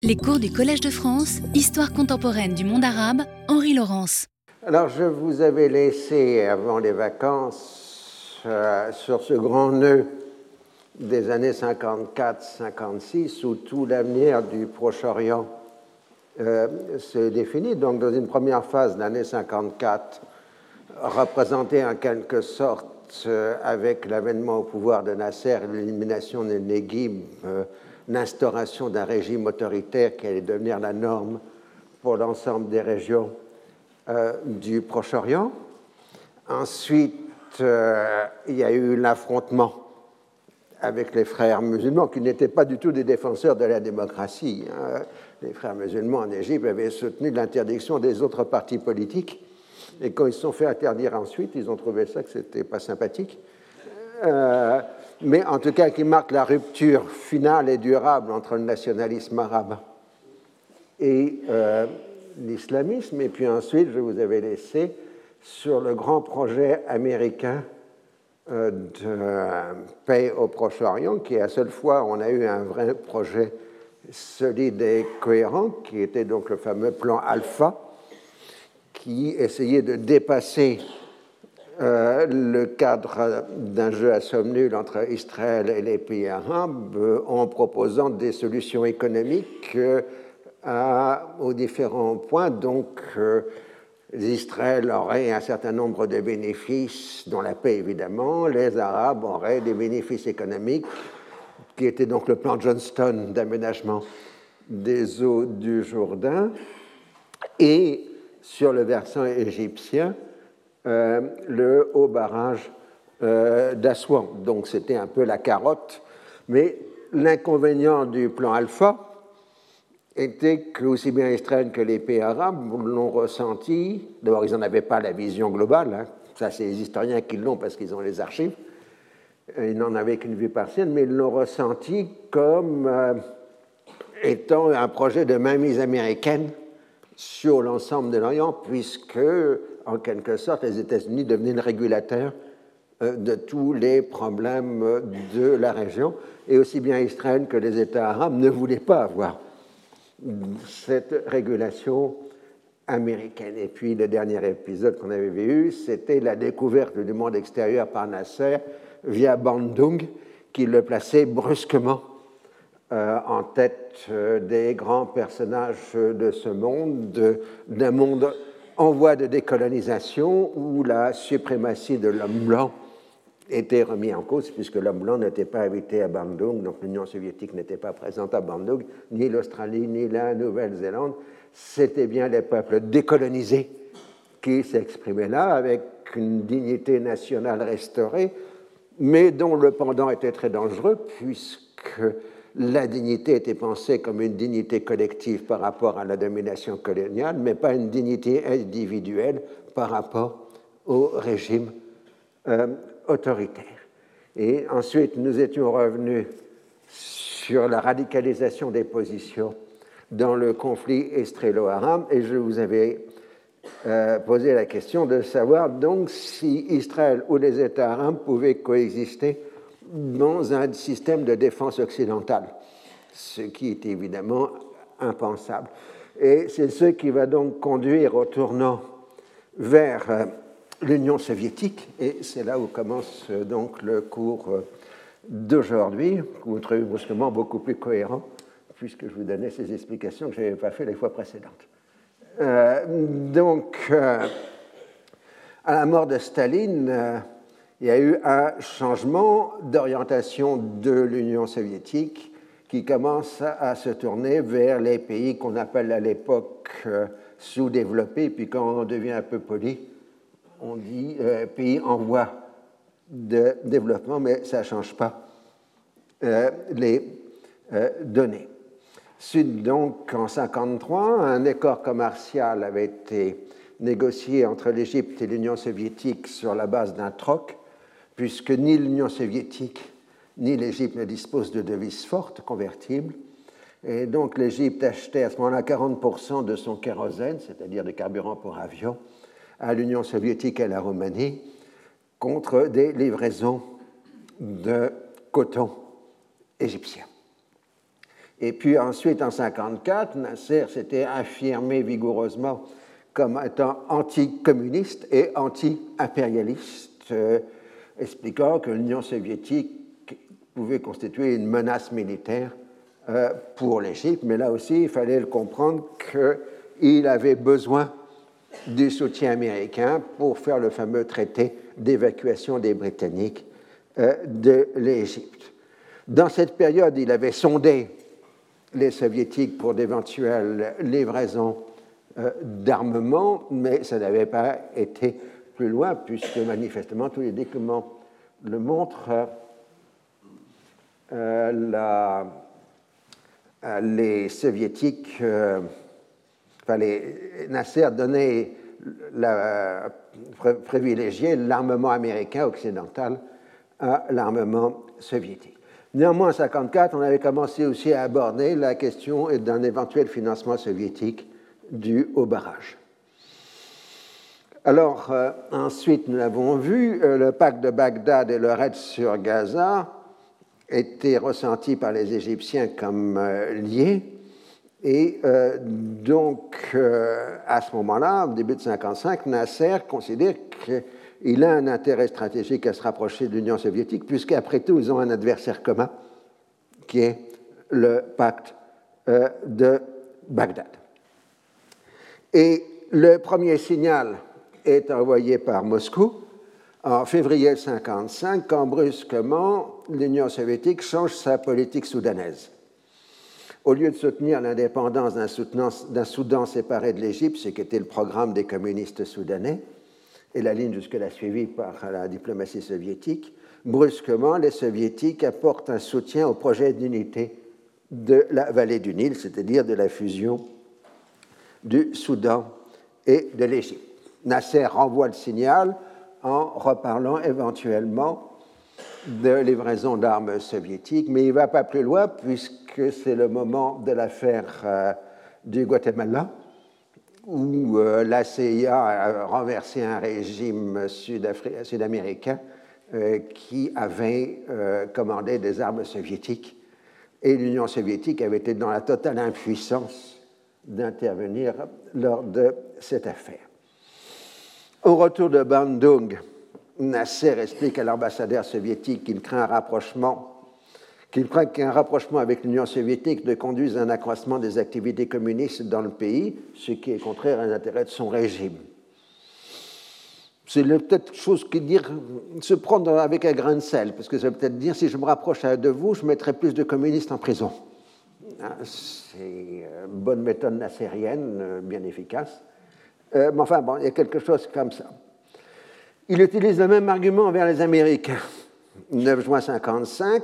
Les cours du Collège de France, Histoire contemporaine du monde arabe, Henri Laurence. Alors, je vous avais laissé, avant les vacances, sur ce grand nœud des années 54-56, où tout l'avenir du Proche-Orient se définit. Donc, dans une première phase, l'année 54, représentée en quelque sorte avec l'avènement au pouvoir de Nasser et l'élimination des Neguib, l'instauration d'un régime autoritaire qui allait devenir la norme pour l'ensemble des régions du Proche-Orient. Ensuite, il y a eu l'affrontement avec les frères musulmans, qui n'étaient pas du tout des défenseurs de la démocratie. Les frères musulmans en Égypte avaient soutenu l'interdiction des autres partis politiques, et quand ils se sont fait interdire ensuite, ils ont trouvé ça que c'était pas sympathique. Mais en tout cas, qui marque la rupture finale et durable entre le nationalisme arabe et l'islamisme. Et puis ensuite, je vous avais laissé sur le grand projet américain de paix au Proche-Orient, qui est la seule fois où on a eu un vrai projet solide et cohérent, qui était donc le fameux plan Alpha, qui essayait de dépasser le cadre d'un jeu à somme nulle entre Israël et les pays arabes en proposant des solutions économiques aux différents points. Donc, Israël aurait un certain nombre de bénéfices, dont la paix évidemment, les Arabes auraient des bénéfices économiques, qui était donc le plan Johnston d'aménagement des eaux du Jourdain, et sur le versant égyptien, le haut barrage d'Assouan. Donc c'était un peu la carotte, mais l'inconvénient du plan Alpha était que aussi bien Israël que les pays arabes l'ont ressenti. D'abord, ils n'en avaient pas la vision globale, hein. Ça c'est les historiens qui l'ont parce qu'ils ont les archives, ils n'en avaient qu'une vue partielle, mais ils l'ont ressenti comme étant un projet de mainmise américaine sur l'ensemble de l'Orient, puisque, en quelque sorte, les États-Unis devenaient le régulateur de tous les problèmes de la région, et aussi bien Israël que les États arabes ne voulaient pas avoir cette régulation américaine. Et puis, le dernier épisode qu'on avait vu, c'était la découverte du monde extérieur par Nasser via Bandung, qui le plaçait brusquement en tête des grands personnages de ce monde, d'un monde en voie de décolonisation où la suprématie de l'homme blanc était remise en cause, puisque l'homme blanc n'était pas invité à Bandung, donc l'Union soviétique n'était pas présente à Bandung, ni l'Australie, ni la Nouvelle-Zélande. C'était bien les peuples décolonisés qui s'exprimaient là, avec une dignité nationale restaurée, mais dont le pendant était très dangereux, puisque la dignité était pensée comme une dignité collective par rapport à la domination coloniale, mais pas une dignité individuelle par rapport au régime autoritaire. Et ensuite, nous étions revenus sur la radicalisation des positions dans le conflit israélo-arabe, et je vous avais posé la question de savoir donc si Israël ou les États arabes pouvaient coexister dans un système de défense occidentale, ce qui est évidemment impensable. Et c'est ce qui va donc conduire au tournant vers l'Union soviétique, et c'est là où commence donc le cours d'aujourd'hui, que vous trouvez brusquement beaucoup plus cohérent, puisque je vous donnais ces explications que je n'avais pas fait les fois précédentes. À la mort de Staline, il y a eu un changement d'orientation de l'Union soviétique qui commence à se tourner vers les pays qu'on appelle à l'époque sous-développés, puis quand on devient un peu poli, on dit pays en voie de développement, mais ça ne change pas les données. Suite donc, en 1953, un accord commercial avait été négocié entre l'Égypte et l'Union soviétique sur la base d'un troc, puisque ni l'Union soviétique ni l'Égypte ne disposent de devises fortes, convertibles. Et donc l'Égypte achetait à ce moment-là 40% de son kérosène, c'est-à-dire des carburants pour avions, à l'Union soviétique et à la Roumanie, contre des livraisons de coton égyptien. Et puis ensuite, en 1954, Nasser s'était affirmé vigoureusement comme étant anticommuniste et anti-impérialiste, expliquant que l'Union soviétique pouvait constituer une menace militaire pour l'Égypte. Mais là aussi, il fallait le comprendre qu'il avait besoin du soutien américain pour faire le fameux traité d'évacuation des Britanniques de l'Égypte. Dans cette période, il avait sondé les Soviétiques pour d'éventuelles livraisons d'armement, mais ça n'avait pas été plus loin, puisque manifestement tous les documents le montrent. Les Soviétiques, Nasser donnait privilégiait l'armement américain occidental à l'armement soviétique. Néanmoins, en 1954, on avait commencé aussi à aborder la question d'un éventuel financement soviétique dû au barrage. Alors, ensuite, nous l'avons vu, le pacte de Bagdad et le raid sur Gaza étaient ressentis par les Égyptiens comme liés. Et donc, à ce moment-là, au début de 1955, Nasser considère qu'il a un intérêt stratégique à se rapprocher de l'Union soviétique, puisqu'après tout, ils ont un adversaire commun, qui est le pacte de Bagdad. Et le premier signal est envoyé par Moscou en février 1955, quand brusquement, l'Union soviétique change sa politique soudanaise. Au lieu de soutenir l'indépendance d'un Soudan séparé de l'Égypte, ce qui était le programme des communistes soudanais, et la ligne jusque-là suivie par la diplomatie soviétique, brusquement, les soviétiques apportent un soutien au projet d'unité de la vallée du Nil, c'est-à-dire de la fusion du Soudan et de l'Égypte. Nasser renvoie le signal en reparlant éventuellement de livraison d'armes soviétiques, mais il ne va pas plus loin puisque c'est le moment de l'affaire du Guatemala, où la CIA a renversé un régime sud-américain qui avait commandé des armes soviétiques, et l'Union soviétique avait été dans la totale impuissance d'intervenir lors de cette affaire. Au retour de Bandung, Nasser explique à l'ambassadeur soviétique qu'il craint qu'un rapprochement avec l'Union soviétique ne conduise à un accroissement des activités communistes dans le pays, ce qui est contraire à l'intérêt de son régime. C'est peut-être chose qui dire se prendre avec un grain de sel, parce que ça veut peut-être dire si je me rapproche de vous, je mettrai plus de communistes en prison. C'est une bonne méthode nassérienne, bien efficace. Mais enfin, bon, il y a quelque chose comme ça. Il utilise le même argument envers les Américains. 9 juin 1955,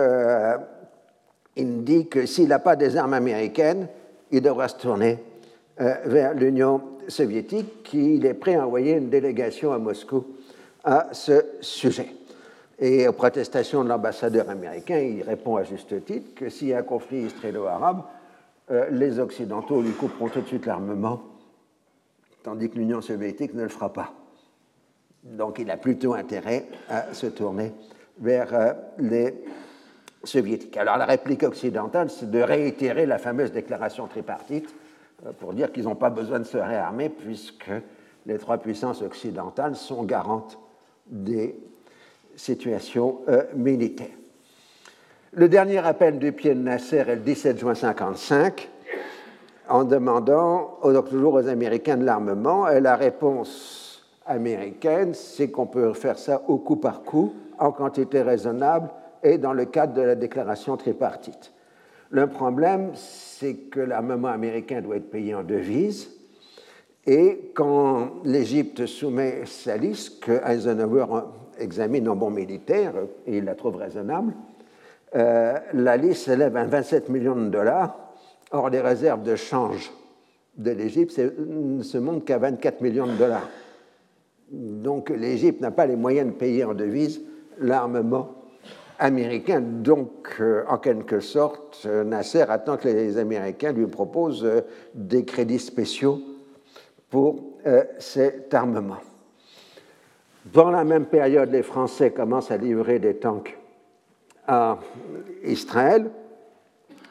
il dit que s'il n'a pas des armes américaines, il devra se tourner vers l'Union soviétique, qu'il est prêt à envoyer une délégation à Moscou à ce sujet. Et aux protestations de l'ambassadeur américain, il répond à juste titre que s'il y a un conflit israélo-arabe, les Occidentaux lui couperont tout de suite l'armement, tandis que l'Union soviétique ne le fera pas. Donc il a plutôt intérêt à se tourner vers les soviétiques. Alors la réplique occidentale, c'est de réitérer la fameuse déclaration tripartite pour dire qu'ils n'ont pas besoin de se réarmer puisque les trois puissances occidentales sont garantes des situations militaires. Le dernier appel du pied de Nasser est le 17 juin 1955 en demandant toujours aux Américains de l'armement, et la réponse américaine, c'est qu'on peut faire ça au coup par coup, en quantité raisonnable et dans le cadre de la déclaration tripartite. Le problème, c'est que l'armement américain doit être payé en devises, et quand l'Égypte soumet sa liste, que Eisenhower examine en bon militaire, et il la trouve raisonnable, la liste s'élève à 27 millions de dollars. Or, les réserves de change de l'Égypte ne se montent qu'à 24 millions de dollars. Donc, l'Égypte n'a pas les moyens de payer en devises l'armement américain. Donc, en quelque sorte, Nasser attend que les Américains lui proposent des crédits spéciaux pour cet armement. Dans la même période, les Français commencent à livrer des tanks à Israël.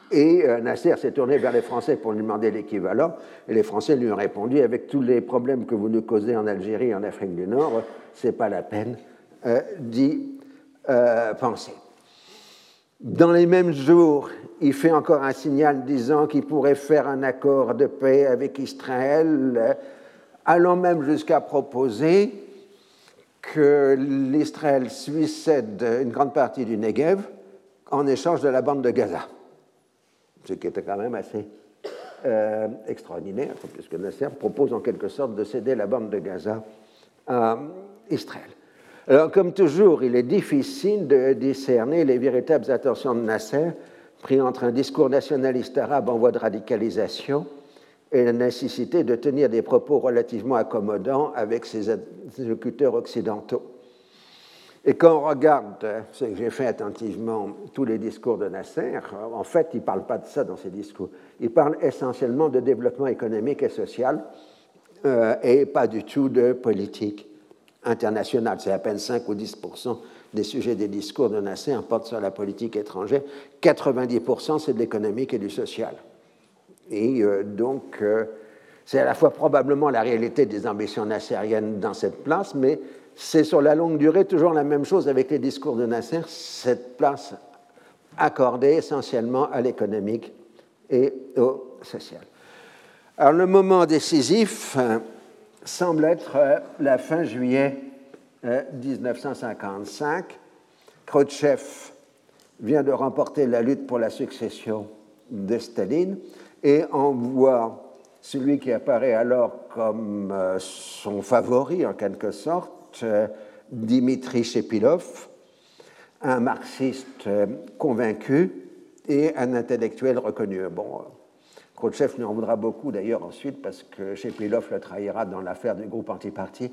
Et Nasser s'est tourné vers les Français pour lui demander l'équivalent, et les Français lui ont répondu, avec tous les problèmes que vous nous causez en Algérie et en Afrique du Nord, c'est pas la peine d'y penser. Dans les mêmes jours, il fait encore un signal disant qu'il pourrait faire un accord de paix avec Israël, allant même jusqu'à proposer que l'Israël suisse cède une grande partie du Negev en échange de la bande de Gaza. Ce qui était quand même assez extraordinaire, puisque Nasser propose en quelque sorte de céder la bande de Gaza à Israël. Alors, comme toujours, il est difficile de discerner les véritables intentions de Nasser, pris entre un discours nationaliste arabe en voie de radicalisation et la nécessité de tenir des propos relativement accommodants avec ses interlocuteurs occidentaux. Et quand on regarde, ce que j'ai fait attentivement, tous les discours de Nasser, en fait, il ne parle pas de ça dans ses discours. Il parle essentiellement de développement économique et social et pas du tout de politique internationale. C'est à peine 5 ou 10% des sujets des discours de Nasser portent sur la politique étrangère. 90%, c'est de l'économique et du social. Et donc, c'est à la fois probablement la réalité des ambitions nassériennes dans cette place, mais c'est sur la longue durée toujours la même chose avec les discours de Nasser, cette place accordée essentiellement à l'économique et au social. Alors, le moment décisif semble être la fin juillet 1955. Khrouchtchev vient de remporter la lutte pour la succession de Staline et envoie celui qui apparaît alors comme son favori, en quelque sorte, Dimitri Chepilov, un marxiste convaincu et un intellectuel reconnu. Bon, Khrouchtchev lui en voudra beaucoup d'ailleurs ensuite parce que Chepilov le trahira dans l'affaire du groupe antiparti.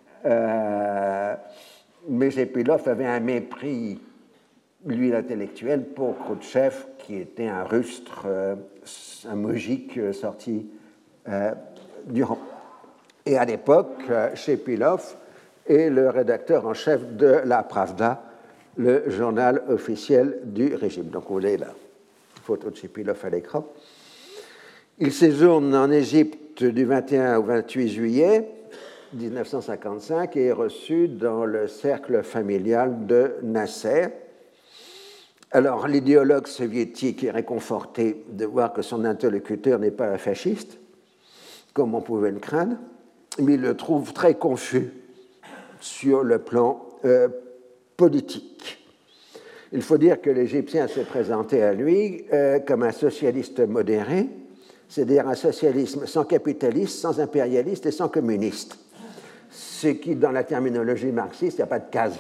Mais Chepilov avait un mépris, lui l'intellectuel, pour Khrouchtchev qui était un rustre, un moujik sorti du rang. Et à l'époque, Chepilov est le rédacteur en chef de la Pravda, le journal officiel du régime. Donc vous voyez la photo de Chepilov à l'écran. Il séjourne en Égypte du 21 au 28 juillet 1955 et est reçu dans le cercle familial de Nasser. Alors, l'idéologue soviétique est réconforté de voir que son interlocuteur n'est pas un fasciste, comme on pouvait le craindre, mais il le trouve très confus sur le plan politique. Il faut dire que l'Égyptien s'est présenté à lui comme un socialiste modéré, c'est-à-dire un socialisme sans capitaliste, sans impérialiste et sans communiste. Ce qui, dans la terminologie marxiste, il n'y a pas de case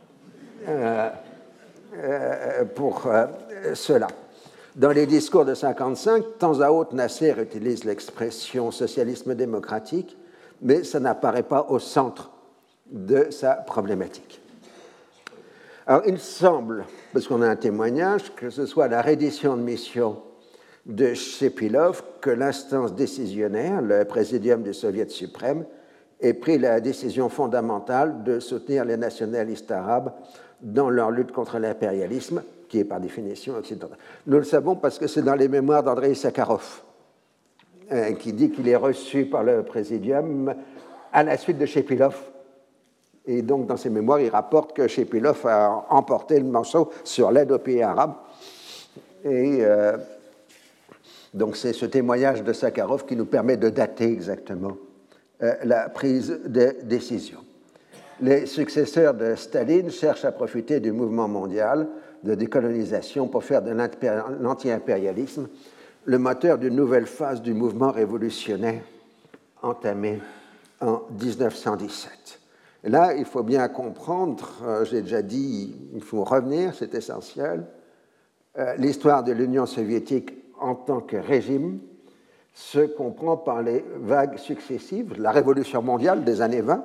pour cela. Dans les discours de 1955, de temps à autre, Nasser utilise l'expression socialisme démocratique, mais ça n'apparaît pas au centre de sa problématique. Alors, il semble, parce qu'on a un témoignage, que ce soit la reddition de mission de Chepilov que l'instance décisionnaire, le présidium du Soviet suprême, ait pris la décision fondamentale de soutenir les nationalistes arabes dans leur lutte contre l'impérialisme, qui est par définition occidentale. Nous le savons parce que c'est dans les mémoires d'Andrei Sakharov, qui dit qu'il est reçu par le présidium à la suite de Chepilov. Et donc, dans ses mémoires, il rapporte que Chepilov a emporté le morceau sur l'aide aux pays arabes. Et donc, c'est ce témoignage de Sakharov qui nous permet de dater exactement la prise de décision. Les successeurs de Staline cherchent à profiter du mouvement mondial de décolonisation pour faire de l'anti-impérialisme le moteur d'une nouvelle phase du mouvement révolutionnaire entamé en 1917. Et là, il faut bien comprendre, j'ai déjà dit, il faut revenir, c'est essentiel, l'histoire de l'Union soviétique en tant que régime se comprend par les vagues successives, la révolution mondiale des années 20,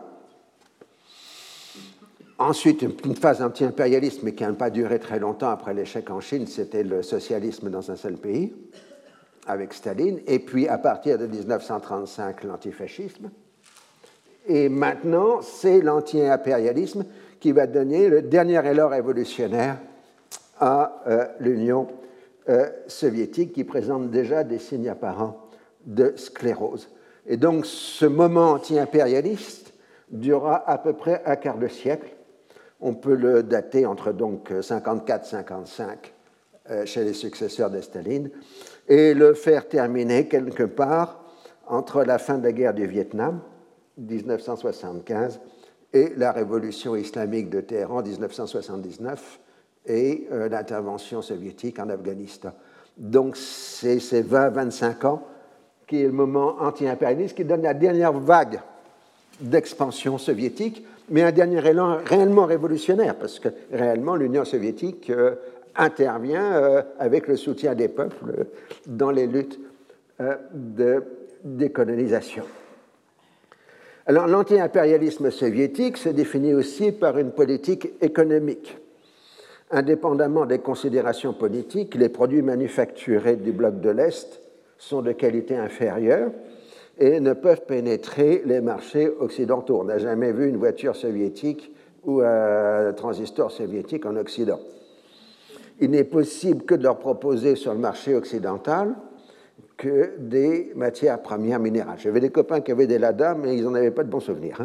ensuite une phase anti-impérialiste, mais qui n'a pas duré très longtemps après l'échec en Chine, c'était le socialisme dans un seul pays, avec Staline, et puis à partir de 1935, l'antifascisme. Et maintenant, c'est l'anti-impérialisme qui va donner le dernier élan révolutionnaire à l'Union soviétique qui présente déjà des signes apparents de sclérose. Et donc ce moment anti-impérialiste durera à peu près un quart de siècle. On peut le dater entre donc 54-55 chez les successeurs de Staline et le faire terminer quelque part entre la fin de la guerre du Vietnam, 1975, et la révolution islamique de Téhéran, 1979, et l'intervention soviétique en Afghanistan. Donc c'est ces 20-25 ans qui est le moment anti-impérialiste qui donne la dernière vague d'expansion soviétique, mais un dernier élan réellement révolutionnaire, parce que réellement l'Union soviétique intervient avec le soutien des peuples dans les luttes de décolonisation. Alors l'anti-impérialisme soviétique se définit aussi par une politique économique. Indépendamment des considérations politiques, les produits manufacturés du bloc de l'Est sont de qualité inférieure et ne peuvent pénétrer les marchés occidentaux. On n'a jamais vu une voiture soviétique ou un transistor soviétique en Occident. Il n'est possible que de leur proposer sur le marché occidental que des matières premières minérales. J'avais des copains qui avaient des Lada, mais ils n'en avaient pas de bons souvenirs.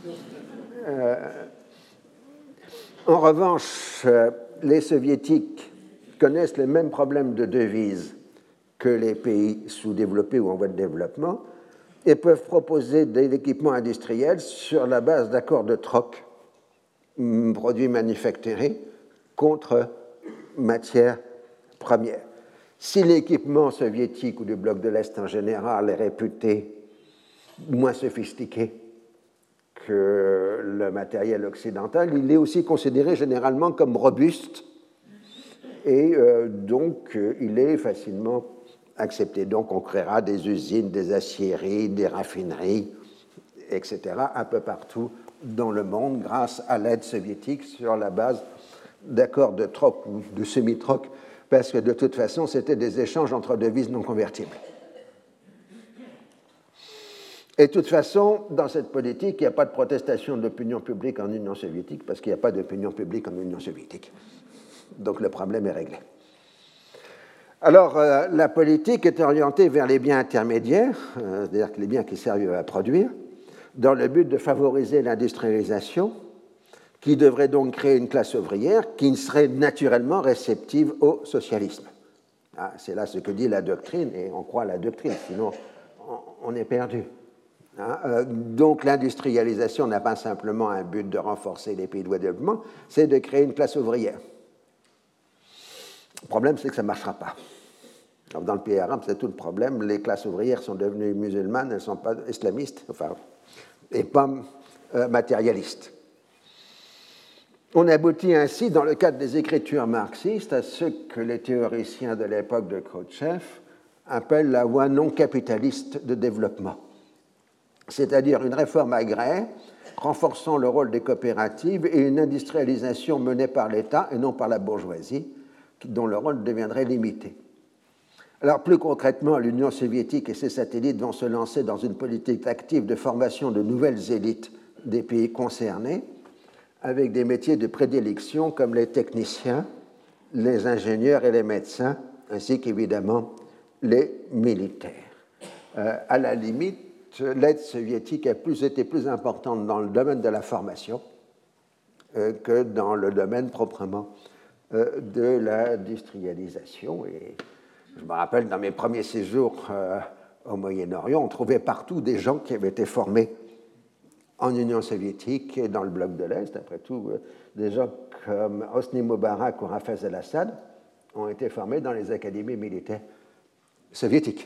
En revanche, les soviétiques connaissent les mêmes problèmes de devises que les pays sous-développés ou en voie de développement et peuvent proposer des équipements industriels sur la base d'accords de troc, produits manufacturés contre matières premières. Si l'équipement soviétique ou du bloc de l'Est en général est réputé moins sophistiqué que le matériel occidental, il est aussi considéré généralement comme robuste et donc il est facilement accepté. Donc on créera des usines, des aciéries, des raffineries, etc. un peu partout dans le monde grâce à l'aide soviétique sur la base d'accords de troc ou de semi-troc, parce que de toute façon c'était des échanges entre devises non convertibles. Et de toute façon, dans cette politique, il n'y a pas de protestation de l'opinion publique en Union soviétique, parce qu'il n'y a pas d'opinion publique en Union soviétique. Donc le problème est réglé. Alors, la politique est orientée vers les biens intermédiaires, c'est-à-dire les biens qui servent à produire, dans le but de favoriser l'industrialisation, qui devrait donc créer une classe ouvrière qui serait naturellement réceptive au socialisme. Ah, c'est là ce que dit la doctrine, et on croit à la doctrine, sinon on est perdu. Donc l'industrialisation n'a pas simplement un but de renforcer les pays de développement, c'est de créer une classe ouvrière. Le problème, c'est que ça ne marchera pas. Alors, dans le pays arabe, c'est tout le problème. Les classes ouvrières sont devenues musulmanes, elles ne sont pas islamistes, enfin, et pas matérialistes. On aboutit ainsi, dans le cadre des écritures marxistes, à ce que les théoriciens de l'époque de Khrouchtchev appellent la voie non capitaliste de développement, c'est-à-dire une réforme agraire renforçant le rôle des coopératives et une industrialisation menée par l'État et non par la bourgeoisie, dont le rôle deviendrait limité. Alors, plus concrètement, l'Union soviétique et ses satellites vont se lancer dans une politique active de formation de nouvelles élites des pays concernés, avec des métiers de prédilection comme les techniciens, les ingénieurs et les médecins, ainsi qu'évidemment les militaires. À la limite, l'aide soviétique a été plus importante dans le domaine de la formation que dans le domaine proprement de l'industrialisation. Et je me rappelle, dans mes premiers séjours au Moyen-Orient, on trouvait partout des gens qui avaient été formés en Union soviétique et dans le bloc de l'Est. Après tout, des gens comme Hosni Moubarak ou Hafez el-Assad ont été formés dans les académies militaires soviétiques.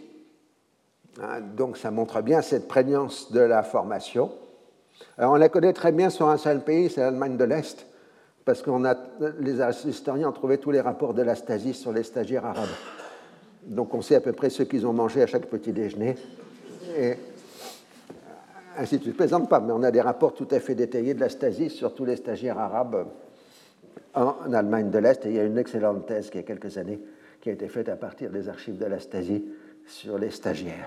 Donc ça montre bien cette prégnance de la formation. Alors on la connaît très bien sur un seul pays, c'est l'Allemagne de l'Est, parce que les historiens ont trouvé tous les rapports de la Stasi sur les stagiaires arabes. Donc on sait à peu près ce qu'ils ont mangé à chaque petit déjeuner. Et ainsi de suite. Je ne plaisante pas, mais on a des rapports tout à fait détaillés de la Stasi sur tous les stagiaires arabes en Allemagne de l'Est. Et il y a une excellente thèse qui a quelques années qui a été faite à partir des archives de la Stasi sur les stagiaires.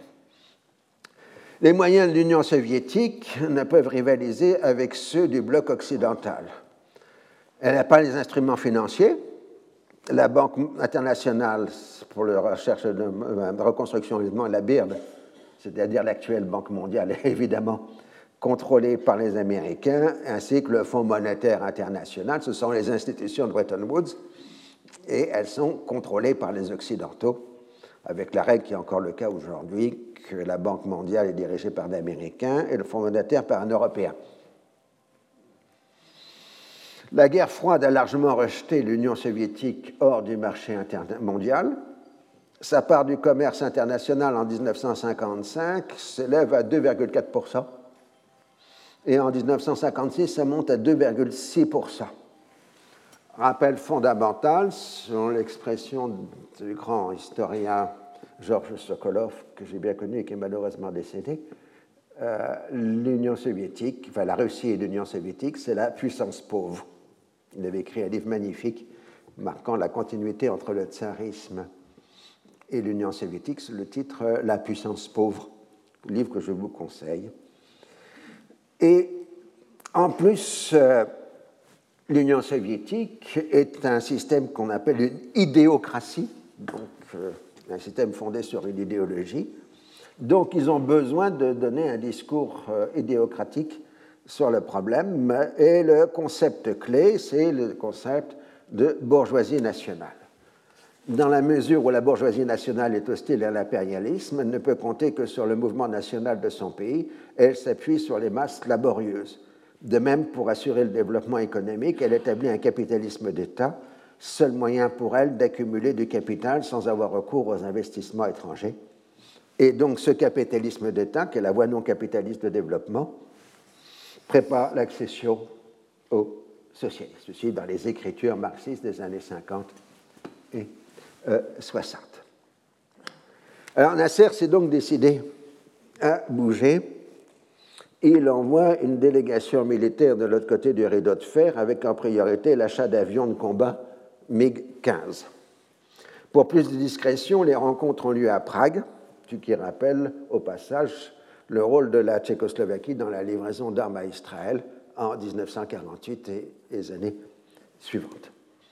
Les moyens de l'Union soviétique ne peuvent rivaliser avec ceux du bloc occidental. Elle n'a pas les instruments financiers, La Banque internationale pour la recherche de reconstruction et la BIRD, c'est-à-dire l'actuelle Banque mondiale, est évidemment contrôlée par les Américains, ainsi que le Fonds monétaire international. Ce sont les institutions de Bretton Woods, et elles sont contrôlées par les Occidentaux, avec la règle qui est encore le cas aujourd'hui, que la Banque mondiale est dirigée par des Américains et le Fonds monétaire par un Européen. La guerre froide a largement rejeté l'Union soviétique hors du marché mondial. Sa part du commerce international en 1955 s'élève à 2,4%. Et en 1956, ça monte à 2,6%. Rappel fondamental, selon l'expression du grand historien Georges Sokolov, que j'ai bien connu et qui est malheureusement décédé, l'Union soviétique, enfin la Russie et l'Union soviétique, c'est la puissance pauvre. Il avait écrit un livre magnifique marquant la continuité entre le tsarisme et l'Union soviétique sous le titre « La puissance pauvre », livre que je vous conseille. Et en plus, l'Union soviétique est un système qu'on appelle une idéocratie, donc un système fondé sur une idéologie. Donc ils ont besoin de donner un discours idéocratique sur le problème, et le concept clé, c'est le concept de bourgeoisie nationale. Dans la mesure où la bourgeoisie nationale est hostile à l'impérialisme, elle ne peut compter que sur le mouvement national de son pays, et elle s'appuie sur les masses laborieuses. De même, pour assurer le développement économique, elle établit un capitalisme d'État, seul moyen pour elle d'accumuler du capital sans avoir recours aux investissements étrangers. Et donc ce capitalisme d'État, qui est la voie non capitaliste de développement, prépare l'accession au socialisme. Ceci dans les écritures marxistes des années 50 et 60. Alors Nasser s'est donc décidé à bouger. Il envoie une délégation militaire de l'autre côté du rideau de fer avec en priorité l'achat d'avions de combat MiG-15. Pour plus de discrétion, les rencontres ont lieu à Prague, ce qui rappelle au passage le rôle de la Tchécoslovaquie dans la livraison d'armes à Israël en 1948 et les années suivantes.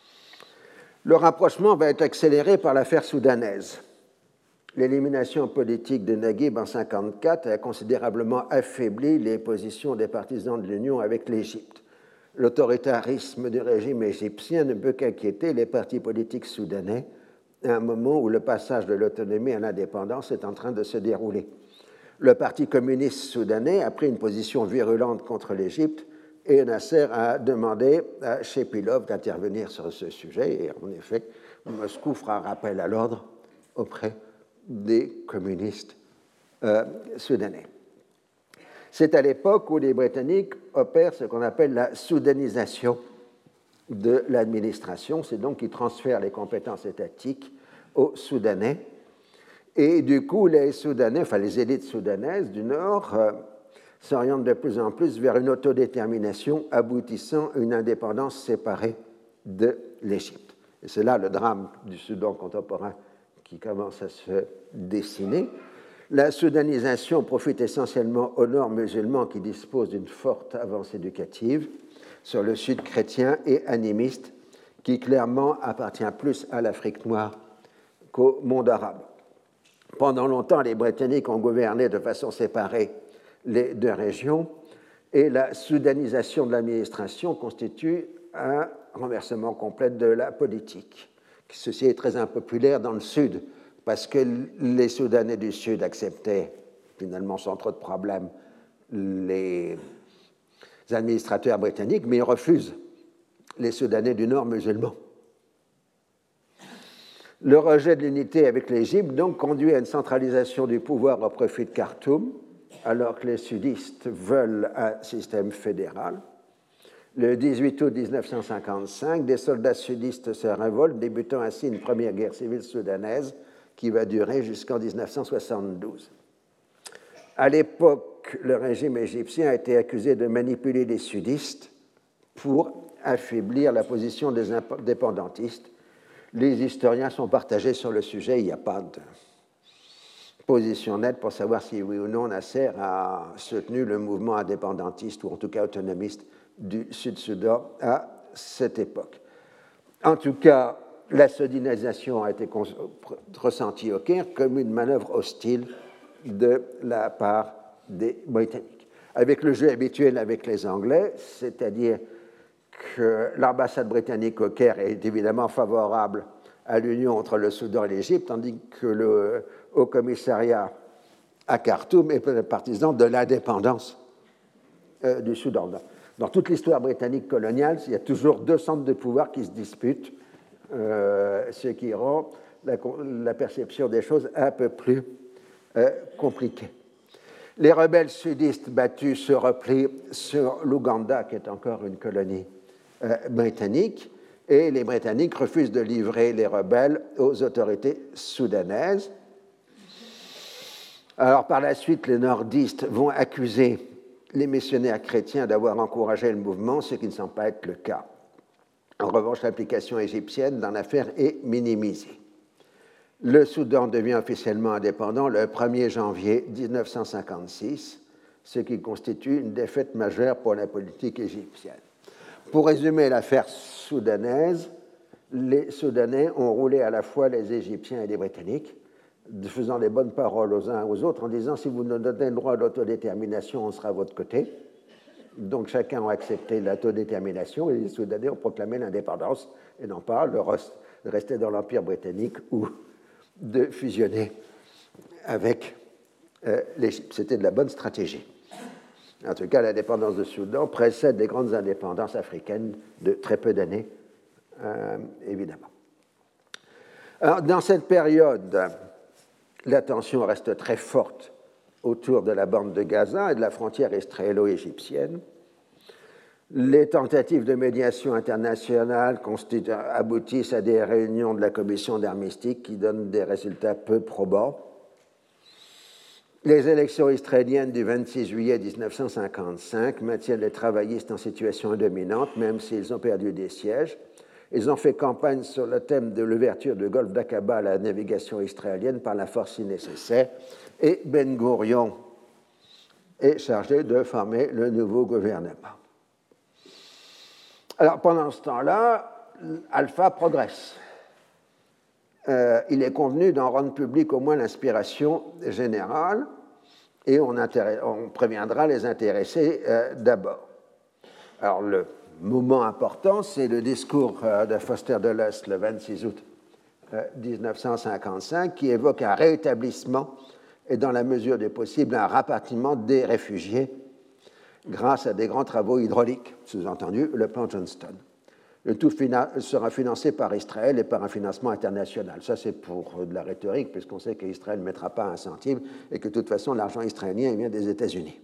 Le rapprochement va être accéléré par l'affaire soudanaise. L'élimination politique de Naguib en 1954 a considérablement affaibli les positions des partisans de l'Union avec l'Égypte. L'autoritarisme du régime égyptien ne peut qu'inquiéter les partis politiques soudanais à un moment où le passage de l'autonomie à l'indépendance est en train de se dérouler. Le Parti communiste soudanais a pris une position virulente contre l'Égypte et Nasser a demandé à Shepilov d'intervenir sur ce sujet. Et en effet, Moscou fera rappel à l'ordre auprès des communistes soudanais. C'est à l'époque où les Britanniques opèrent ce qu'on appelle la soudanisation de l'administration. C'est donc qu'ils transfèrent les compétences étatiques aux Soudanais. Et du coup, les Soudanais, enfin les élites soudanaises du Nord, s'orientent de plus en plus vers une autodétermination aboutissant à une indépendance séparée de l'Égypte. Et c'est là le drame du Soudan contemporain qui commence à se dessiner. La soudanisation profite essentiellement au nord musulman qui dispose d'une forte avance éducative, sur le sud chrétien et animiste qui clairement appartient plus à l'Afrique noire qu'au monde arabe. Pendant longtemps, les Britanniques ont gouverné de façon séparée les deux régions et la soudanisation de l'administration constitue un renversement complet de la politique. Ceci est très impopulaire dans le Sud parce que les Soudanais du Sud acceptaient finalement sans trop de problèmes les administrateurs britanniques, mais ils refusent les Soudanais du Nord musulmans. Le rejet de l'unité avec l'Égypte donc conduit à une centralisation du pouvoir au profit de Khartoum, alors que les sudistes veulent un système fédéral. Le 18 août 1955, des soldats sudistes se révoltent, débutant ainsi une première guerre civile soudanaise qui va durer jusqu'en 1972. À l'époque, le régime égyptien a été accusé de manipuler les sudistes pour affaiblir la position des indépendantistes. Les historiens sont partagés sur le sujet, il n'y a pas de position nette pour savoir si oui ou non Nasser a soutenu le mouvement indépendantiste ou en tout cas autonomiste du Sud-Soudan à cette époque. En tout cas, la soudanisation a été ressentie au Caire comme une manœuvre hostile de la part des Britanniques. Avec le jeu habituel avec les Anglais, c'est-à-dire que l'ambassade britannique au Caire est évidemment favorable à l'union entre le Soudan et l'Égypte, tandis que le Haut Commissariat à Khartoum est partisan de l'indépendance du Soudan. Dans toute l'histoire britannique coloniale, il y a toujours deux centres de pouvoir qui se disputent, ce qui rend la perception des choses un peu plus compliquée. Les rebelles sudistes battus se replient sur l'Ouganda, qui est encore une colonie britannique, et les Britanniques refusent de livrer les rebelles aux autorités soudanaises. Alors, par la suite, les nordistes vont accuser les missionnaires chrétiens d'avoir encouragé le mouvement, ce qui ne semble pas être le cas. En revanche, l'implication égyptienne dans l'affaire est minimisée. Le Soudan devient officiellement indépendant le 1er janvier 1956, ce qui constitue une défaite majeure pour la politique égyptienne. Pour résumer l'affaire soudanaise, les Soudanais ont roulé à la fois les Égyptiens et les Britanniques, faisant les bonnes paroles aux uns aux autres en disant « si vous nous donnez le droit d'autodétermination, on sera à votre côté ». Donc chacun a accepté l'autodétermination et les Soudanais ont proclamé l'indépendance et non pas de rester dans l'Empire britannique ou de fusionner avec l'Égypte. C'était de la bonne stratégie. En tout cas, l'indépendance du Soudan précède les grandes indépendances africaines de très peu d'années, évidemment. Alors, dans cette période, la tension reste très forte autour de la bande de Gaza et de la frontière israélo-égyptienne. Les tentatives de médiation internationale aboutissent à des réunions de la commission d'armistice qui donnent des résultats peu probants. Les élections israéliennes du 26 juillet 1955 maintiennent les travaillistes en situation dominante, même s'ils ont perdu des sièges. Ils ont fait campagne sur le thème de l'ouverture du golfe d'Aqaba à la navigation israélienne par la force si nécessaire, et Ben Gourion est chargé de former le nouveau gouvernement. Alors, pendant ce temps-là, Alpha progresse. Il est convenu d'en rendre public au moins l'inspiration générale et on préviendra les intéressés d'abord. Alors, le moment important, c'est le discours de Foster Dulles le 26 août 1955 qui évoque un rétablissement et, dans la mesure du possible, un rapatriement des réfugiés grâce à des grands travaux hydrauliques, sous-entendu le plan Johnston. Le tout sera financé par Israël et par un financement international. Ça, c'est pour de la rhétorique, puisqu'on sait qu'Israël ne mettra pas un centime et que, de toute façon, l'argent israélien vient des États-Unis.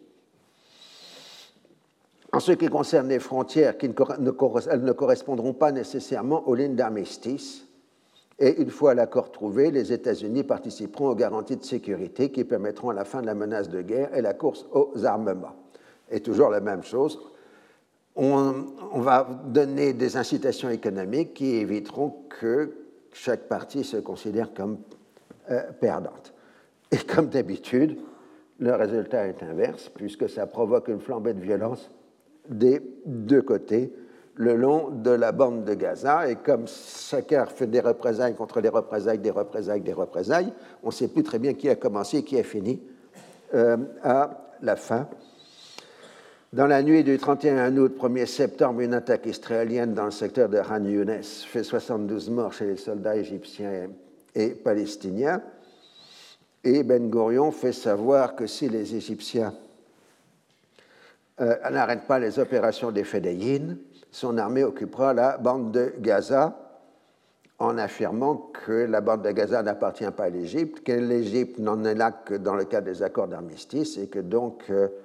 En ce qui concerne les frontières, elles ne correspondront pas nécessairement aux lignes d'armistice. Et une fois l'accord trouvé, les États-Unis participeront aux garanties de sécurité qui permettront la fin de la menace de guerre et la course aux armements. Et toujours la même chose, on va donner des incitations économiques qui éviteront que chaque partie se considère comme perdante. Et comme d'habitude, le résultat est inverse, puisque ça provoque une flambée de violence des deux côtés le long de la bande de Gaza. Et comme chacun fait des représailles contre les représailles, des représailles, des représailles, on ne sait plus très bien qui a commencé et qui a fini à la fin. Dans la nuit du 31 août, 1er septembre, une attaque israélienne dans le secteur de Khan Younes fait 72 morts chez les soldats égyptiens et palestiniens. Et Ben Gourion fait savoir que si les Égyptiens n'arrêtent pas les opérations des Fedayines, son armée occupera la bande de Gaza, en affirmant que la bande de Gaza n'appartient pas à l'Égypte, que l'Égypte n'en est là que dans le cadre des accords d'armistice et que donc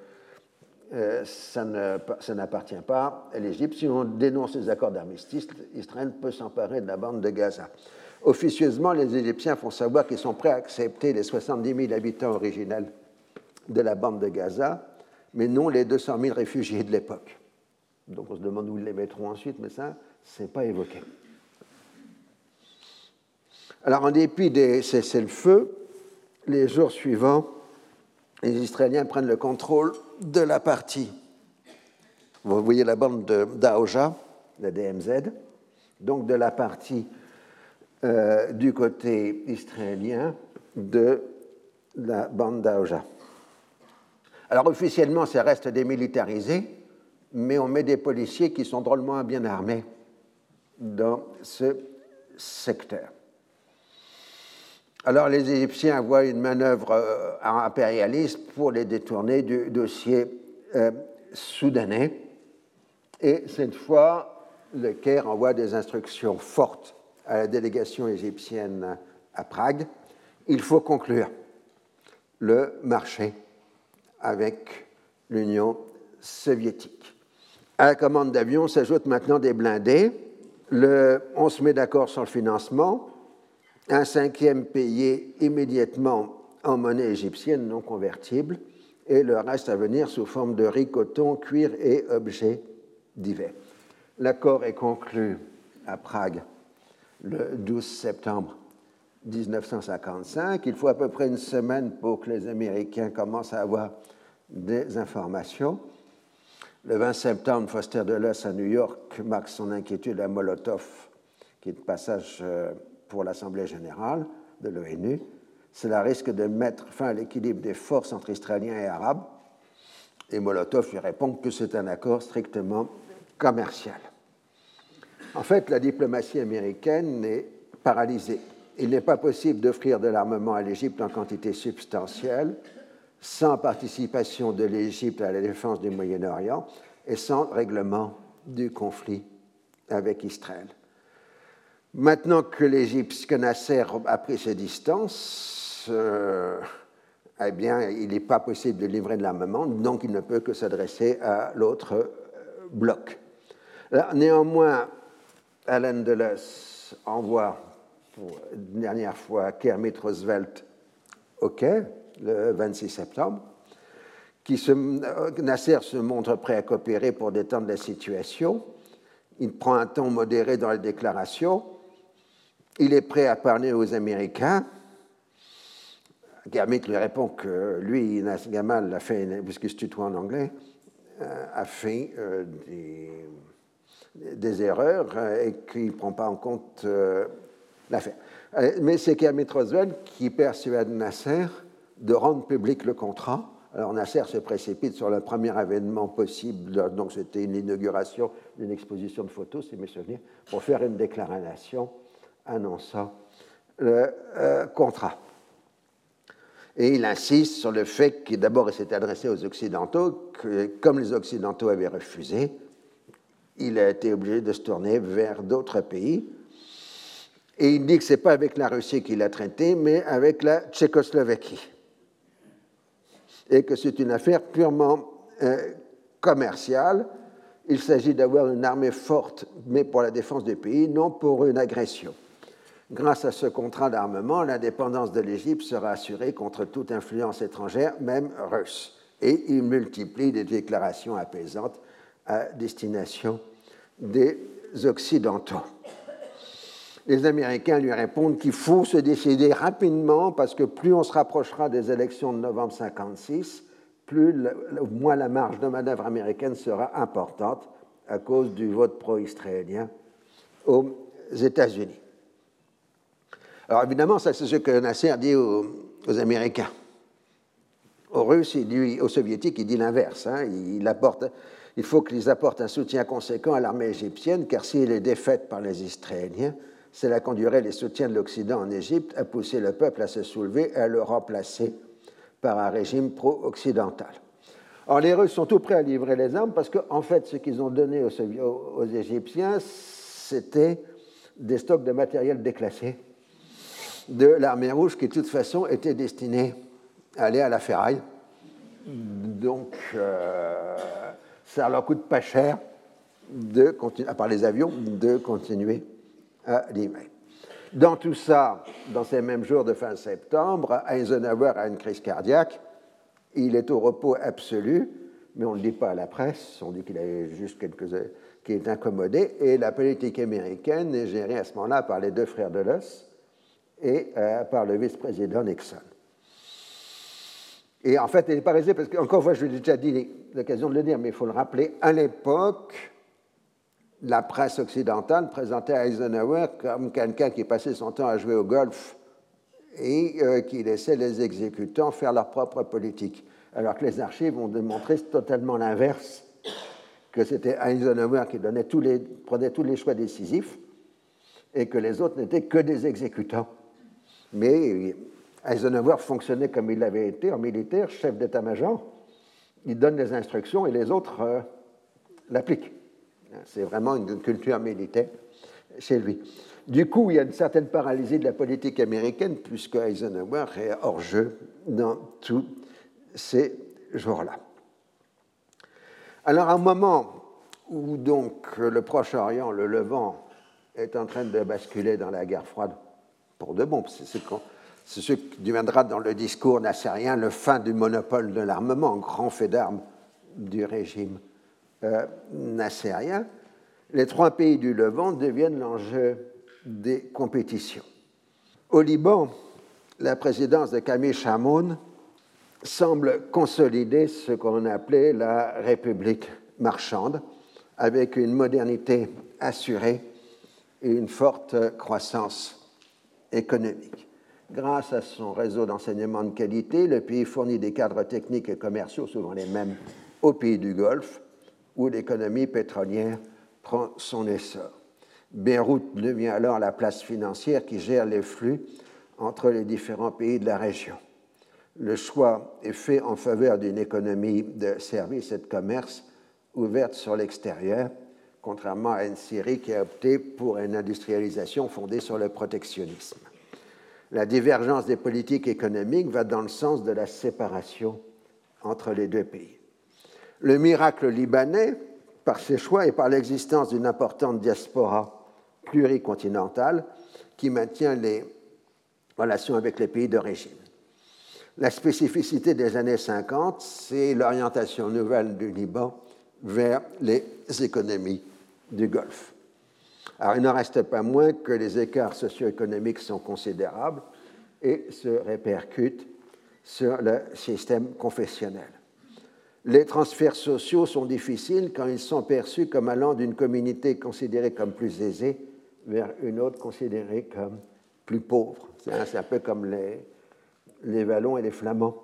ça n'appartient pas à l'Égypte. Si on dénonce les accords d'armistice, Israël peut s'emparer de la bande de Gaza. Officieusement, les Égyptiens font savoir qu'ils sont prêts à accepter les 70 000 habitants originels de la bande de Gaza, mais non les 200 000 réfugiés de l'époque. Donc on se demande où ils les mettront ensuite, mais ça, ce n'est pas évoqué. Alors, en dépit des cessez-le-feu, les jours suivants, les Israéliens prennent le contrôle de la partie. Vous voyez la bande d'Aoja, la DMZ, donc de la partie du côté israélien de la bande d'Aoja. Alors officiellement, ça reste démilitarisé, mais on met des policiers qui sont drôlement bien armés dans ce secteur. Alors les Égyptiens voient une manœuvre impérialiste pour les détourner du dossier soudanais. Et cette fois, le Caire envoie des instructions fortes à la délégation égyptienne à Prague. Il faut conclure le marché avec l'Union soviétique. À la commande d'avions s'ajoutent maintenant des blindés. On se met d'accord sur le financement. Un cinquième payé immédiatement en monnaie égyptienne non convertible et le reste à venir sous forme de riz, coton, cuir et objets divers. L'accord est conclu à Prague le 12 septembre 1955. Il faut à peu près une semaine pour que les Américains commencent à avoir des informations. Le 20 septembre, Foster Dulles à New York marque son inquiétude à Molotov, qui est de passage pour l'Assemblée générale de l'ONU. Cela risque de mettre fin à l'équilibre des forces entre Israéliens et Arabes. Et Molotov lui répond que c'est un accord strictement commercial. En fait, la diplomatie américaine est paralysée. Il n'est pas possible d'offrir de l'armement à l'Égypte en quantité substantielle, sans participation de l'Égypte à la défense du Moyen-Orient et sans règlement du conflit avec Israël. Maintenant que Nasser a pris ses distances, eh bien, il n'est pas possible de livrer de l'armement, donc il ne peut que s'adresser à l'autre bloc. Alors, néanmoins, Allen Dulles envoie pour une dernière fois Kermit Roosevelt au Caire, le 26 septembre. Nasser se montre prêt à coopérer pour détendre la situation. Il prend un ton modéré dans les déclarations. Il est prêt à parler aux Américains. Kermit lui répond que lui, Nasser Gamal, a fait, puisqu'il se tutoie en anglais, a fait des erreurs et qu'il ne prend pas en compte l'affaire. Mais c'est Kermit Roosevelt qui persuade Nasser de rendre public le contrat. Alors Nasser se précipite sur le premier événement possible, donc c'était une inauguration d'une exposition de photos, si mes souvenirs, pour faire une déclaration annonçant le contrat. Et il insiste sur le fait que d'abord il s'est adressé aux Occidentaux, que comme les Occidentaux avaient refusé, il a été obligé de se tourner vers d'autres pays. Et il dit que ce n'est pas avec la Russie qu'il a traité, mais avec la Tchécoslovaquie. Et que c'est une affaire purement commerciale. Il s'agit d'avoir une armée forte, mais pour la défense du pays, non pour une agression. Grâce à ce contrat d'armement, l'indépendance de l'Égypte sera assurée contre toute influence étrangère, même russe. Et il multiplie des déclarations apaisantes à destination des Occidentaux. Les Américains lui répondent qu'il faut se décider rapidement parce que plus on se rapprochera des élections de novembre 1956, moins la marge de manœuvre américaine sera importante à cause du vote pro-israélien aux États-Unis. Alors évidemment, ça c'est ce que Nasser dit aux Américains. Aux Russes, aux Soviétiques, il dit l'inverse. Il faut qu'ils apportent un soutien conséquent à l'armée égyptienne, car si elle est défaite par les Israéliens, cela conduirait les soutiens de l'Occident en Égypte à pousser le peuple à se soulever et à le remplacer par un régime pro-occidental. Alors les Russes sont tout prêts à livrer les armes parce qu'en fait, ce qu'ils ont donné aux Égyptiens, c'était des stocks de matériel déclassé de l'armée rouge qui, de toute façon, était destiné à aller à la ferraille. Donc, ça leur coûte pas cher, à part les avions, de continuer à livrer. Dans tout ça, dans ces mêmes jours de fin septembre, Eisenhower a une crise cardiaque. Il est au repos absolu, mais on ne le dit pas à la presse. On dit qu'il a juste qu'il est incommodé. Et la politique américaine est gérée à ce moment-là par les deux frères Dulles et par le vice-président Nixon. Et en fait, elle n'est pas réalisée parce qu'encore une fois, je l'ai déjà dit, l'occasion de le dire, mais il faut le rappeler, à l'époque, la presse occidentale présentait Eisenhower comme quelqu'un qui passait son temps à jouer au golf et qui laissait les exécutants faire leur propre politique. Alors que les archives ont démontré totalement l'inverse, que c'était Eisenhower qui prenait tous les choix décisifs et que les autres n'étaient que des exécutants. Mais Eisenhower fonctionnait comme il l'avait été en militaire, chef d'état-major. Il donne les instructions et les autres l'appliquent. C'est vraiment une culture militaire chez lui. Du coup, il y a une certaine paralysie de la politique américaine puisque Eisenhower est hors jeu dans tous ces jours-là. Alors, à un moment où donc le Proche-Orient, le Levant, est en train de basculer dans la guerre froide, pour de bon, c'est ce qui deviendra dans le discours nassérien le fin du monopole de l'armement, grand fait d'armes du régime nassérien, les trois pays du Levant deviennent l'enjeu des compétitions. Au Liban, la présidence de Camille Chamoun semble consolider ce qu'on appelait la République marchande, avec une modernité assurée et une forte croissance économique. Grâce à son réseau d'enseignement de qualité, le pays fournit des cadres techniques et commerciaux, souvent les mêmes, aux pays du Golfe, où l'économie pétrolière prend son essor. Beyrouth devient alors la place financière qui gère les flux entre les différents pays de la région. Le choix est fait en faveur d'une économie de services et de commerce ouverte sur l'extérieur, contrairement à une Syrie qui a opté pour une industrialisation fondée sur le protectionnisme. La divergence des politiques économiques va dans le sens de la séparation entre les deux pays. Le miracle libanais, par ses choix et par l'existence d'une importante diaspora pluricontinentale qui maintient les relations avec les pays d'origine. La spécificité des années 50, c'est l'orientation nouvelle du Liban vers les économies du Golfe. Alors, il n'en reste pas moins que les écarts socio-économiques sont considérables et se répercutent sur le système confessionnel. Les transferts sociaux sont difficiles quand ils sont perçus comme allant d'une communauté considérée comme plus aisée vers une autre considérée comme plus pauvre. C'est un peu comme les Wallons et les Flamands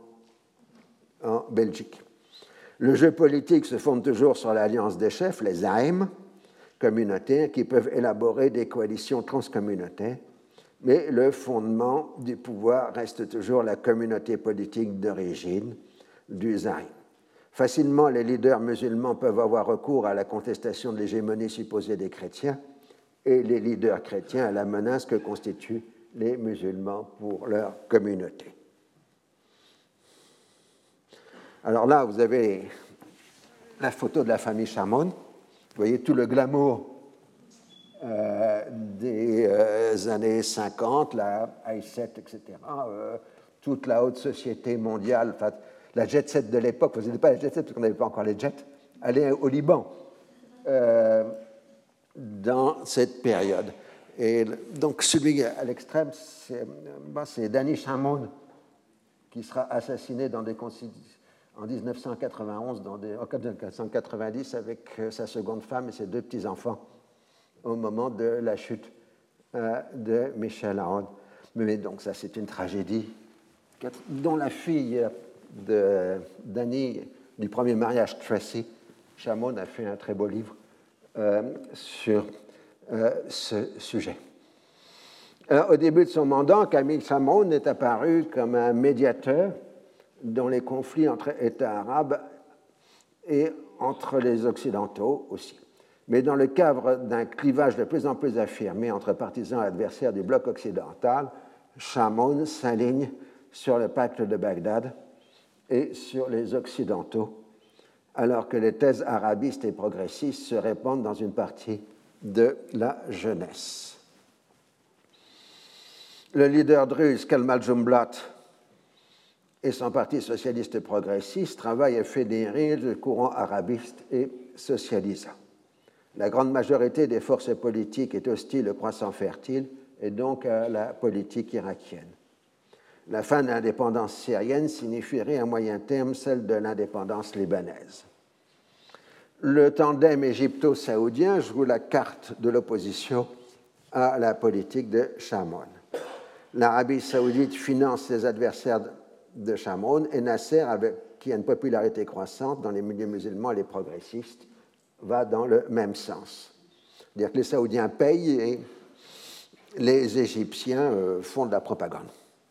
en Belgique. Le jeu politique se fonde toujours sur l'alliance des chefs, les AIM communautaires, qui peuvent élaborer des coalitions transcommunautaires, mais le fondement du pouvoir reste toujours la communauté politique d'origine du Zaïm. Facilement, les leaders musulmans peuvent avoir recours à la contestation de l'hégémonie supposée des chrétiens et les leaders chrétiens à la menace que constituent les musulmans pour leur communauté. Alors là, vous avez la photo de la famille Chamoun. Vous voyez tout le glamour des années 50, la high-set, etc. Toute la haute société mondiale, enfin, la jet-set de l'époque, vous n'êtes pas la jet-set parce qu'on n'avait pas encore les jets, allait au Liban dans cette période. Et donc celui à l'extrême, c'est Danny Chamoun qui sera assassiné dans des en 1991, en 1990, avec sa seconde femme et ses deux petits-enfants au moment de la chute de Michel Aoun. Mais donc ça, c'est une tragédie dont la fille de Danny, du premier mariage, Tracy Chamoun, a fait un très beau livre sur ce sujet. Au début de son mandat, Camille Chamoun est apparu comme un médiateur dans les conflits entre États arabes et entre les Occidentaux aussi. Mais dans le cadre d'un clivage de plus en plus affirmé entre partisans et adversaires du bloc occidental, Chamoun s'aligne sur le pacte de Bagdad et sur les Occidentaux, alors que les thèses arabistes et progressistes se répandent dans une partie de la jeunesse. Le leader druze Kemal Jumblat et son parti socialiste progressiste travaillent à fédérer le courant arabiste et socialisant. La grande majorité des forces politiques est hostile au croissant fertile et donc à la politique irakienne. La fin de l'indépendance syrienne signifierait à moyen terme celle de l'indépendance libanaise. Le tandem égypto-saoudien joue la carte de l'opposition à la politique de Chamoun. L'Arabie saoudite finance ses adversaires de Chamoun et Nasser, qui a une popularité croissante dans les milieux musulmans et les progressistes, va dans le même sens. C'est-à-dire que les Saoudiens payent et les Égyptiens font de la propagande.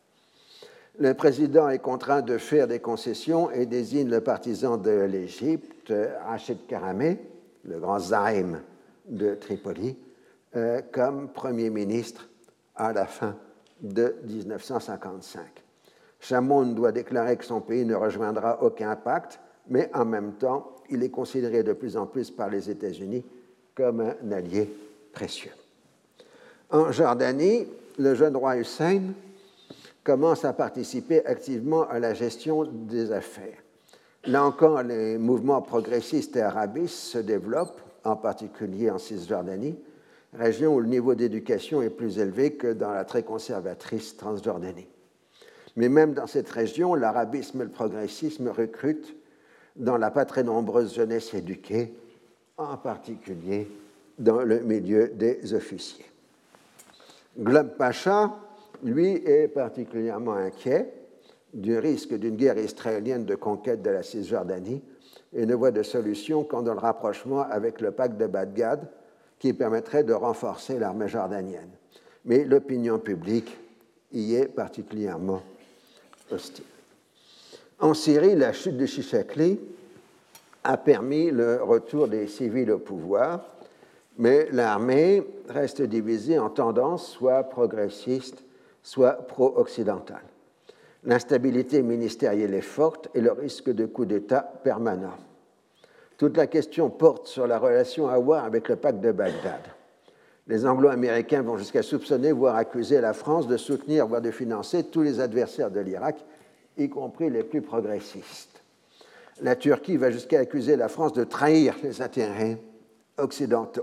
Le président est contraint de faire des concessions et désigne le partisan de l'Égypte, Rachid Karameh, le grand zaïm de Tripoli, comme Premier ministre à la fin de 1955. Chamoun doit déclarer que son pays ne rejoindra aucun pacte, mais en même temps, il est considéré de plus en plus par les États-Unis comme un allié précieux. En Jordanie, le jeune roi Hussein commence à participer activement à la gestion des affaires. Là encore, les mouvements progressistes et arabistes se développent, en particulier en Cisjordanie, région où le niveau d'éducation est plus élevé que dans la très conservatrice Transjordanie. Mais même dans cette région, l'arabisme et le progressisme recrutent dans la pas très nombreuse jeunesse éduquée, en particulier dans le milieu des officiers. Glubb Pacha, lui, est particulièrement inquiet du risque d'une guerre israélienne de conquête de la Cisjordanie et ne voit de solution qu'en dans le rapprochement avec le pacte de Bagdad qui permettrait de renforcer l'armée jordanienne. Mais l'opinion publique y est particulièrement hostile. En Syrie, la chute de Chichakli a permis le retour des civils au pouvoir, mais l'armée reste divisée en tendances soit progressistes, soit pro-occidentales. L'instabilité ministérielle est forte et le risque de coup d'État permanent. Toute la question porte sur la relation à avoir avec le pacte de Bagdad. Les Anglo-Américains vont jusqu'à soupçonner, voire accuser la France de soutenir, voire de financer tous les adversaires de l'Irak, y compris les plus progressistes. La Turquie va jusqu'à accuser la France de trahir les intérêts occidentaux.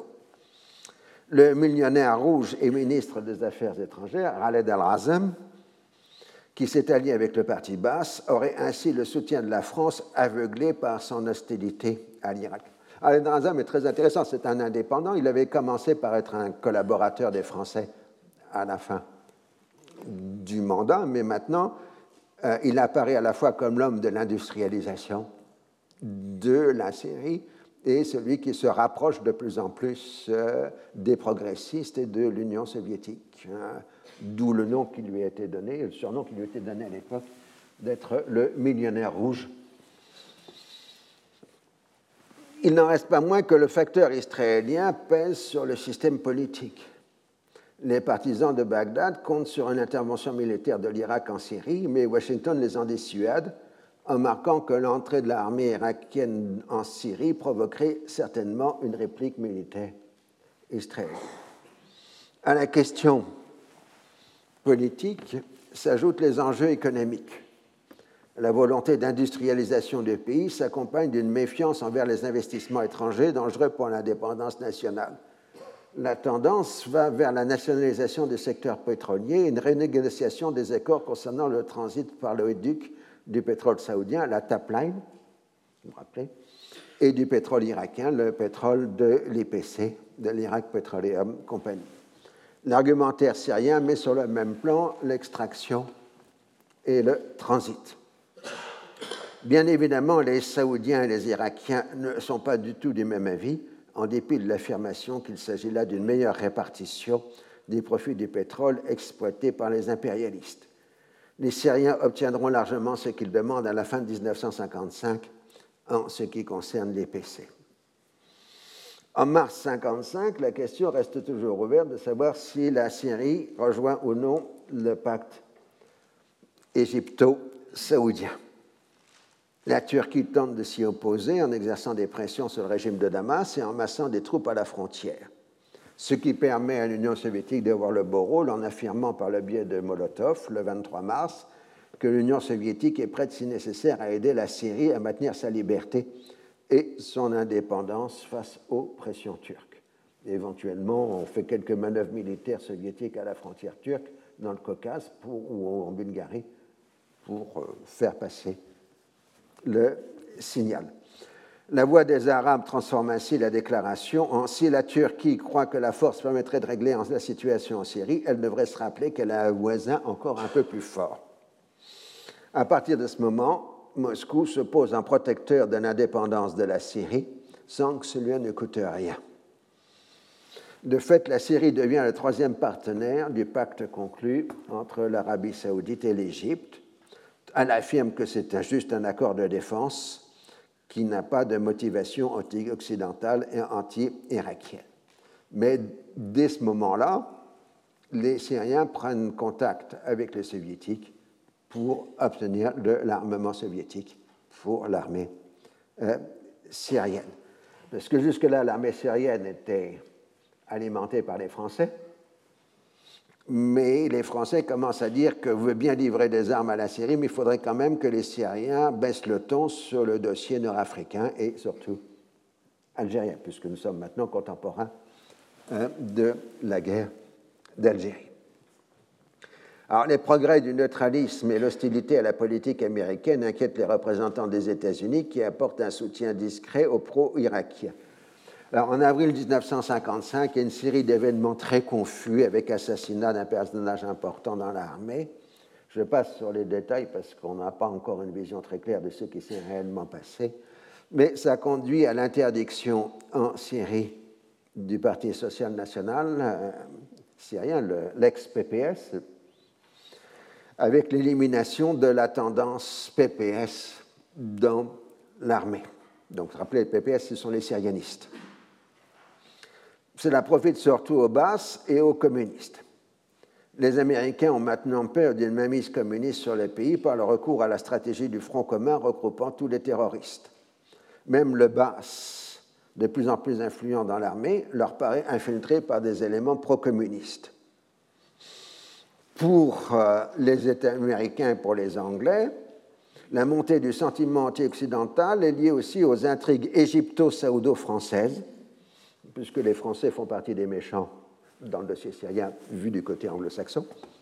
Le millionnaire rouge et ministre des Affaires étrangères, Khaled al-Razem, qui s'est allié avec le parti Baas, aurait ainsi le soutien de la France aveuglé par son hostilité à l'Irak. Khaled al-Razem est très intéressant, c'est un indépendant. Il avait commencé par être un collaborateur des Français à la fin du mandat, mais maintenant, il apparaît à la fois comme l'homme de l'industrialisation de la Syrie et celui qui se rapproche de plus en plus des progressistes et de l'Union soviétique, d'où le nom qui lui a été donné, le surnom qui lui a été donné à l'époque d'être le millionnaire rouge. Il n'en reste pas moins que le facteur israélien pèse sur le système politique. Les partisans de Bagdad comptent sur une intervention militaire de l'Irak en Syrie, mais Washington les en dissuade en marquant que l'entrée de l'armée irakienne en Syrie provoquerait certainement une réplique militaire israélienne. À la question politique s'ajoutent les enjeux économiques. La volonté d'industrialisation du pays s'accompagne d'une méfiance envers les investissements étrangers dangereux pour l'indépendance nationale. La tendance va vers la nationalisation des secteurs pétroliers et une renégociation des accords concernant le transit par l'oléoduc du pétrole saoudien, la TAP Line, vous vous rappelez, et du pétrole irakien, le pétrole de l'IPC, de l'Iraq Petroleum Company. L'argumentaire syrien met sur le même plan l'extraction et le transit. Bien évidemment, les Saoudiens et les Irakiens ne sont pas du tout du même avis, en dépit de l'affirmation qu'il s'agit là d'une meilleure répartition des profits du pétrole exploités par les impérialistes. Les Syriens obtiendront largement ce qu'ils demandent à la fin de 1955 en ce qui concerne l'IPC. En mars 1955, la question reste toujours ouverte de savoir si la Syrie rejoint ou non le pacte égypto-saoudien. La Turquie tente de s'y opposer en exerçant des pressions sur le régime de Damas et en massant des troupes à la frontière, ce qui permet à l'Union soviétique d'avoir le beau rôle en affirmant par le biais de Molotov, le 23 mars, que l'Union soviétique est prête, si nécessaire, à aider la Syrie à maintenir sa liberté et son indépendance face aux pressions turques. Et éventuellement, on fait quelques manœuvres militaires soviétiques à la frontière turque, dans le Caucase ou en Bulgarie, pour faire passer le signal. La Voix des Arabes transforme ainsi la déclaration en « Si la Turquie croit que la force permettrait de régler la situation en Syrie, elle devrait se rappeler qu'elle a un voisin encore un peu plus fort. » À partir de ce moment, Moscou se pose en protecteur de l'indépendance de la Syrie sans que cela ne coûte rien. De fait, la Syrie devient le troisième partenaire du pacte conclu entre l'Arabie saoudite et l'Égypte. Elle affirme que c'est juste un accord de défense qui n'a pas de motivation anti-occidentale et anti-irakienne. Mais dès ce moment-là, les Syriens prennent contact avec les Soviétiques pour obtenir de l'armement soviétique pour l'armée syrienne. Parce que jusque-là, l'armée syrienne était alimentée par les Français, mais les Français commencent à dire que vous voulez bien livrer des armes à la Syrie, mais il faudrait quand même que les Syriens baissent le ton sur le dossier nord-africain et surtout algérien, puisque nous sommes maintenant contemporains de la guerre d'Algérie. Alors, les progrès du neutralisme et l'hostilité à la politique américaine inquiètent les représentants des États-Unis qui apportent un soutien discret aux pro-irakiens. Alors, en avril 1955, il y a une série d'événements très confus avec l'assassinat d'un personnage important dans l'armée. Je passe sur les détails parce qu'on n'a pas encore une vision très claire de ce qui s'est réellement passé. Mais ça conduit à l'interdiction en Syrie du Parti social national syrien, l'ex-PPS, avec l'élimination de la tendance PPS dans l'armée. Donc, rappelez, les PPS, ce sont les syrianistes. Cela profite surtout aux basses et aux communistes. Les Américains ont maintenant peur d'une mainmise communiste sur le pays par le recours à la stratégie du Front commun regroupant tous les terroristes. Même le Baas, de plus en plus influent dans l'armée, leur paraît infiltré par des éléments pro-communistes. Pour les États américains et pour les Anglais, la montée du sentiment anti-occidental est liée aussi aux intrigues égypto-saoudo-françaises, puisque les Français font partie des méchants dans le dossier syrien, vu du côté anglo-saxon.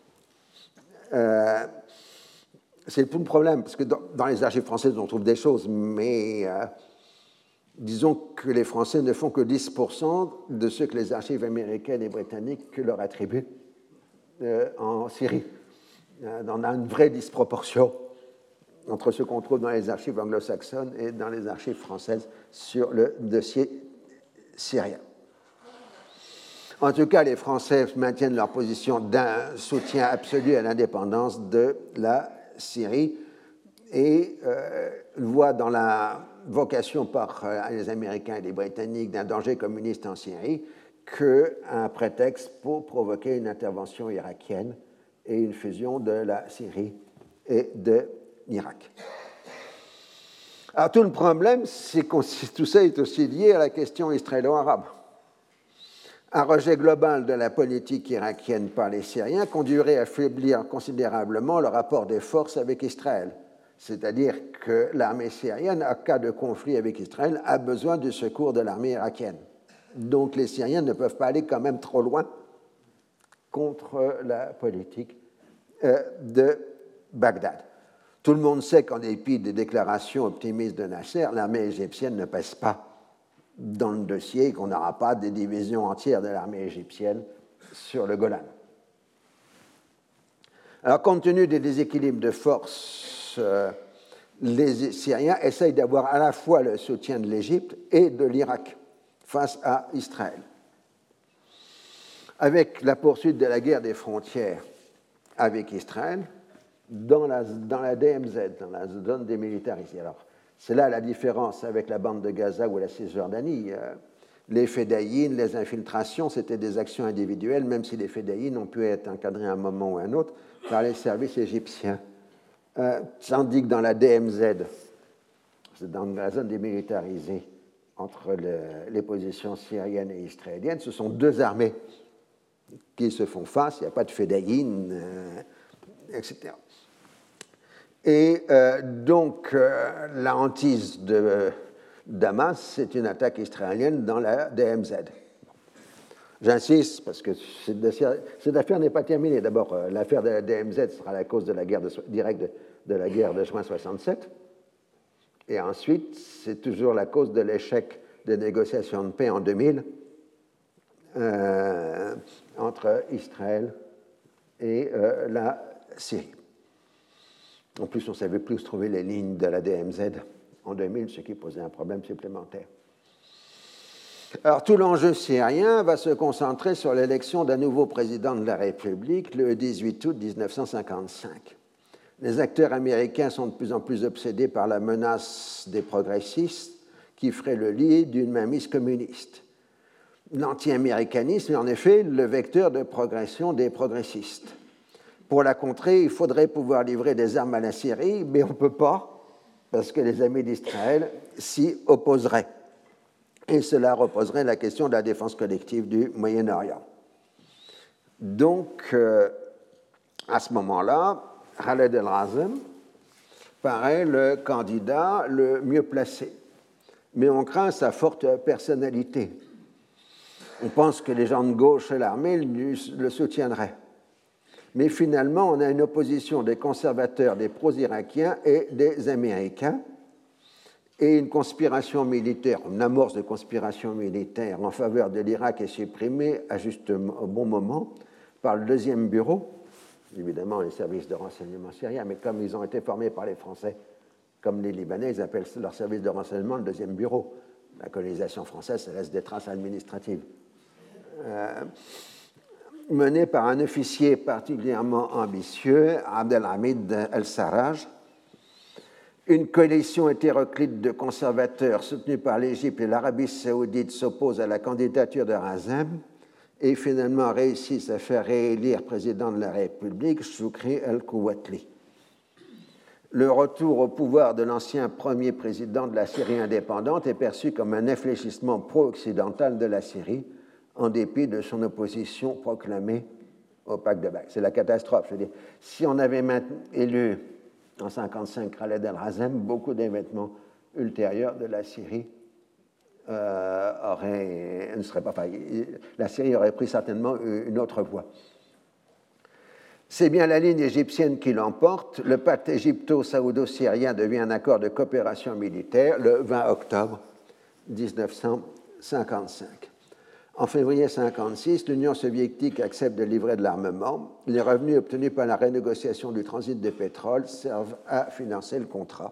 C'est tout le problème, parce que dans les archives françaises, on trouve des choses, mais disons que les Français ne font que 10% de ce que les archives américaines et britanniques leur attribuent en Syrie. On a une vraie disproportion entre ce qu'on trouve dans les archives anglo-saxonnes et dans les archives françaises sur le dossier syrien. En tout cas, les Français maintiennent leur position d'un soutien absolu à l'indépendance de la Syrie et voient dans la vocation par les Américains et les Britanniques d'un danger communiste en Syrie qu'un prétexte pour provoquer une intervention irakienne et une fusion de la Syrie et de l'Irak. Alors tout le problème, c'est que tout ça est aussi lié à la question israélo-arabe. Un rejet global de la politique irakienne par les Syriens conduirait à affaiblir considérablement le rapport des forces avec Israël. C'est-à-dire que l'armée syrienne, en cas de conflit avec Israël, a besoin du secours de l'armée irakienne. Donc les Syriens ne peuvent pas aller quand même trop loin contre la politique de Bagdad. Tout le monde sait qu'en dépit des déclarations optimistes de Nasser, l'armée égyptienne ne pèse pas dans le dossier et qu'on n'aura pas des divisions entières de l'armée égyptienne sur le Golan. Alors, compte tenu des déséquilibres de force, les Syriens essayent d'avoir à la fois le soutien de l'Égypte et de l'Irak face à Israël. Avec la poursuite de la guerre des frontières avec Israël, dans la DMZ, dans la zone démilitarisée. Alors, c'est là la différence avec la bande de Gaza ou la Cisjordanie. Les fédayines, les infiltrations, c'était des actions individuelles, même si les fédayines ont pu être encadrées à un moment ou à un autre par les services égyptiens. Tandis que dans la DMZ, c'est dans la zone démilitarisée entre les positions syriennes et israéliennes, ce sont deux armées qui se font face, il n'y a pas de fédayines, etc. Et donc, la hantise de Damas, c'est une attaque israélienne dans la DMZ. J'insiste, parce que cette affaire n'est pas terminée. D'abord, l'affaire de la DMZ sera la cause de la guerre directe de la guerre de juin 67. Et ensuite, c'est toujours la cause de l'échec des négociations de paix en 2000 entre Israël et la Syrie. En plus, on ne savait plus où se trouver les lignes de la DMZ en 2000, ce qui posait un problème supplémentaire. Alors, tout l'enjeu syrien va se concentrer sur l'élection d'un nouveau président de la République le 18 août 1955. Les acteurs américains sont de plus en plus obsédés par la menace des progressistes qui ferait le lit d'une mainmise communiste. L'anti-américanisme est en effet le vecteur de progression des progressistes. Pour la contrer, il faudrait pouvoir livrer des armes à la Syrie, mais on ne peut pas, parce que les amis d'Israël s'y opposeraient. Et cela reposerait la question de la défense collective du Moyen-Orient. Donc, à ce moment-là, Khaled el-Razem paraît le candidat le mieux placé. Mais on craint sa forte personnalité. On pense que les gens de gauche et l'armée le soutiendraient. Mais finalement, on a une opposition des conservateurs, des pro-irakiens et des Américains, et une conspiration militaire, une amorce de conspiration militaire en faveur de l'Irak est supprimée à juste au bon moment par le deuxième bureau, évidemment les services de renseignement syriens, mais comme ils ont été formés par les Français, comme les Libanais, ils appellent leur service de renseignement le deuxième bureau. La colonisation française, ça laisse des traces administratives. Mené par un officier particulièrement ambitieux, Abdelhamid El-Sarraj. Une coalition hétéroclite de conservateurs soutenus par l'Égypte et l'Arabie saoudite s'oppose à la candidature de Razem et finalement réussissent à faire réélire président de la République Choukri El-Kouatli. Le retour au pouvoir de l'ancien premier président de la Syrie indépendante est perçu comme un infléchissement pro-occidental de la Syrie, en dépit de son opposition proclamée au pacte de Bâle. C'est la catastrophe. Je veux dire, si on avait élu en 1955 Khaled el-Razem, beaucoup d'événements ultérieurs de la Syrie ne seraient pas faillis. La Syrie aurait pris certainement une autre voie. C'est bien la ligne égyptienne qui l'emporte. Le pacte égypto-saoudo-syrien devient un accord de coopération militaire le 20 octobre 1955. En février 1956, l'Union soviétique accepte de livrer de l'armement. Les revenus obtenus par la renégociation du transit de pétrole servent à financer le contrat.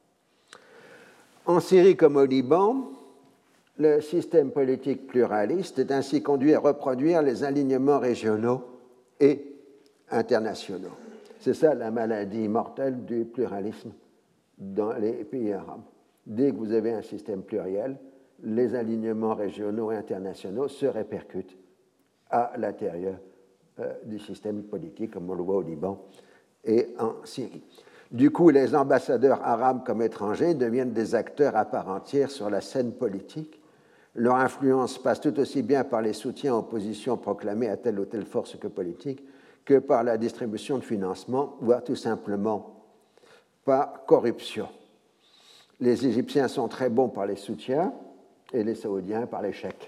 En Syrie comme au Liban, le système politique pluraliste est ainsi conduit à reproduire les alignements régionaux et internationaux. C'est ça la maladie mortelle du pluralisme dans les pays arabes. Dès que vous avez un système pluriel, les alignements régionaux et internationaux se répercutent à l'intérieur du système politique, comme on le voit au Liban et en Syrie. Du coup, les ambassadeurs arabes comme étrangers deviennent des acteurs à part entière sur la scène politique. Leur influence passe tout aussi bien par les soutiens aux positions proclamées à telle ou telle force que politique que par la distribution de financement, voire tout simplement par corruption. Les Égyptiens sont très bons par les soutiens, et les Saoudiens par les chèques.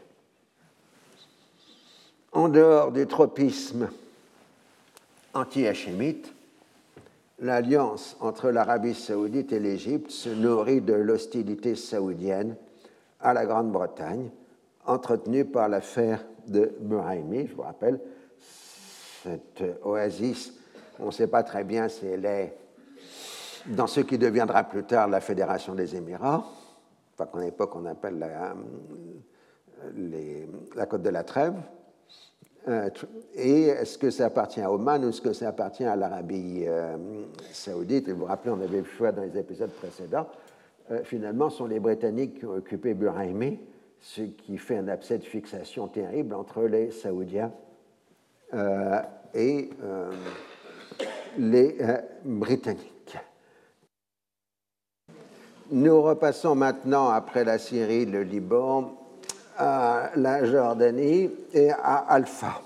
En dehors du tropisme anti-hachémite, l'alliance entre l'Arabie saoudite et l'Égypte se nourrit de l'hostilité saoudienne à la Grande-Bretagne, entretenue par l'affaire de Brahimi. Je vous rappelle, cette oasis, on ne sait pas très bien si elle est dans ce qui deviendra plus tard la Fédération des Émirats, enfin qu'en époque on appelle la Côte de la Trêve, et est-ce que ça appartient à Oman ou est-ce que ça appartient à l'Arabie saoudite? Et vous vous rappelez, on avait vu dans les épisodes précédents, finalement, ce sont les Britanniques qui ont occupé Burahimi, ce qui fait un abcès de fixation terrible entre les Saoudiens et les Britanniques. Nous repassons maintenant, après la Syrie, le Liban, à la Jordanie et à Alpha.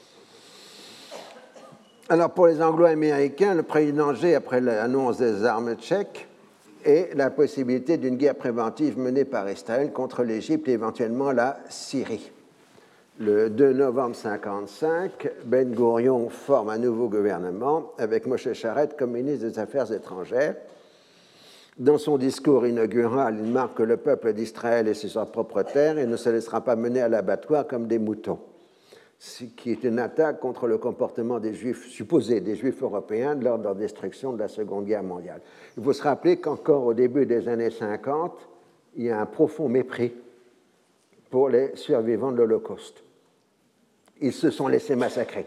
Alors, pour les Anglo-Américains, le premier danger après l'annonce des armes tchèques est la possibilité d'une guerre préventive menée par Israël contre l'Égypte et éventuellement la Syrie. Le 2 novembre 1955, Ben Gourion forme un nouveau gouvernement avec Moshe Sharet comme ministre des Affaires étrangères. Dans son discours inaugural, il marque que le peuple d'Israël est sur sa propre terre et ne se laissera pas mener à l'abattoir comme des moutons, ce qui est une attaque contre le comportement des Juifs, supposés des Juifs européens lors de leur destruction de la Seconde Guerre mondiale. Il faut se rappeler qu'encore au début des années 50, il y a un profond mépris pour les survivants de l'Holocauste. Ils se sont laissés massacrer.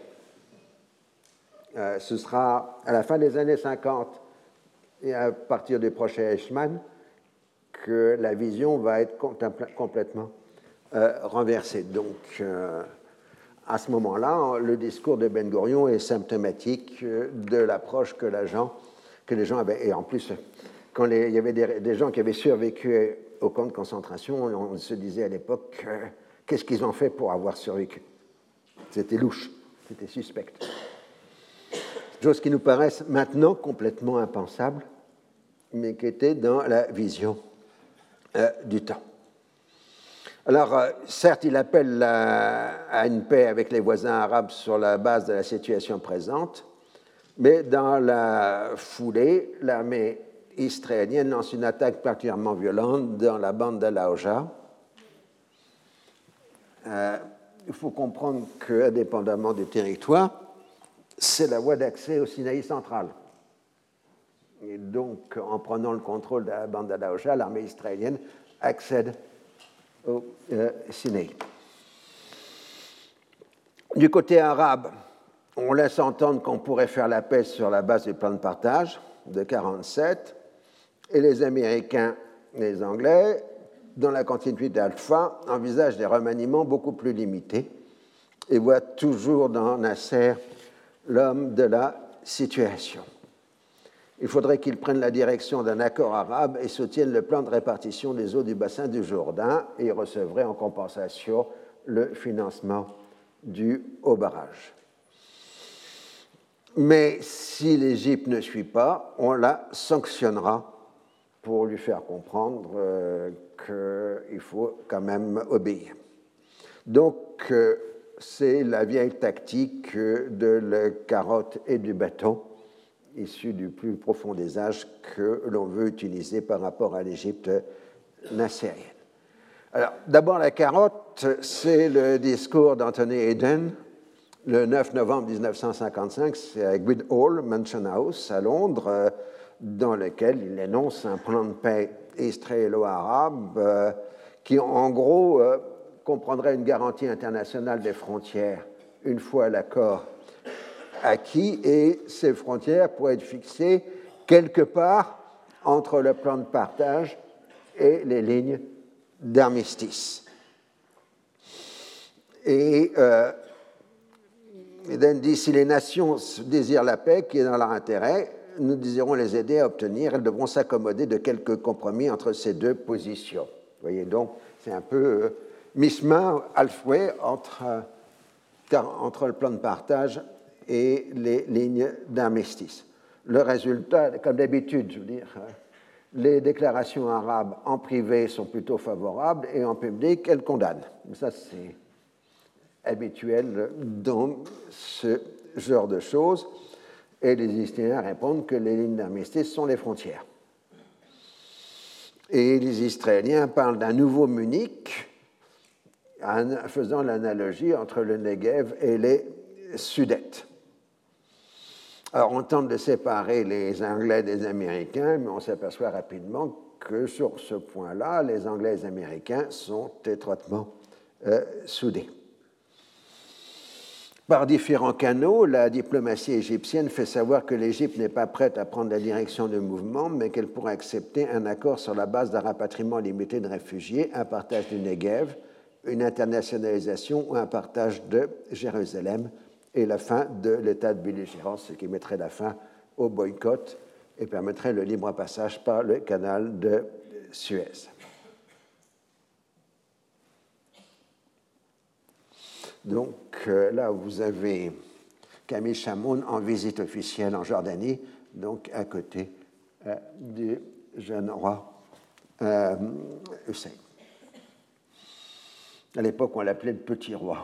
Ce sera à la fin des années 50 et à partir du prochain Eichmann que la vision va être complètement renversée. Donc, à ce moment-là, le discours de Ben-Gurion est symptomatique de l'approche que les gens avaient. Et en plus, quand il y avait des gens qui avaient survécu au camp de concentration, on se disait à l'époque, qu'est-ce qu'ils ont fait pour avoir survécu? C'était louche, c'était suspect. Chose qui nous paraissent maintenant complètement impensable, mais qui était dans la vision du temps. Alors, certes, il appelle à une paix avec les voisins arabes sur la base de la situation présente, mais dans la foulée, l'armée israélienne lance une attaque particulièrement violente dans la bande d'Al-Auja. Il faut comprendre qu'indépendamment du territoire, c'est la voie d'accès au Sinaï central. Et donc, en prenant le contrôle de la bande d'Al-Auja, l'armée israélienne accède au Sinaï. Du côté arabe, on laisse entendre qu'on pourrait faire la paix sur la base du plan de partage de 1947, et les Américains et les Anglais, dans la continuité d'Alpha, envisagent des remaniements beaucoup plus limités et voient toujours dans Nasser l'homme de la situation. Il faudrait qu'il prenne la direction d'un accord arabe et soutienne le plan de répartition des eaux du bassin du Jourdain et recevrait en compensation le financement du haut barrage. Mais si l'Égypte ne suit pas, on la sanctionnera pour lui faire comprendre qu'il faut quand même obéir. Donc, c'est la vieille tactique de la carotte et du bâton, issue du plus profond des âges, que l'on veut utiliser par rapport à l'Égypte nassérienne. Alors, d'abord, la carotte, c'est le discours d'Anthony Eden, le 9 novembre 1955, c'est à Guildhall Mansion House, à Londres, dans lequel il énonce un plan de paix israélo-arabe qui, en gros, comprendrait une garantie internationale des frontières une fois l'accord acquis, et ces frontières pourraient être fixées quelque part entre le plan de partage et les lignes d'armistice. Et Eden dit, si les nations désirent la paix, qui est dans leur intérêt, nous désirons les aider à obtenir, elles devront s'accommoder de quelques compromis entre ces deux positions. Vous voyez, donc, c'est un peu mi-chemin, halfway, entre le plan de partage et les lignes d'armistice. Le résultat, comme d'habitude, je veux dire, les déclarations arabes en privé sont plutôt favorables et en public, elles condamnent. Ça, c'est habituel dans ce genre de choses. Et les Israéliens répondent que les lignes d'armistice sont les frontières. Et les Israéliens parlent d'un nouveau Munich, faisant l'analogie entre le Negev et les Sudètes. Alors, on tente de séparer les Anglais des Américains, mais on s'aperçoit rapidement que sur ce point-là, les Anglais et les Américains sont étroitement soudés. Par différents canaux, la diplomatie égyptienne fait savoir que l'Égypte n'est pas prête à prendre la direction du mouvement, mais qu'elle pourrait accepter un accord sur la base d'un rapatriement limité de réfugiés, un partage du Negev, une internationalisation ou un partage de Jérusalem et la fin de l'état de belligérance, ce qui mettrait la fin au boycott et permettrait le libre passage par le canal de Suez. Donc là, vous avez Camille Chamoun en visite officielle en Jordanie, donc à côté du jeune roi Hussein. À l'époque, on l'appelait le petit roi.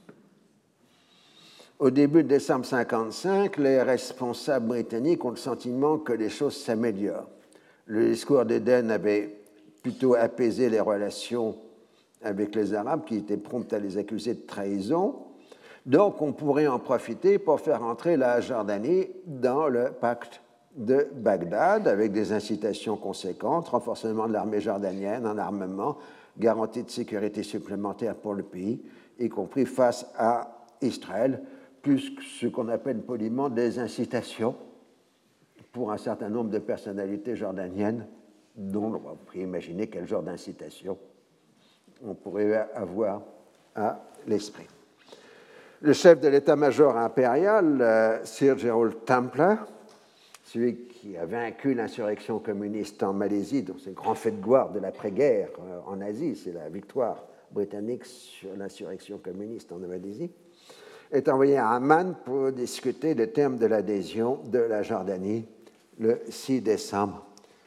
Au début de décembre 1955, les responsables britanniques ont le sentiment que les choses s'améliorent. Le discours d'Éden avait plutôt apaisé les relations avec les Arabes qui étaient prompts à les accuser de trahison. Donc on pourrait en profiter pour faire entrer la Jordanie dans le pacte de Bagdad avec des incitations conséquentes, renforcement de l'armée jordanienne en armement, garantie de sécurité supplémentaire pour le pays, y compris face à Israël, plus ce qu'on appelle poliment des incitations pour un certain nombre de personnalités jordaniennes, dont on peut imaginer quel genre d'incitation on pourrait avoir à l'esprit. Le chef de l'état-major impérial, Sir Gerald Templer, celui qui a vaincu l'insurrection communiste en Malaisie, dont c'est le grand fait de gloire de l'après-guerre en Asie, c'est la victoire britannique sur l'insurrection communiste en Malaisie, est envoyé à Amman pour discuter des termes de l'adhésion de la Jordanie le 6 décembre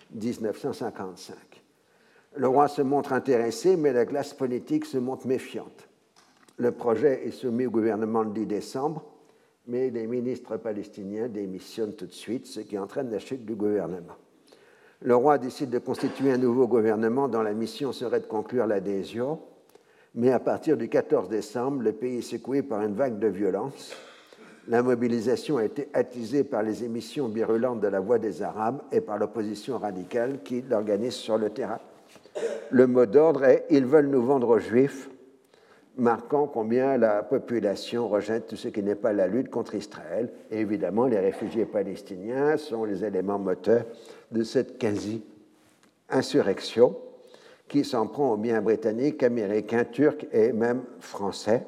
1955. Le roi se montre intéressé, mais la classe politique se montre méfiante. Le projet est soumis au gouvernement le 10 décembre, mais les ministres palestiniens démissionnent tout de suite, ce qui entraîne la chute du gouvernement. Le roi décide de constituer un nouveau gouvernement dont la mission serait de conclure l'adhésion, mais à partir du 14 décembre, le pays est secoué par une vague de violence. La mobilisation a été attisée par les émissions virulentes de la Voix des Arabes et par l'opposition radicale qui l'organise sur le terrain. Le mot d'ordre est « Ils veulent nous vendre aux Juifs », marquant combien la population rejette tout ce qui n'est pas la lutte contre Israël. Et évidemment, les réfugiés palestiniens sont les éléments moteurs de cette quasi-insurrection qui s'en prend aux biens britanniques, américains, turcs et même français.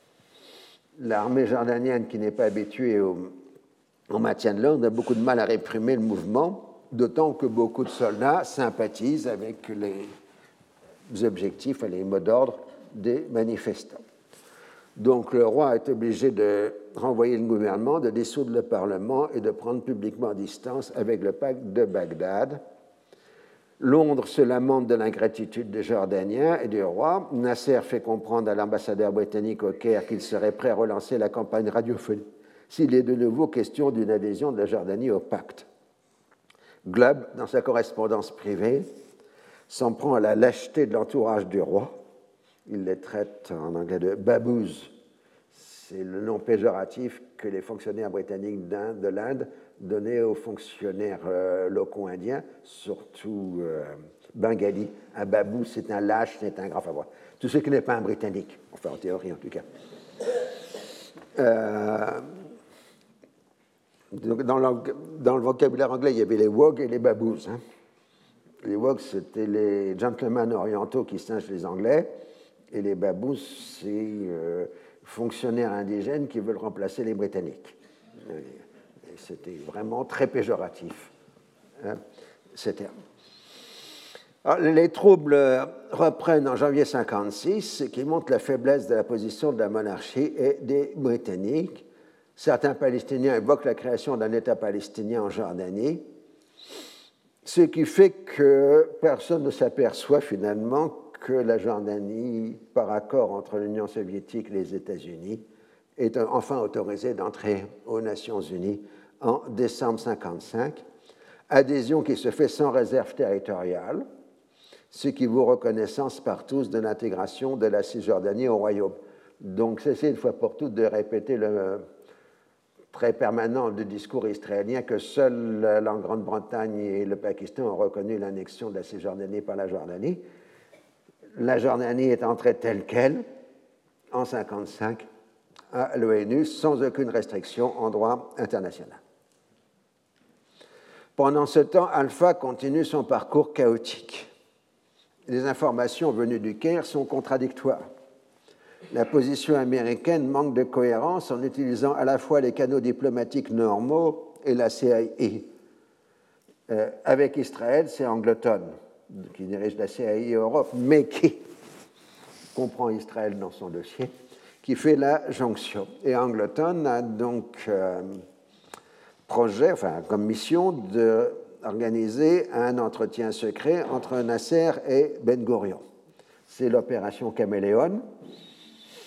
L'armée jordanienne, qui n'est pas habituée au maintien de l'ordre, a beaucoup de mal à réprimer le mouvement, d'autant que beaucoup de soldats sympathisent avec les objectifs et les mots d'ordre des manifestants. Donc le roi est obligé de renvoyer le gouvernement, de dissoudre le Parlement et de prendre publiquement distance avec le pacte de Bagdad. Londres se lamente de l'ingratitude des Jordaniens et du roi. Nasser fait comprendre à l'ambassadeur britannique au Caire qu'il serait prêt à relancer la campagne radiophonique s'il est de nouveau question d'une adhésion de la Jordanie au pacte. Glubb, dans sa correspondance privée, s'en prend à la lâcheté de l'entourage du roi. Il les traite en anglais de baboos. C'est le nom péjoratif que les fonctionnaires britanniques de l'Inde donnaient aux fonctionnaires locaux indiens, surtout bengali. Un babou, c'est un lâche, c'est un grand favori. Tout ce qui n'est pas un britannique, enfin en théorie en tout cas. Dans le vocabulaire anglais, il y avait les wogs et les baboos. Hein. Les wogs, c'était les gentlemen orientaux qui singent les Anglais, et les baboos, c'est fonctionnaires indigènes qui veulent remplacer les Britanniques. Et c'était vraiment très péjoratif, hein, ces termes. Alors, les troubles reprennent en janvier 1956, ce qui montre la faiblesse de la position de la monarchie et des Britanniques. Certains Palestiniens évoquent la création d'un État palestinien en Jordanie, ce qui fait que personne ne s'aperçoit finalement que la Jordanie, par accord entre l'Union soviétique et les États-Unis, est enfin autorisée d'entrer aux Nations unies en décembre 1955, adhésion qui se fait sans réserve territoriale, ce qui vaut reconnaissance par tous de l'intégration de la Cisjordanie au royaume. Donc, cessez une fois pour toutes de répéter le très permanent du discours israélien que seuls la Grande-Bretagne et le Pakistan ont reconnu l'annexion de la Cisjordanie par la Jordanie. La Jordanie est entrée telle qu'elle, en 1955, à l'ONU, sans aucune restriction en droit international. Pendant ce temps, Alpha continue son parcours chaotique. Les informations venues du Caire sont contradictoires. La position américaine manque de cohérence en utilisant à la fois les canaux diplomatiques normaux et la CIA. Avec Israël, c'est Angleton qui dirige la CIA Europe, mais qui comprend Israël dans son dossier, qui fait la jonction. Et Angleton a donc comme mission d'organiser un entretien secret entre Nasser et Ben Gurion. C'est l'opération Caméléon.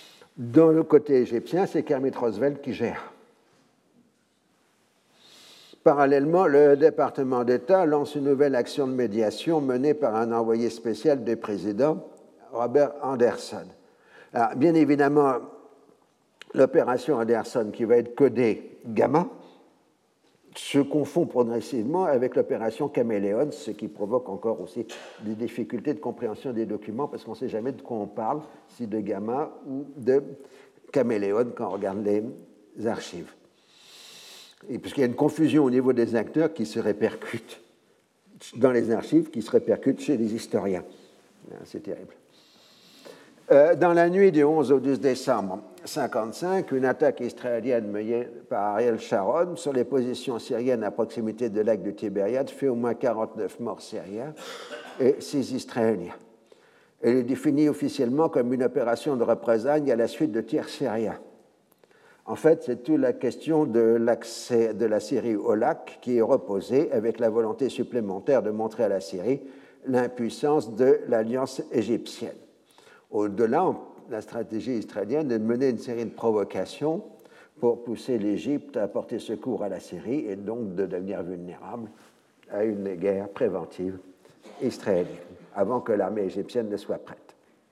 Dans le côté égyptien, c'est Kermit Roosevelt qui gère. Parallèlement, le département d'État lance une nouvelle action de médiation menée par un envoyé spécial du président, Robert Anderson. Alors, bien évidemment, l'opération Anderson, qui va être codée gamma, se confond progressivement avec l'opération Caméléon, ce qui provoque encore aussi des difficultés de compréhension des documents, parce qu'on ne sait jamais de quoi on parle, si de gamma ou de Caméléon quand on regarde les archives. Et puisqu'il y a une confusion au niveau des acteurs qui se répercute dans les archives, qui se répercute chez les historiens. C'est terrible. Dans la nuit du 11 au 12 décembre 1955, une attaque israélienne menée par Ariel Sharon sur les positions syriennes à proximité du lac du Tibériade fait au moins 49 morts syriens et 6 Israéliens. Elle est définie officiellement comme une opération de représailles à la suite de tirs syriens. En fait, c'est toute la question de l'accès de la Syrie au lac qui est reposée avec la volonté supplémentaire de montrer à la Syrie l'impuissance de l'alliance égyptienne. Au-delà, la stratégie israélienne est de mener une série de provocations pour pousser l'Égypte à apporter secours à la Syrie et donc de devenir vulnérable à une guerre préventive israélienne, avant que l'armée égyptienne ne soit prête.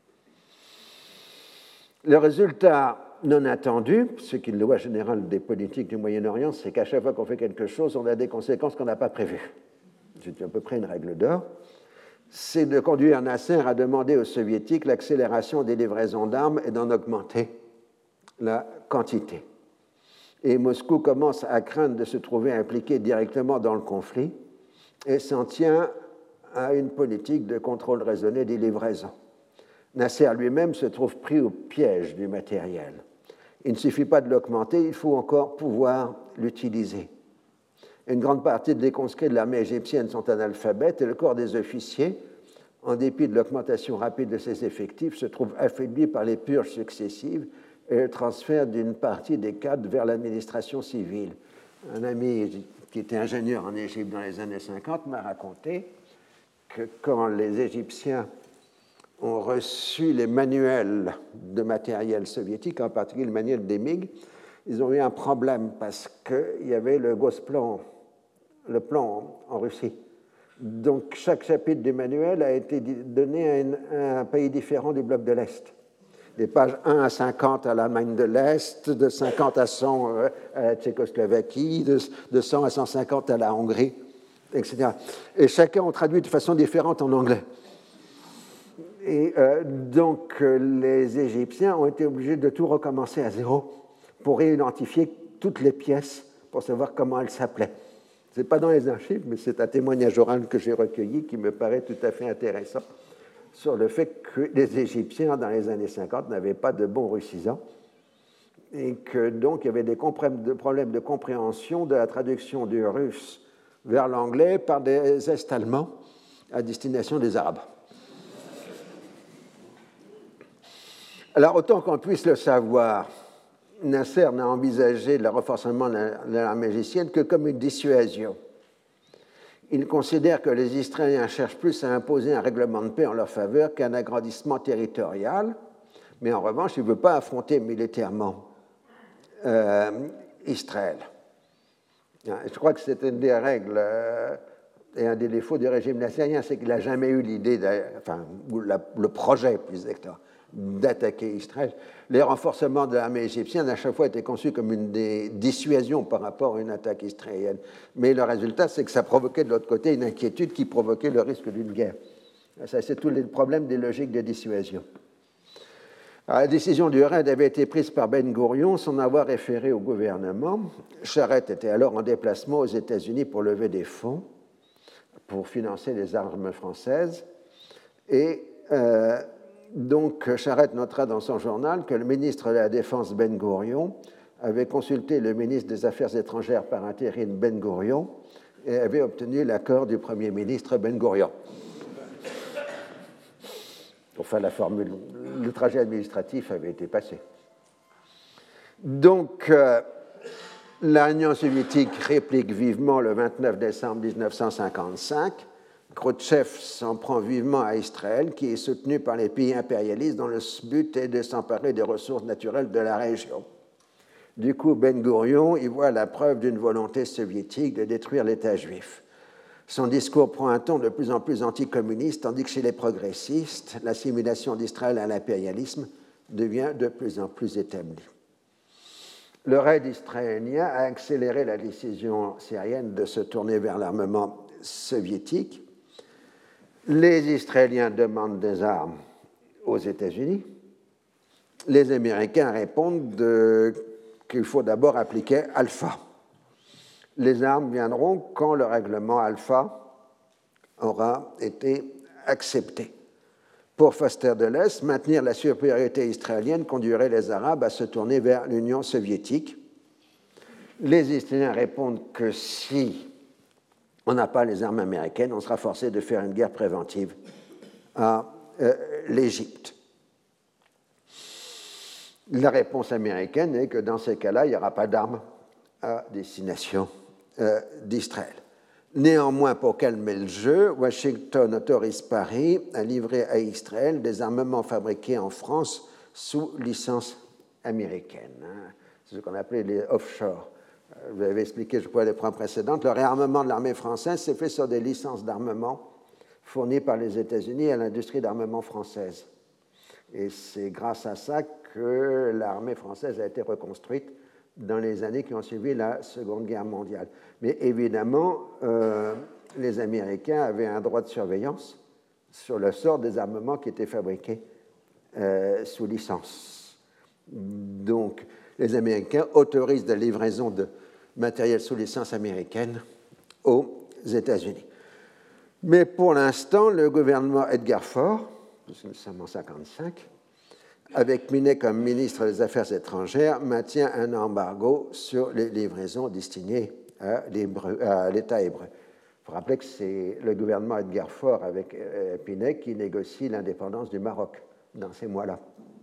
Le résultat non attendu, ce qui est une loi générale des politiques du Moyen-Orient, c'est qu'à chaque fois qu'on fait quelque chose, on a des conséquences qu'on n'a pas prévues. C'est à peu près une règle d'or. C'est de conduire Nasser à demander aux Soviétiques l'accélération des livraisons d'armes et d'en augmenter la quantité. Et Moscou commence à craindre de se trouver impliqué directement dans le conflit et s'en tient à une politique de contrôle raisonné des livraisons. Nasser lui-même se trouve pris au piège du matériel. Il ne suffit pas de l'augmenter, il faut encore pouvoir l'utiliser. Une grande partie des conscrits de l'armée égyptienne sont analphabètes et le corps des officiers, en dépit de l'augmentation rapide de ses effectifs, se trouve affaibli par les purges successives et le transfert d'une partie des cadres vers l'administration civile. Un ami qui était ingénieur en Égypte dans les années 50 m'a raconté que quand les Égyptiens ont reçu les manuels de matériel soviétique, en particulier le manuel des MiG, ils ont eu un problème parce qu'il y avait le Gosplan, le plan en Russie. Donc, chaque chapitre du manuel a été donné à un pays différent du bloc de l'Est. Les pages 1 à 50 à l'Allemagne de l'Est, de 50 à 100 à la Tchécoslovaquie, de 100 à 150 à la Hongrie, etc. Et chacun ont traduit de façon différente en anglais. Et donc, les Égyptiens ont été obligés de tout recommencer à zéro pour réidentifier toutes les pièces pour savoir comment elles s'appelaient. Ce n'est pas dans les archives, mais c'est un témoignage oral que j'ai recueilli qui me paraît tout à fait intéressant sur le fait que les Égyptiens, dans les années 50, n'avaient pas de bons russisants et que donc il y avait des problèmes de compréhension de la traduction du russe vers l'anglais par des Est-Allemands à destination des Arabes. Alors, autant qu'on puisse le savoir, Nasser n'a envisagé le renforcement de l'armée égyptienne que comme une dissuasion. Il considère que les Israéliens cherchent plus à imposer un règlement de paix en leur faveur qu'un agrandissement territorial, mais en revanche, il ne veut pas affronter militairement Israël. Je crois que c'est une des règles et un des défauts du régime nassérien, c'est qu'il n'a jamais eu l'idée, ou le projet, plus exactement, d'attaquer Israël. Les renforcements de l'armée égyptienne à chaque fois étaient conçus comme une des dissuasions par rapport à une attaque israélienne. Mais le résultat, c'est que ça provoquait de l'autre côté une inquiétude qui provoquait le risque d'une guerre. Ça, c'est tout le problème des logiques de dissuasion. Alors, la décision du raid avait été prise par Ben Gourion sans avoir référé au gouvernement. Charette était alors en déplacement aux États-Unis pour lever des fonds pour financer les armes françaises. Et donc, Charette notera dans son journal que le ministre de la Défense, Ben Gourion, avait consulté le ministre des Affaires étrangères par intérim, Ben Gourion, et avait obtenu l'accord du Premier ministre, Ben Gourion. Enfin, la formule, le trajet administratif avait été passé. Donc, l'Union soviétique réplique vivement le 29 décembre 1955. Khrouchtchev s'en prend vivement à Israël, qui est soutenu par les pays impérialistes dont le but est de s'emparer des ressources naturelles de la région. Du coup, Ben-Gurion y voit la preuve d'une volonté soviétique de détruire l'État juif. Son discours prend un ton de plus en plus anticommuniste, tandis que chez les progressistes, l'assimilation d'Israël à l'impérialisme devient de plus en plus établie. Le raid israélien a accéléré la décision syrienne de se tourner vers l'armement soviétique. Les Israéliens demandent des armes aux États-Unis. Les Américains répondent qu'il faut d'abord appliquer Alpha. Les armes viendront quand le règlement Alpha aura été accepté. Pour Foster Dulles, maintenir la supériorité israélienne conduirait les Arabes à se tourner vers l'Union soviétique. Les Israéliens répondent que si on n'a pas les armes américaines, on sera forcé de faire une guerre préventive à l'Égypte. La réponse américaine est que dans ces cas-là, il n'y aura pas d'armes à destination d'Israël. Néanmoins, pour calmer le jeu, Washington autorise Paris à livrer à Israël des armements fabriqués en France sous licence américaine. C'est ce qu'on appelait les offshore. Vous l'avez expliqué, je crois, les points précédentes. Le réarmement de l'armée française s'est fait sur des licences d'armement fournies par les États-Unis à l'industrie d'armement française. Et c'est grâce à ça que l'armée française a été reconstruite dans les années qui ont suivi la Seconde Guerre mondiale. Mais évidemment, les Américains avaient un droit de surveillance sur le sort des armements qui étaient fabriqués sous licence. Donc, les Américains autorisent la livraison de matériel sous licence américaine aux États-Unis. Mais pour l'instant, le gouvernement Edgar Faure, nous sommes en 1955, avec Minet comme ministre des Affaires étrangères, maintient un embargo sur les livraisons destinées à l'État hébreu. Il faut rappeler que c'est le gouvernement Edgar Faure avec Minet qui négocie l'indépendance du Maroc dans ces mois-là.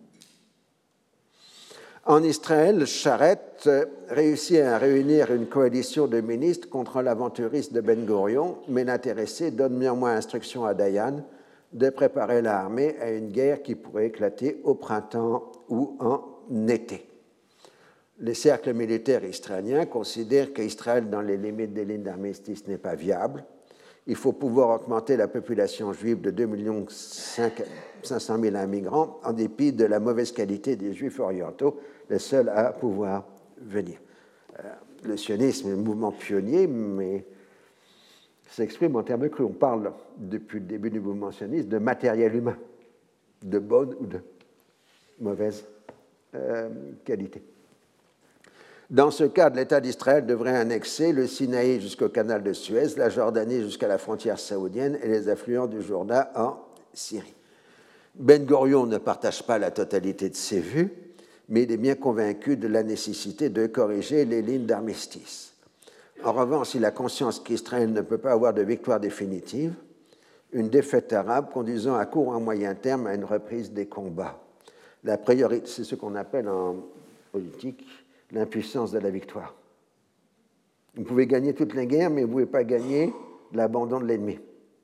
En Israël, Charette réussit à réunir une coalition de ministres contre l'aventuriste de Ben-Gurion, mais l'intéressé donne néanmoins instruction à Dayan de préparer l'armée à une guerre qui pourrait éclater au printemps ou en été. Les cercles militaires israéliens considèrent qu'Israël, dans les limites des lignes d'armistice, n'est pas viable. Il faut pouvoir augmenter la population juive de 2 500 000 immigrants en dépit de la mauvaise qualité des Juifs orientaux, les seuls à pouvoir venir. Le sionisme est un mouvement pionnier, mais s'exprime en termes crus. On parle, depuis le début du mouvement sioniste, de matériel humain, de bonne ou de mauvaise qualité. Dans ce cadre, l'État d'Israël devrait annexer le Sinaï jusqu'au canal de Suez, la Jordanie jusqu'à la frontière saoudienne et les affluents du Jourdain en Syrie. Ben-Gurion ne partage pas la totalité de ces vues, mais il est bien convaincu de la nécessité de corriger les lignes d'armistice. En revanche, il a conscience qu'Israël ne peut pas avoir de victoire définitive, une défaite arabe conduisant à court ou à moyen terme à une reprise des combats. La priorité, c'est ce qu'on appelle en politique l'impuissance de la victoire. Vous pouvez gagner toutes les guerres, mais vous ne pouvez pas gagner l'abandon de l'ennemi.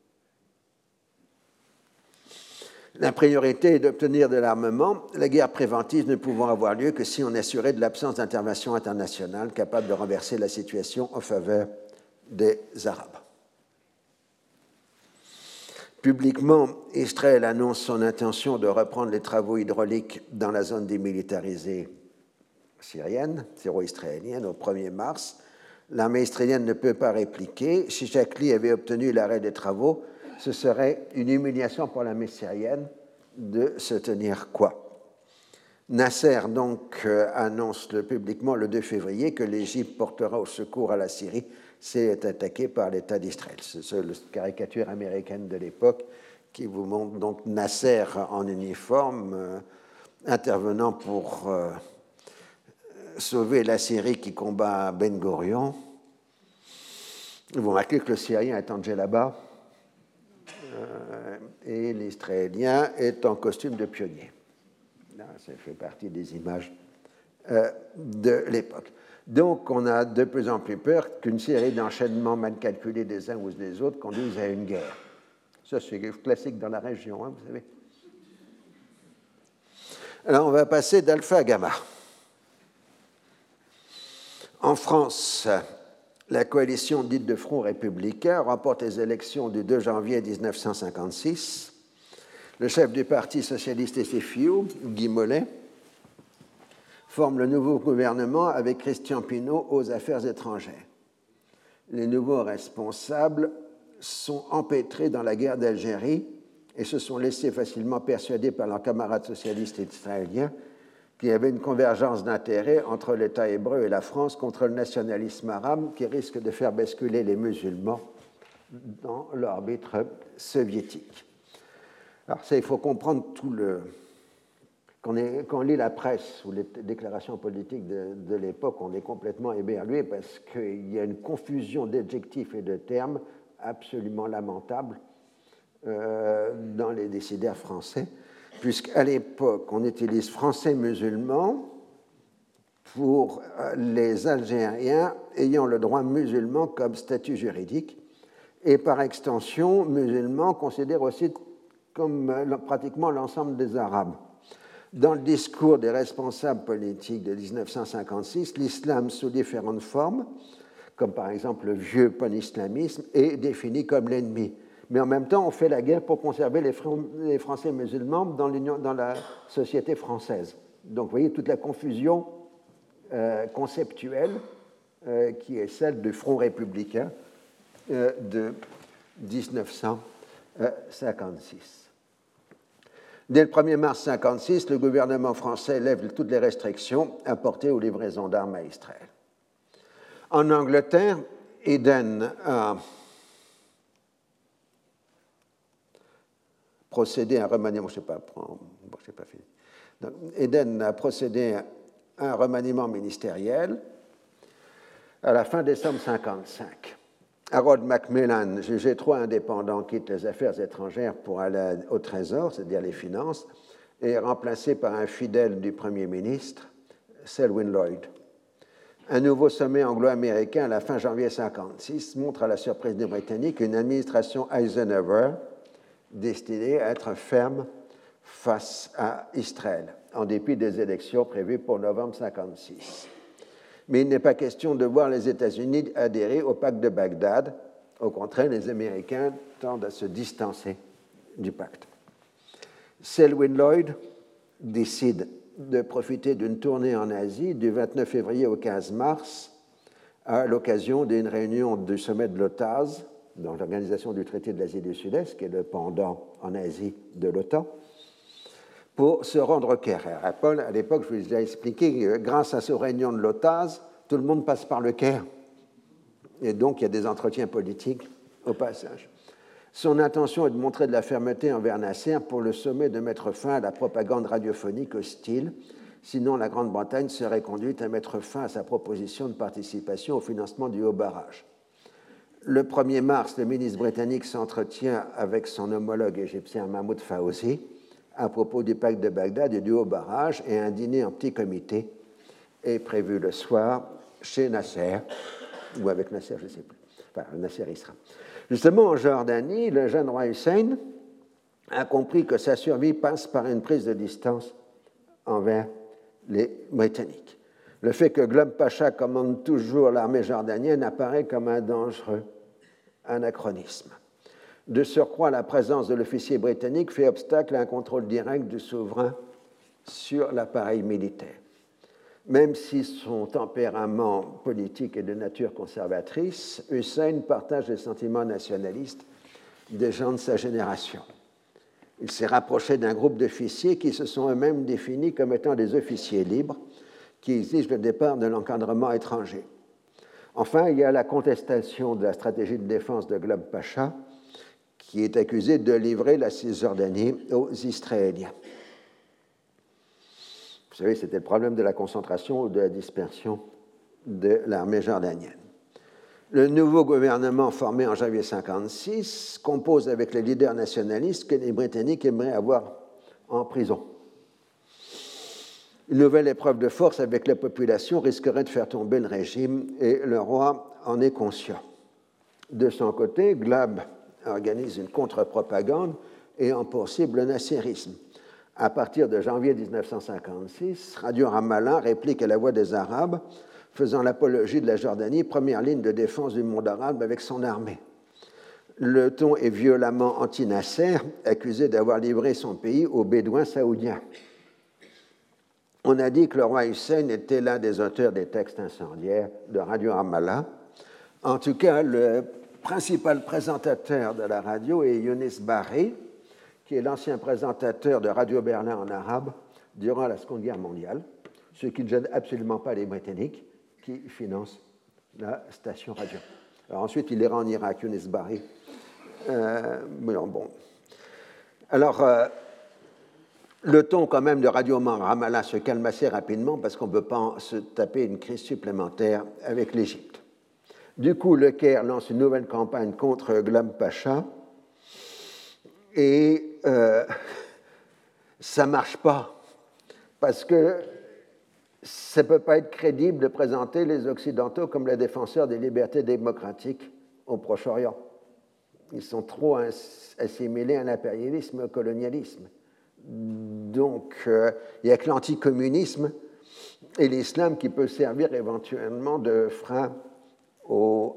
La priorité est d'obtenir de l'armement, la guerre préventive ne pouvant avoir lieu que si on assurait de l'absence d'intervention internationale capable de renverser la situation en faveur des Arabes. Publiquement, Israël annonce son intention de reprendre les travaux hydrauliques dans la zone démilitarisée syrienne, syro-israélienne, au 1er mars. L'armée israélienne ne peut pas répliquer. Si Shakli avait obtenu l'arrêt des travaux, ce serait une humiliation pour l'armée syrienne de se tenir quoi. Nasser donc annonce publiquement le 2 février que l'Égypte portera au secours à la Syrie si elle est attaquée par l'État d'Israël. C'est la caricature américaine de l'époque qui vous montre donc Nasser en uniforme intervenant pour sauver la Syrie qui combat Ben-Gurion. Vous remarquez que le Syrien est en djellaba et l'Israélien est en costume de pionnier. Là, ça fait partie des images de l'époque. Donc, on a de plus en plus peur qu'une série d'enchaînements mal calculés des uns ou des autres conduise à une guerre. Ça, c'est classique dans la région, hein, vous savez. Alors, on va passer d'alpha à gamma. En France, la coalition dite de Front républicain remporte les élections du 2 janvier 1956. Le chef du Parti socialiste SFIO, Guy Mollet, forme le nouveau gouvernement avec Christian Pineau aux affaires étrangères. Les nouveaux responsables sont empêtrés dans la guerre d'Algérie et se sont laissés facilement persuader par leurs camarades socialistes israéliens qu'il y avait une convergence d'intérêts entre l'État hébreu et la France contre le nationalisme arabe qui risque de faire basculer les musulmans dans l'arbitre soviétique. Alors ça, il faut comprendre tout le... Quand on lit la presse ou les déclarations politiques de l'époque, on est complètement éberlué parce qu'il y a une confusion d'adjectifs et de termes absolument lamentable dans les décideurs français, puisqu'à l'époque, on utilise français musulman pour les Algériens ayant le droit musulman comme statut juridique, et par extension, musulman considère aussi comme pratiquement l'ensemble des Arabes. Dans le discours des responsables politiques de 1956, l'islam sous différentes formes, comme par exemple le vieux panislamisme, est défini comme l'ennemi. Mais en même temps, on fait la guerre pour conserver les Français musulmans dans la société française. Donc vous voyez toute la confusion conceptuelle qui est celle du Front républicain de 1956. Dès le 1er mars 1956, le gouvernement français lève toutes les restrictions apportées aux livraisons d'armes à Israël. En Angleterre, Eden a procédé à un remaniement, Eden a procédé à un remaniement ministériel à la fin décembre 1955. Harold Macmillan, jugé trop indépendant, quitte les affaires étrangères pour aller au Trésor, c'est-à-dire les finances, et est remplacé par un fidèle du Premier ministre, Selwyn Lloyd. Un nouveau sommet anglo-américain à la fin janvier 1956 montre à la surprise des Britanniques une administration Eisenhower destinée à être ferme face à Israël, en dépit des élections prévues pour novembre 1956. Mais il n'est pas question de voir les États-Unis adhérer au pacte de Bagdad. Au contraire, les Américains tendent à se distancer du pacte. Selwyn Lloyd décide de profiter d'une tournée en Asie du 29 février au 15 mars à l'occasion d'une réunion du sommet de l'OTAS, dans l'Organisation du traité de l'Asie du Sud-Est, qui est le pendant en Asie de l'OTAN, pour se rendre au Caire. À l'époque, je vous ai expliqué que grâce à ces réunions de l'OTAS, tout le monde passe par le Caire. Et donc, il y a des entretiens politiques au passage. Son intention est de montrer de la fermeté envers Nasser pour le sommet de mettre fin à la propagande radiophonique hostile. Sinon, la Grande-Bretagne serait conduite à mettre fin à sa proposition de participation au financement du haut barrage. Le 1er mars, le ministre britannique s'entretient avec son homologue égyptien Mahmoud Fawzi à propos du pacte de Bagdad et du haut barrage, et un dîner en petit comité est prévu le soir chez Nasser, ou avec Nasser, je ne sais plus. Enfin, Nasser y sera. Justement, en Jordanie, le jeune roi Hussein a compris que sa survie passe par une prise de distance envers les Britanniques. Le fait que Glob Pacha commande toujours l'armée jordanienne apparaît comme un dangereux anachronisme. De surcroît, la présence de l'officier britannique fait obstacle à un contrôle direct du souverain sur l'appareil militaire. Même si son tempérament politique est de nature conservatrice, Hussein partage les sentiments nationalistes des gens de sa génération. Il s'est rapproché d'un groupe d'officiers qui se sont eux-mêmes définis comme étant des officiers libres qui exigent le départ de l'encadrement étranger. Enfin, il y a la contestation de la stratégie de défense de Glob Pacha, qui est accusé de livrer la Cisjordanie aux Israéliens. Vous savez, c'était le problème de la concentration ou de la dispersion de l'armée jordanienne. Le nouveau gouvernement formé en janvier 1956 compose avec les leaders nationalistes que les Britanniques aimeraient avoir en prison. Une nouvelle épreuve de force avec la population risquerait de faire tomber le régime et le roi en est conscient. De son côté, Glob organise une contre-propagande et en poursuit le nasserisme. À partir de janvier 1956, Radio Ramallah réplique à la voix des Arabes faisant l'apologie de la Jordanie, première ligne de défense du monde arabe avec son armée. Le ton est violemment anti-Nasser, accusé d'avoir livré son pays aux Bédouins saoudiens. On a dit que le roi Hussein était l'un des auteurs des textes incendiaires de Radio Ramallah. En tout cas, le principal présentateur de la radio est Younis Bahri, qui est l'ancien présentateur de Radio Berlin en arabe durant la Seconde Guerre mondiale, ce qui ne gêne absolument pas les Britanniques qui financent la station radio. Alors ensuite, il ira en Irak, Younis Bahri. Bon. Alors, le ton quand même de Radio Ramallah se calme assez rapidement parce qu'on ne peut pas se taper une crise supplémentaire avec l'Égypte. Du coup, le Caire lance une nouvelle campagne contre Ghulam Pacha et ça ne marche pas parce que ça ne peut pas être crédible de présenter les Occidentaux comme les défenseurs des libertés démocratiques au Proche-Orient. Ils sont trop assimilés à l'impérialisme et au colonialisme. Donc, il n'y a que l'anticommunisme et l'islam qui peut servir éventuellement de frein au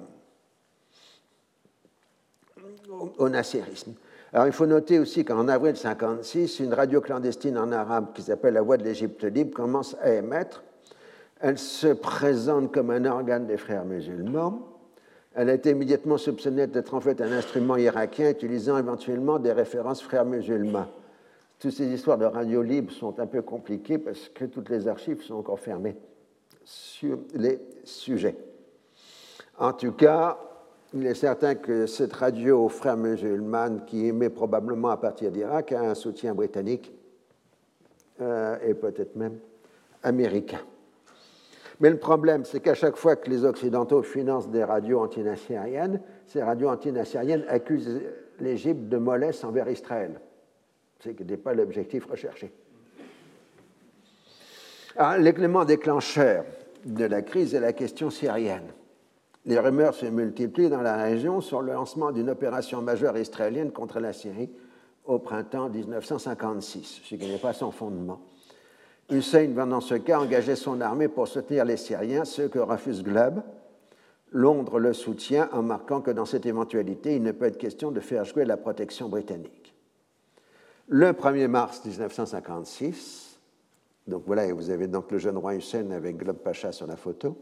nasserisme. Alors, il faut noter aussi qu'en avril 1956, une radio clandestine en arabe qui s'appelle La Voix de l'Égypte libre commence à émettre. Elle se présente comme un organe des frères musulmans. Elle a été immédiatement soupçonnée d'être en fait un instrument irakien utilisant éventuellement des références frères musulmans. Toutes ces histoires de radio libre sont un peu compliquées parce que toutes les archives sont encore fermées sur les sujets. En tout cas, il est certain que cette radio aux frères musulmans, qui émet probablement à partir d'Irak, a un soutien britannique et peut-être même américain. Mais le problème, c'est qu'à chaque fois que les Occidentaux financent des radios antinassériennes, ces radios antinassériennes accusent l'Égypte de mollesse envers Israël. Ce qui n'est pas l'objectif recherché. Alors, l'élément déclencheur de la crise est la question syrienne. Les rumeurs se multiplient dans la région sur le lancement d'une opération majeure israélienne contre la Syrie au printemps 1956, ce qui n'est pas sans fondement. Hussein va dans ce cas engager son armée pour soutenir les Syriens, ce que refuse Glubb. Londres le soutient en marquant que dans cette éventualité, il ne peut être question de faire jouer la protection britannique. Le 1er mars 1956, donc voilà, vous avez donc le jeune roi Hussein avec Glubb Pacha sur la photo.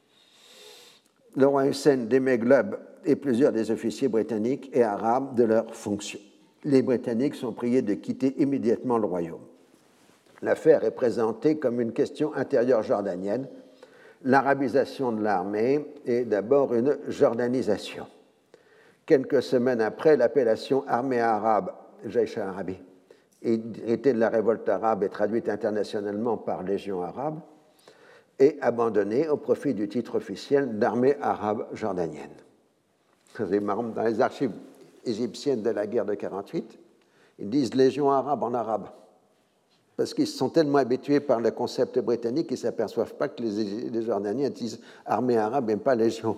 Le roi Hussein démet Glubb et plusieurs des officiers britanniques et arabes de leurs fonctions. Les Britanniques sont priés de quitter immédiatement le royaume. L'affaire est présentée comme une question intérieure jordanienne. L'arabisation de l'armée est d'abord une jordanisation. Quelques semaines après, l'appellation armée arabe, Jaish al-Arabi, héritée de la révolte arabe et traduite internationalement par Légion arabe, est abandonnée au profit du titre officiel d'armée arabe jordanienne. C'est marrant, dans les archives égyptiennes de la guerre de 1948, ils disent Légion arabe en arabe. Parce qu'ils sont tellement habitués par le concept britannique qu'ils ne s'aperçoivent pas que les Jordaniens disent armée arabe et pas légion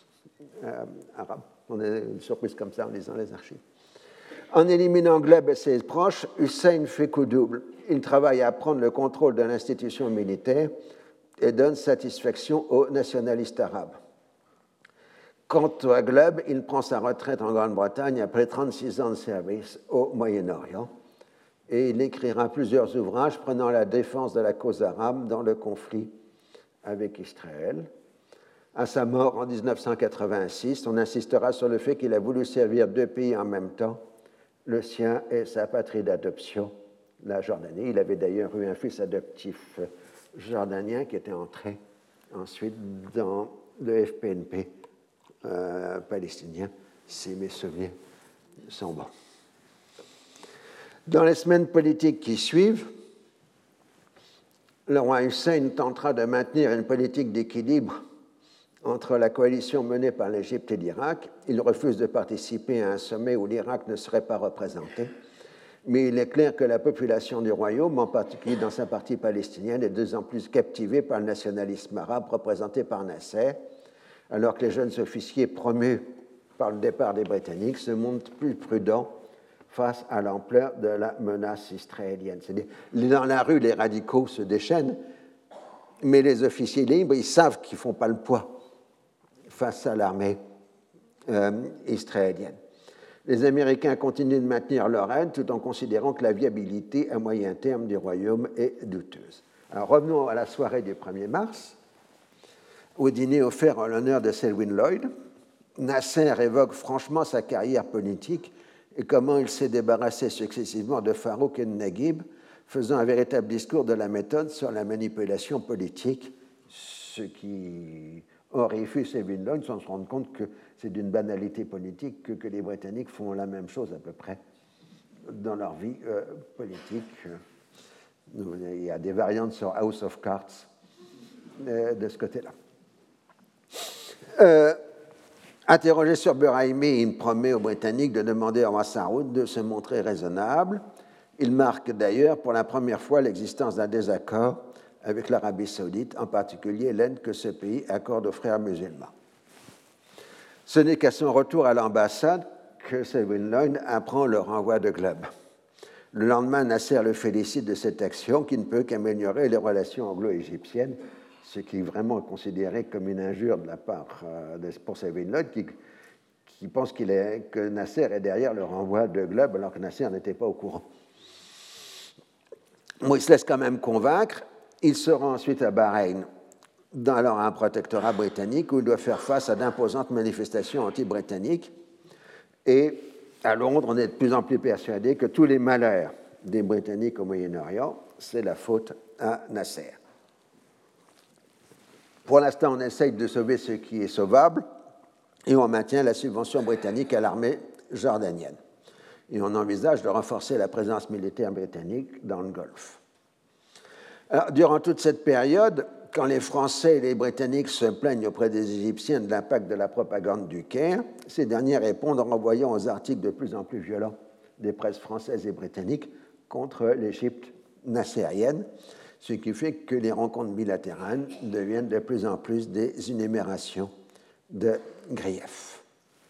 arabe. On a une surprise comme ça en lisant les archives. En éliminant Glubb et ses proches, Hussein fait coup double. Il travaille à prendre le contrôle de l'institution militaire et donne satisfaction aux nationalistes arabes. Quant à Glubb, il prend sa retraite en Grande-Bretagne après 36 ans de service au Moyen-Orient. Et il écrira plusieurs ouvrages prenant la défense de la cause arabe dans le conflit avec Israël. À sa mort en 1986, on insistera sur le fait qu'il a voulu servir deux pays en même temps, le sien et sa patrie d'adoption, la Jordanie. Il avait d'ailleurs eu un fils adoptif jordanien qui était entré ensuite dans le FPNP palestinien, si mes souvenirs sont bons. Dans les semaines politiques qui suivent, le roi Hussein tentera de maintenir une politique d'équilibre entre la coalition menée par l'Égypte et l'Irak. Il refuse de participer à un sommet où l'Irak ne serait pas représenté, mais il est clair que la population du royaume, en particulier dans sa partie palestinienne, est de plus en plus captivée par le nationalisme arabe représenté par Nasser, alors que les jeunes officiers promus par le départ des Britanniques se montrent plus prudents face à l'ampleur de la menace israélienne. C'est-à-dire, dans la rue, les radicaux se déchaînent, mais les officiers libres, ils savent qu'ils ne font pas le poids face à l'armée israélienne. Les Américains continuent de maintenir leur aide tout en considérant que la viabilité à moyen terme du royaume est douteuse. Alors revenons à la soirée du 1er mars. Au dîner offert en l'honneur de Selwyn Lloyd, Nasser évoque franchement sa carrière politique et comment il s'est débarrassé successivement de Farouk et de Naguib, faisant un véritable discours de la méthode sur la manipulation politique, ce qui horrifie Selwyn Lloyd sans se rendre compte que c'est d'une banalité politique que les Britanniques font la même chose à peu près dans leur vie politique. Il y a des variantes sur House of Cards de ce côté-là. Interrogé sur Brahimi, il promet aux Britanniques de demander à Wassaroud de se montrer raisonnable. Il marque d'ailleurs pour la première fois l'existence d'un désaccord avec l'Arabie saoudite, en particulier l'aide que ce pays accorde aux frères musulmans. Ce n'est qu'à son retour à l'ambassade que Selwyn Lloyd apprend le renvoi de Glubb. Le lendemain, Nasser le félicite de cette action qui ne peut qu'améliorer les relations anglo-égyptiennes, ce qui est vraiment considéré comme une injure de la part pour Selwyn Lloyd, qui pense que Nasser est derrière le renvoi de Glubb, alors que Nasser n'était pas au courant. Bon, il se laisse quand même convaincre. Il se rend ensuite à Bahreïn, dans alors un protectorat britannique, où il doit faire face à d'imposantes manifestations anti-britanniques. Et à Londres, on est de plus en plus persuadé que tous les malheurs des Britanniques au Moyen-Orient, c'est la faute à Nasser. Pour l'instant, on essaye de sauver ce qui est sauvable et on maintient la subvention britannique à l'armée jordanienne. Et on envisage de renforcer la présence militaire britannique dans le Golfe. Alors, durant toute cette période, quand les Français et les Britanniques se plaignent auprès des Égyptiens de l'impact de la propagande du Caire, ces derniers répondent en renvoyant aux articles de plus en plus violents des presses françaises et britanniques contre l'Égypte nassérienne, ce qui fait que les rencontres bilatérales deviennent de plus en plus des énumérations de griefs.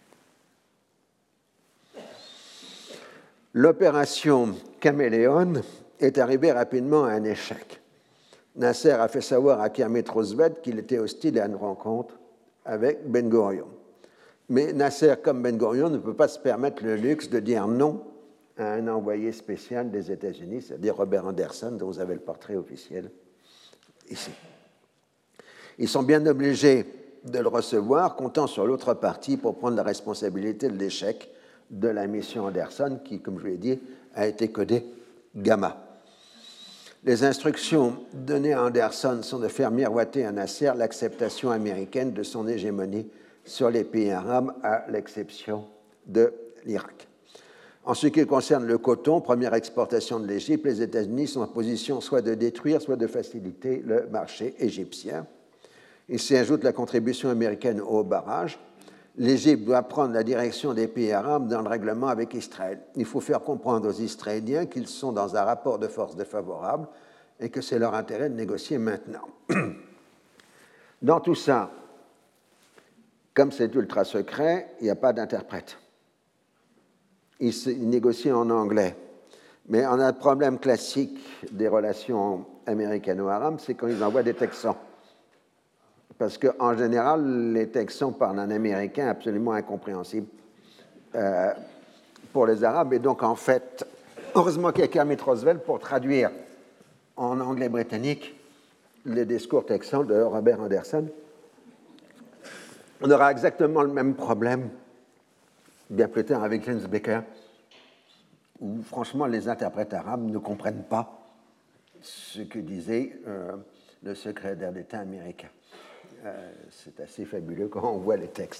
L'opération Caméléon est arrivée rapidement à un échec. Nasser a fait savoir à Kermit Roosevelt qu'il était hostile à une rencontre avec Ben Gurion. Mais Nasser, comme Ben Gurion, ne peut pas se permettre le luxe de dire non à un envoyé spécial des États-Unis, c'est-à-dire Robert Anderson, dont vous avez le portrait officiel ici. Ils sont bien obligés de le recevoir, comptant sur l'autre partie pour prendre la responsabilité de l'échec de la mission Anderson, qui, comme je l'ai dit, a été codée Gamma. Les instructions données à Anderson sont de faire miroiter à Nasser l'acceptation américaine de son hégémonie sur les pays arabes, à l'exception de l'Irak. En ce qui concerne le coton, première exportation de l'Égypte, les États-Unis sont en position soit de détruire, soit de faciliter le marché égyptien. Il s'y ajoute la contribution américaine au barrage. L'Égypte doit prendre la direction des pays arabes dans le règlement avec Israël. Il faut faire comprendre aux Israéliens qu'ils sont dans un rapport de force défavorable et que c'est leur intérêt de négocier maintenant. Dans tout ça, comme c'est ultra secret, il n'y a pas d'interprète. Ils négocient en anglais. Mais on a le problème classique des relations américano-arabes, c'est quand ils envoient des Texans. Parce qu'en général, les Texans parlent un américain absolument incompréhensible pour les Arabes. Et donc, en fait, heureusement qu'il y a Kermit Roosevelt pour traduire en anglais britannique les discours texans de Robert Anderson. On aura exactement le même problème bien plus tard avec James Baker, où franchement les interprètes arabes ne comprennent pas ce que disait le secrétaire d'État américain. C'est assez fabuleux quand on voit les textes.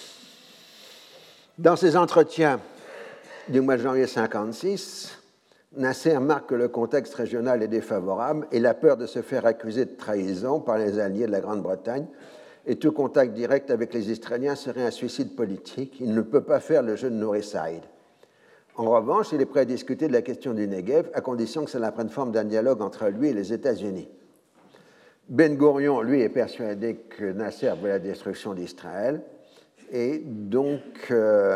Dans ses entretiens du mois de janvier 1956, Nasser marque que le contexte régional est défavorable et la peur de se faire accuser de trahison par les alliés de la Grande-Bretagne et tout contact direct avec les Israéliens serait un suicide politique. Il ne peut pas faire le jeu de Nourri-Saïd. En revanche, il est prêt à discuter de la question du Negev à condition que cela prenne forme d'un dialogue entre lui et les États-Unis. Ben Gurion, lui, est persuadé que Nasser veut la destruction d'Israël et donc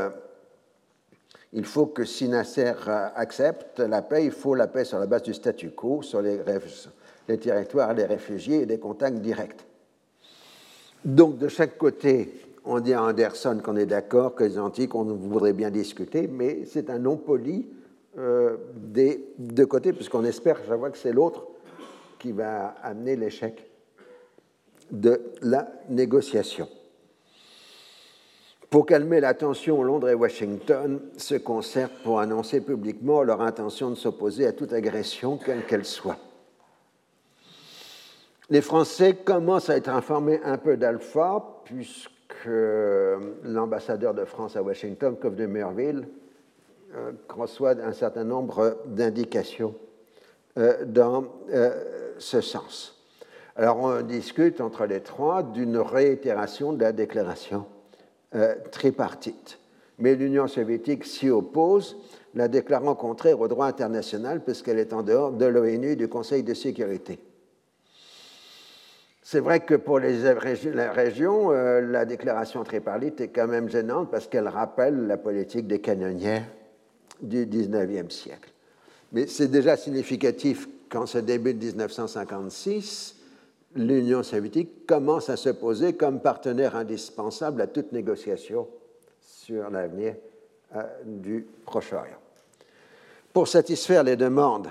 il faut que si Nasser accepte la paix, il faut la paix sur la base du statu quo, sur les des territoires des réfugiés et des contacts directs. Donc, de chaque côté, on dit à Anderson qu'on est d'accord, que les Antilles, qu'on voudrait bien discuter, mais c'est un non poli des deux côtés, puisqu'on espère, je vois que c'est l'autre qui va amener l'échec de la négociation. Pour calmer la tension, Londres et Washington se concertent pour annoncer publiquement leur intention de s'opposer à toute agression, quelle qu'elle soit. Les Français commencent à être informés un peu d'Alpha, puisque l'ambassadeur de France à Washington, Cove de Merville, reçoit un certain nombre d'indications dans ce sens. Alors on discute entre les trois d'une réitération de la déclaration tripartite. Mais l'Union soviétique s'y oppose, la déclarant contraire au droit international puisqu'elle est en dehors de l'ONU et du Conseil de sécurité. C'est vrai que pour la région, la déclaration tripartite est quand même gênante parce qu'elle rappelle la politique des canonnières du XIXe siècle. Mais c'est déjà significatif qu'en ce début de 1956, l'Union soviétique commence à se poser comme partenaire indispensable à toute négociation sur l'avenir du Proche-Orient. Pour satisfaire les demandes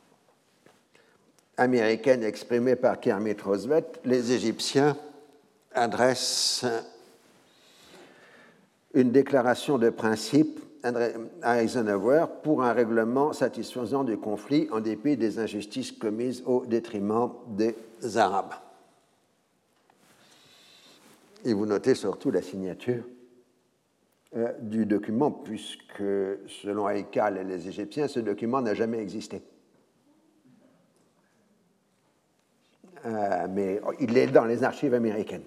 américaines exprimées par Kermit Roosevelt, les Égyptiens adressent une déclaration de principe à Eisenhower pour un règlement satisfaisant du conflit en dépit des injustices commises au détriment des Arabes. Et vous notez surtout la signature du document, puisque selon Haikal et les Égyptiens, ce document n'a jamais existé. Mais il est dans les archives américaines,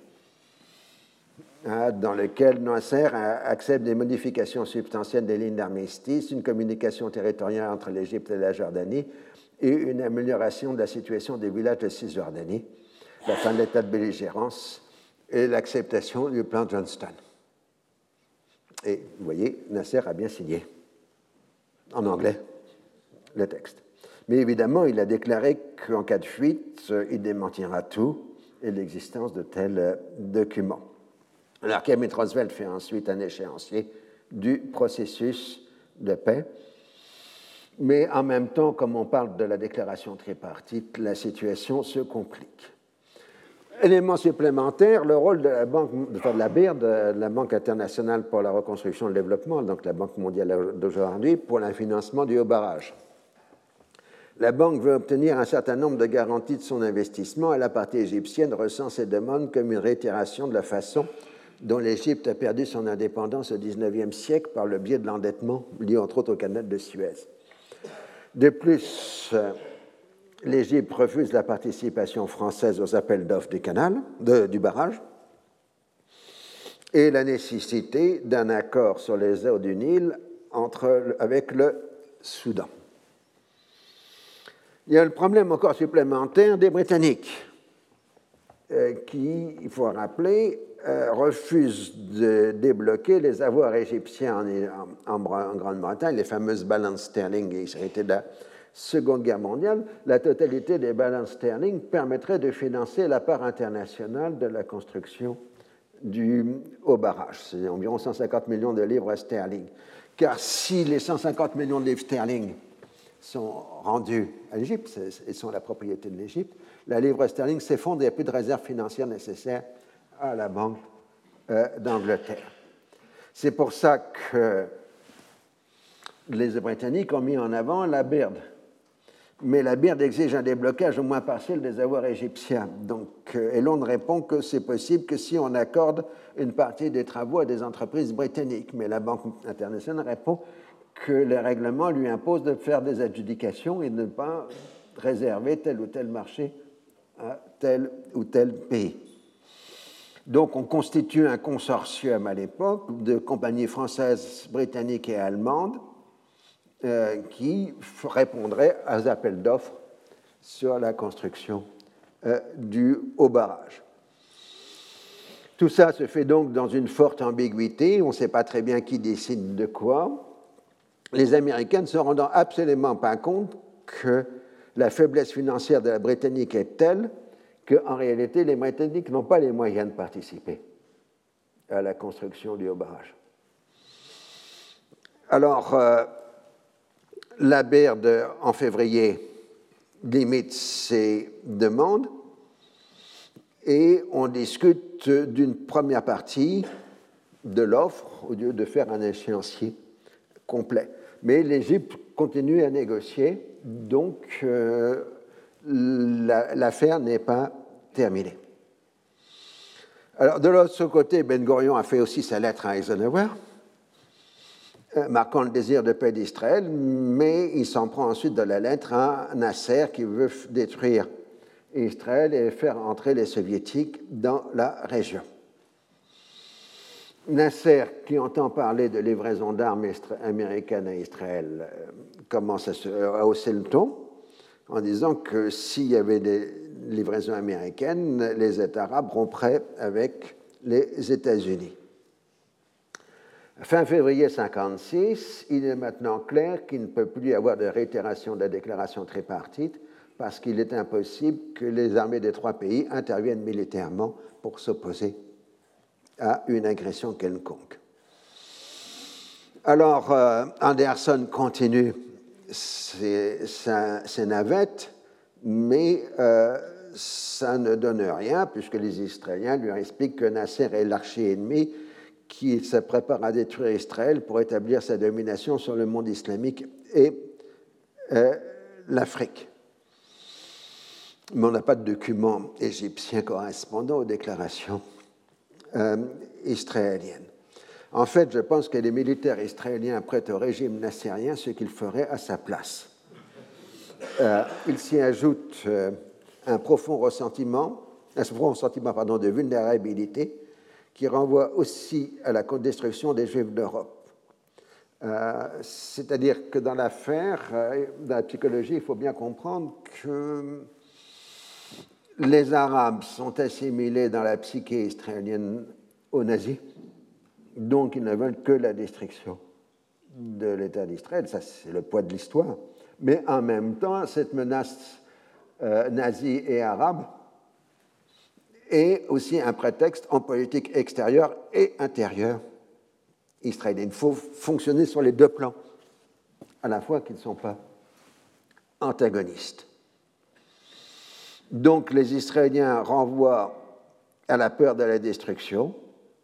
dans lequel Nasser accepte des modifications substantielles des lignes d'armistice, une communication territoriale entre l'Égypte et la Jordanie et une amélioration de la situation des villages de Cisjordanie, la fin de l'état de belligérance et l'acceptation du plan Johnston. Et vous voyez, Nasser a bien signé, en anglais, le texte. Mais évidemment, il a déclaré qu'en cas de fuite, il démentira tout et l'existence de tels documents. Alors, Kermit Roosevelt fait ensuite un échéancier du processus de paix. Mais en même temps, comme on parle de la déclaration tripartite, la situation se complique. Élément supplémentaire, le rôle de la banque, de la BIRD, la Banque internationale pour la reconstruction et le développement, donc la Banque mondiale d'aujourd'hui, pour le financement du haut barrage. La banque veut obtenir un certain nombre de garanties de son investissement et la partie égyptienne ressent ces demandes comme une réitération de la façon dont l'Égypte a perdu son indépendance au XIXe siècle par le biais de l'endettement lié entre autres au canal de Suez. De plus, l'Égypte refuse la participation française aux appels d'offres du canal, du barrage, et la nécessité d'un accord sur les eaux du Nil avec le Soudan. Il y a le problème encore supplémentaire des Britanniques, qui, il faut rappeler, refusent de débloquer les avoirs égyptiens en Grande-Bretagne, les fameuses balances sterling héritées de la Seconde Guerre mondiale. La totalité des balances sterling permettrait de financer la part internationale de la construction du haut barrage. C'est environ 150 millions de livres sterling. Car si les 150 millions de livres sterling sont rendus à l'Égypte et sont la propriété de l'Égypte, la livre sterling s'effondre et il n'y a plus de réserves financières nécessaires à la Banque d'Angleterre. C'est pour ça que les Britanniques ont mis en avant la BIRD. Mais la BIRD exige un déblocage au moins partiel des avoirs égyptiens. Et Londres répond que c'est possible que si on accorde une partie des travaux à des entreprises britanniques. Mais la Banque internationale répond que le règlement lui impose de faire des adjudications et de ne pas réserver tel ou tel marché à tel ou tel pays. Donc on constitue un consortium à l'époque de compagnies françaises, britanniques et allemandes qui répondraient aux appels d'offres sur la construction du haut barrage. Tout ça se fait donc dans une forte ambiguïté, on ne sait pas très bien qui décide de quoi. Les Américains ne se rendant absolument pas compte que la faiblesse financière de la Britannique est telle qu'en réalité, les Britanniques n'ont pas les moyens de participer à la construction du haut barrage. Alors, la Baird, en février, limite ses demandes et on discute d'une première partie de l'offre au lieu de faire un échéancier complet. Mais l'Égypte continue à négocier, donc l'affaire n'est pas terminée. Alors, de l'autre côté, Ben-Gurion a fait aussi sa lettre à Eisenhower, marquant le désir de paix d'Israël, mais il s'en prend ensuite de la lettre à Nasser qui veut détruire Israël et faire entrer les Soviétiques dans la région. Nasser, qui entend parler de livraison d'armes américaines à Israël, commence à hausser le ton en disant que s'il y avait des livraisons américaines, les États arabes rompraient avec les États-Unis. Fin février 1956, il est maintenant clair qu'il ne peut plus y avoir de réitération de la déclaration tripartite parce qu'il est impossible que les armées des trois pays interviennent militairement pour s'opposer à une agression quelconque. Alors, Anderson continue ses navettes, mais ça ne donne rien, puisque les Israéliens lui expliquent que Nasser est l'archi-ennemi qui se prépare à détruire Israël pour établir sa domination sur le monde islamique et l'Afrique. Mais on n'a pas de documents égyptiens correspondant aux déclarations israéliennes. En fait, je pense que les militaires israéliens prêtent au régime nassérien ce qu'ils feraient à sa place. Il s'y ajoute un profond sentiment de vulnérabilité qui renvoie aussi à la destruction des Juifs d'Europe. C'est-à-dire que dans l'affaire, dans la psychologie, il faut bien comprendre que les Arabes sont assimilés dans la psyché israélienne aux nazis, donc ils ne veulent que la destruction de l'État d'Israël. Ça, c'est le poids de l'histoire. Mais en même temps, cette menace nazie et arabe est aussi un prétexte en politique extérieure et intérieure israélienne. Il faut fonctionner sur les deux plans, à la fois qu'ils ne sont pas antagonistes. Donc les Israéliens renvoient à la peur de la destruction,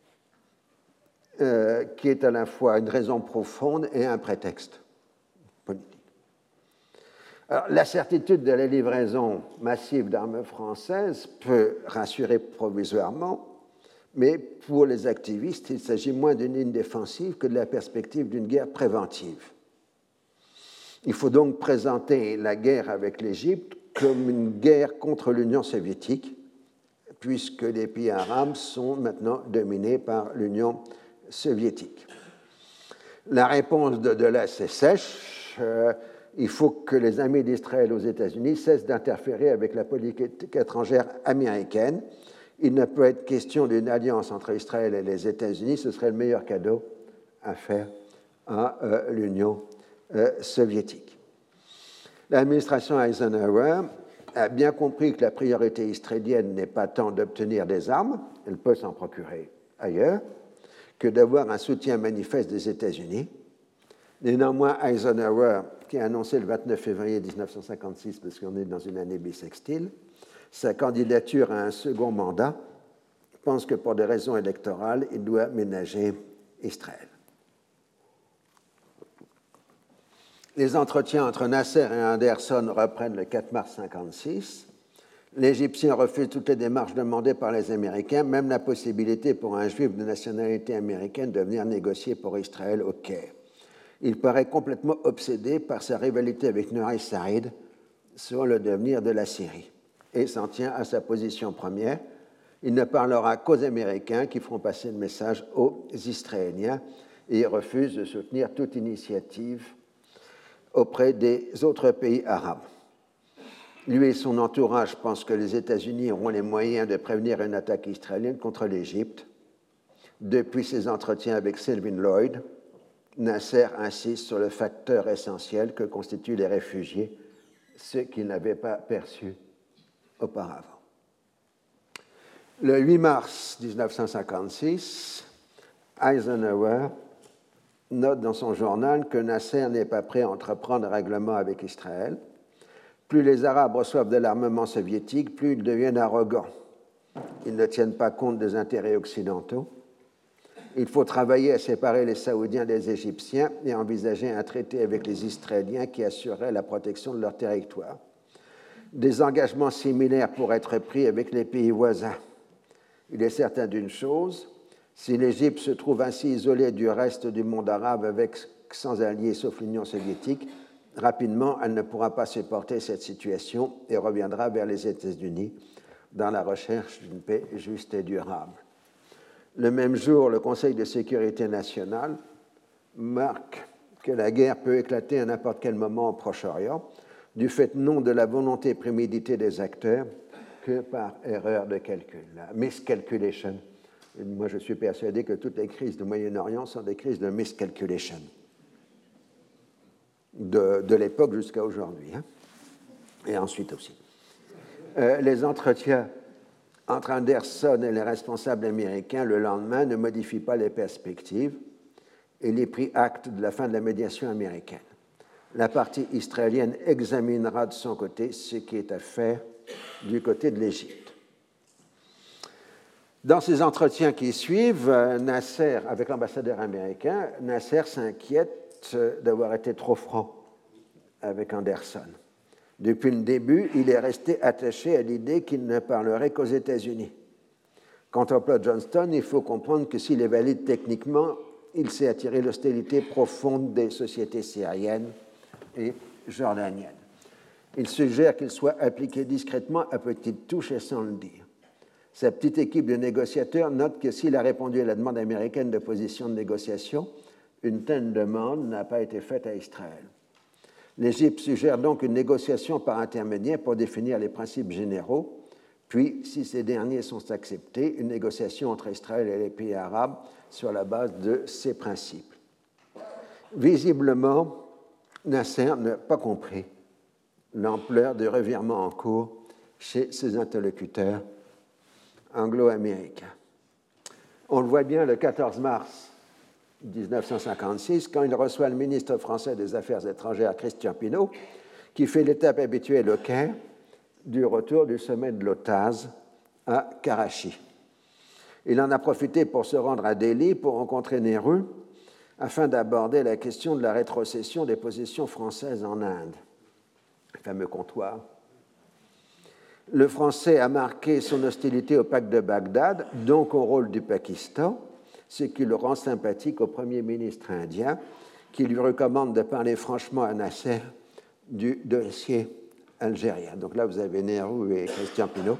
qui est à la fois une raison profonde et un prétexte politique. Alors, la certitude de la livraison massive d'armes françaises peut rassurer provisoirement, mais pour les activistes, il s'agit moins d'une ligne défensive que de la perspective d'une guerre préventive. Il faut donc présenter la guerre avec l'Égypte comme une guerre contre l'Union soviétique, puisque les pays arabes sont maintenant dominés par l'Union soviétique. La réponse de Dulles est sèche. Il faut que les amis d'Israël aux États-Unis cessent d'interférer avec la politique étrangère américaine. Il ne peut être question d'une alliance entre Israël et les États-Unis. Ce serait le meilleur cadeau à faire à l'Union soviétique. L'administration Eisenhower a bien compris que la priorité israélienne n'est pas tant d'obtenir des armes, elle peut s'en procurer ailleurs, que d'avoir un soutien manifeste des États-Unis. Néanmoins, Eisenhower, qui a annoncé le 29 février 1956, parce qu'on est dans une année bissextile, sa candidature à un second mandat, pense que pour des raisons électorales, il doit ménager Israël. Les entretiens entre Nasser et Anderson reprennent le 4 mars 1956. L'Égyptien refuse toutes les démarches demandées par les Américains, même la possibilité pour un juif de nationalité américaine de venir négocier pour Israël au Caire. Il paraît complètement obsédé par sa rivalité avec Nuri Saïd sur le devenir de la Syrie et s'en tient à sa position première. Il ne parlera qu'aux Américains qui feront passer le message aux Israéliens et il refuse de soutenir toute initiative auprès des autres pays arabes. Lui et son entourage pensent que les États-Unis auront les moyens de prévenir une attaque israélienne contre l'Égypte. Depuis ses entretiens avec Selwyn Lloyd, Nasser insiste sur le facteur essentiel que constituent les réfugiés ce qu'ils n'avaient pas perçu auparavant. Le 8 mars 1956, Eisenhower note dans son journal que Nasser n'est pas prêt à entreprendre un règlement avec Israël. Plus les Arabes reçoivent de l'armement soviétique, plus ils deviennent arrogants. Ils ne tiennent pas compte des intérêts occidentaux. Il faut travailler à séparer les Saoudiens des Égyptiens et envisager un traité avec les Israéliens qui assurerait la protection de leur territoire. Des engagements similaires pourraient être pris avec les pays voisins. Il est certain d'une chose, si l'Égypte se trouve ainsi isolée du reste du monde arabe avec sans alliés sauf l'Union soviétique, rapidement elle ne pourra pas supporter cette situation et reviendra vers les États-Unis dans la recherche d'une paix juste et durable. Le même jour, le Conseil de sécurité nationale marque que la guerre peut éclater à n'importe quel moment au Proche-Orient, du fait non de la volonté préméditée des acteurs, que par erreur de calcul, la miscalculation. Et moi, je suis persuadé que toutes les crises du Moyen-Orient sont des crises de miscalculation, de l'époque jusqu'à aujourd'hui, hein, et ensuite aussi. Les entretiens entre Anderson et les responsables américains le lendemain ne modifient pas les perspectives et les prit acte de la fin de la médiation américaine. La partie israélienne examinera de son côté ce qui est à faire du côté de l'Égypte. Dans ces entretiens qui suivent, Nasser, avec l'ambassadeur américain, Nasser s'inquiète d'avoir été trop franc avec Anderson. Depuis le début, il est resté attaché à l'idée qu'il ne parlerait qu'aux États-Unis. Quant au plan Johnston, il faut comprendre que s'il est valide techniquement, il sait attirer l'hostilité profonde des sociétés syriennes et jordaniennes. Il suggère qu'il soit appliqué discrètement à petites touches et sans le dire. Sa petite équipe de négociateurs note que s'il a répondu à la demande américaine de position de négociation, une telle demande n'a pas été faite à Israël. L'Égypte suggère donc une négociation par intermédiaire pour définir les principes généraux, puis, si ces derniers sont acceptés, une négociation entre Israël et les pays arabes sur la base de ces principes. Visiblement, Nasser n'a pas compris l'ampleur du revirement en cours chez ses interlocuteurs anglo-américains. On le voit bien le 14 mars 1956, quand il reçoit le ministre français des Affaires étrangères, Christian Pineau, qui fait l'étape habituelle au Caire du retour du sommet de l'OTAS à Karachi. Il en a profité pour se rendre à Delhi pour rencontrer Nehru afin d'aborder la question de la rétrocession des positions françaises en Inde, le fameux comptoir. Le Français a marqué son hostilité au pacte de Bagdad, donc au rôle du Pakistan, ce qui le rend sympathique au Premier ministre indien, qui lui recommande de parler franchement à Nasser du dossier algérien. Donc là, vous avez Nehru et Christian Pineau.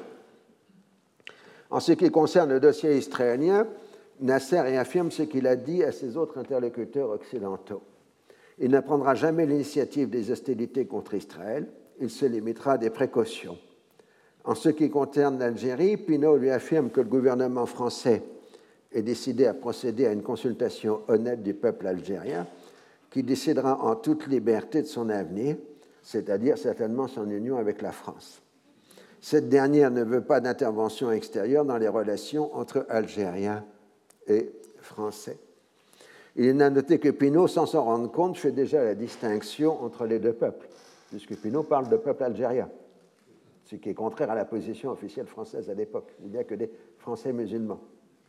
En ce qui concerne le dossier israélien, Nasser réaffirme ce qu'il a dit à ses autres interlocuteurs occidentaux. Il ne prendra jamais l'initiative des hostilités contre Israël, il se limitera à des précautions. En ce qui concerne l'Algérie, Pineau lui affirme que le gouvernement français est décidé à procéder à une consultation honnête du peuple algérien qui décidera en toute liberté de son avenir, c'est-à-dire certainement son union avec la France. Cette dernière ne veut pas d'intervention extérieure dans les relations entre Algériens et Français. Il est à noter que Pineau, sans s'en rendre compte, fait déjà la distinction entre les deux peuples, puisque Pineau parle de peuple algérien, ce qui est contraire à la position officielle française à l'époque. Il n'y a que des Français musulmans.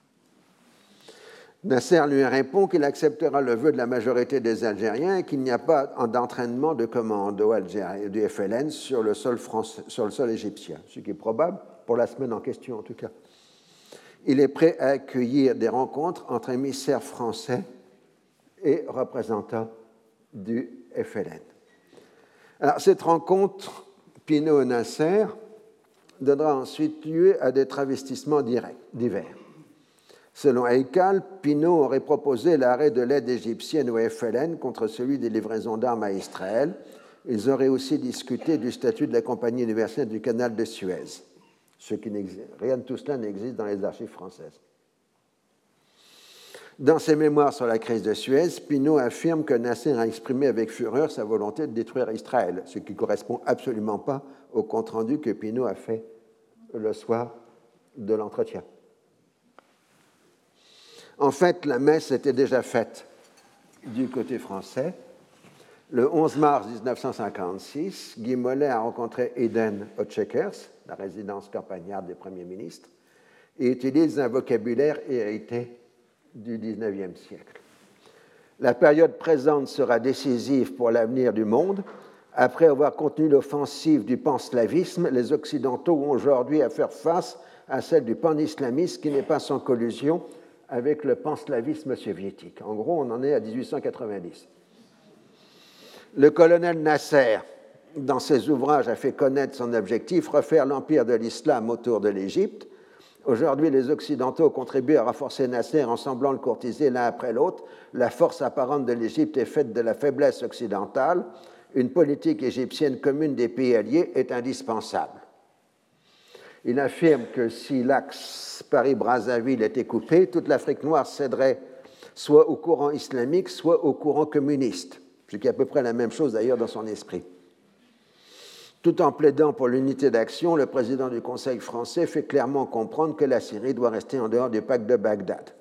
Nasser lui répond qu'il acceptera le vœu de la majorité des Algériens et qu'il n'y a pas d'entraînement de commando du FLN sur le sol égyptien, ce qui est probable pour la semaine en question en tout cas. Il est prêt à accueillir des rencontres entre émissaires français et représentants du FLN. Alors, cette rencontre, Pineau et Nasser, donnera ensuite lieu à des travestissements divers. Selon Haikal, Pineau aurait proposé l'arrêt de l'aide égyptienne au FLN contre celui des livraisons d'armes à Israël. Ils auraient aussi discuté du statut de la Compagnie universelle du canal de Suez. Rien de tout cela n'existe dans les archives françaises. Dans ses mémoires sur la crise de Suez, Pinault affirme que Nasser a exprimé avec fureur sa volonté de détruire Israël, ce qui ne correspond absolument pas au compte-rendu que Pinault a fait le soir de l'entretien. En fait, la messe était déjà faite du côté français. Le 11 mars 1956, Guy Mollet a rencontré Eden Otschekers, la résidence campagnarde des premiers ministres, et utilise un vocabulaire hérité du XIXe siècle. La période présente sera décisive pour l'avenir du monde. Après avoir contenu l'offensive du panslavisme, les Occidentaux ont aujourd'hui à faire face à celle du panislamisme qui n'est pas sans collusion avec le panslavisme soviétique. En gros, on en est à 1890. Le colonel Nasser, dans ses ouvrages, a fait connaître son objectif, refaire l'empire de l'islam autour de l'Égypte. Aujourd'hui, les Occidentaux contribuent à renforcer Nasser en semblant le courtiser l'un après l'autre. La force apparente de l'Égypte est faite de la faiblesse occidentale. Une politique égyptienne commune des pays alliés est indispensable. Il affirme que si l'axe Paris-Brazzaville était coupé, toute l'Afrique noire céderait soit au courant islamique, soit au courant communiste, ce qui est à peu près la même chose d'ailleurs dans son esprit. Tout en plaidant pour l'unité d'action, le président du Conseil français fait clairement comprendre que la Syrie doit rester en dehors du pacte de Bagdad.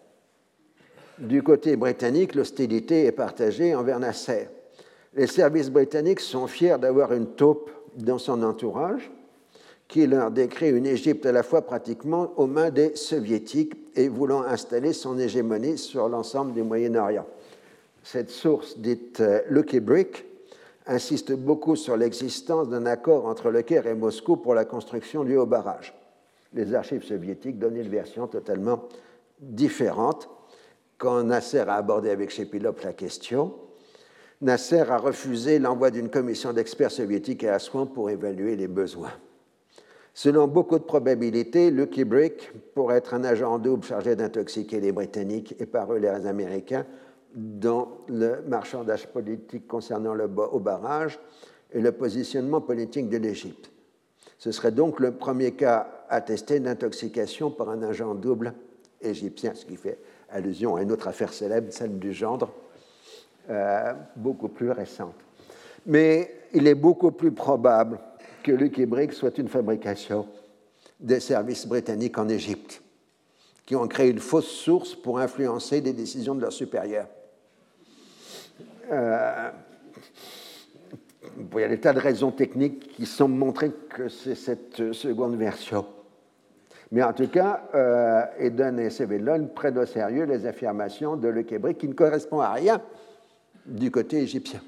Du côté britannique, l'hostilité est partagée envers Nasser. Les services britanniques sont fiers d'avoir une taupe dans son entourage qui leur décrit une Égypte à la fois pratiquement aux mains des soviétiques et voulant installer son hégémonie sur l'ensemble du Moyen-Orient. Cette source dite Lucky Brick insiste beaucoup sur l'existence d'un accord entre le Caire et Moscou pour la construction du haut barrage. Les archives soviétiques donnent une version totalement différente. Quand Nasser a abordé avec Shepilov la question, Nasser a refusé l'envoi d'une commission d'experts soviétiques à Assouan pour évaluer les besoins. Selon beaucoup de probabilités, Lucky Brick pourrait être un agent double chargé d'intoxiquer les Britanniques et par eux les Américains dans le marchandage politique concernant le haut barrage et le positionnement politique de l'Égypte. Ce serait donc le premier cas attesté d'intoxication par un agent double égyptien, ce qui fait allusion à une autre affaire célèbre, celle du gendre, beaucoup plus récente. Mais il est beaucoup plus probable que Lucky Brick soit une fabrication des services britanniques en Égypte, qui ont créé une fausse source pour influencer les décisions de leurs supérieurs. Il y a des tas de raisons techniques qui semblent montrer que c'est cette seconde version. Mais en tout cas, Eden et Sevillon prennent au sérieux les affirmations de Lucky Brick qui ne correspondent à rien du côté égyptien.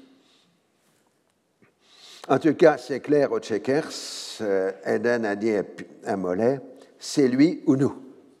En tout cas, c'est clair au Checkers, Eden a dit à Mollet, c'est lui ou nous.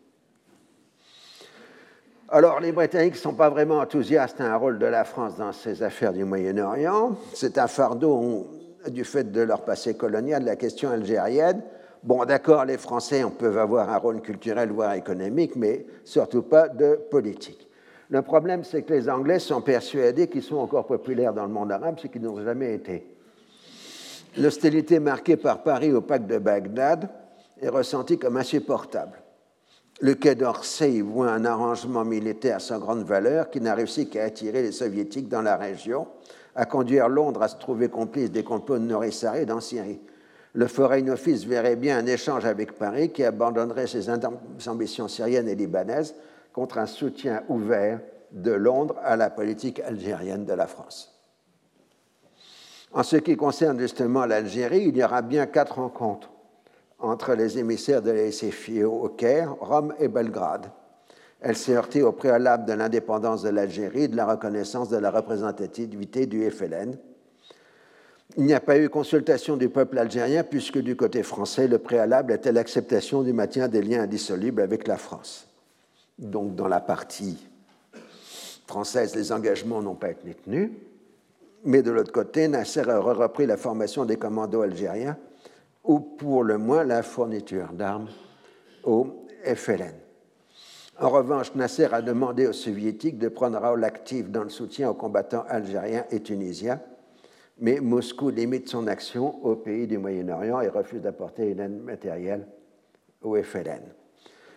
Alors, les Britanniques ne sont pas vraiment enthousiastes à un rôle de la France dans ces affaires du Moyen-Orient. C'est un fardeau du fait de leur passé colonial, la question algérienne. Bon, d'accord, les Français peuvent avoir un rôle culturel, voire économique, mais surtout pas de politique. Le problème, c'est que les Anglais sont persuadés qu'ils sont encore populaires dans le monde arabe, ce qu'ils n'ont jamais été. L'hostilité marquée par Paris au pacte de Bagdad est ressentie comme insupportable. Le Quai d'Orsay voit un arrangement militaire sans grande valeur qui n'a réussi qu'à attirer les Soviétiques dans la région, à conduire Londres à se trouver complice des complots de Nourissari dans Syrie. Le Foreign Office verrait bien un échange avec Paris qui abandonnerait ses ambitions syriennes et libanaises contre un soutien ouvert de Londres à la politique algérienne de la France. En ce qui concerne justement l'Algérie, il y aura bien 4 rencontres entre les émissaires de la SFIO au Caire, Rome et Belgrade. Elle s'est heurtée au préalable de l'indépendance de l'Algérie et de la reconnaissance de la représentativité du FLN. Il n'y a pas eu consultation du peuple algérien puisque du côté français, le préalable était l'acceptation du maintien des liens indissolubles avec la France. Donc dans la partie française, les engagements n'ont pas été tenus. Mais de l'autre côté, Nasser a repris la formation des commandos algériens ou pour le moins la fourniture d'armes au FLN. En revanche, Nasser a demandé aux Soviétiques de prendre un rôle actif dans le soutien aux combattants algériens et tunisiens, mais Moscou limite son action aux pays du Moyen-Orient et refuse d'apporter une aide matérielle au FLN.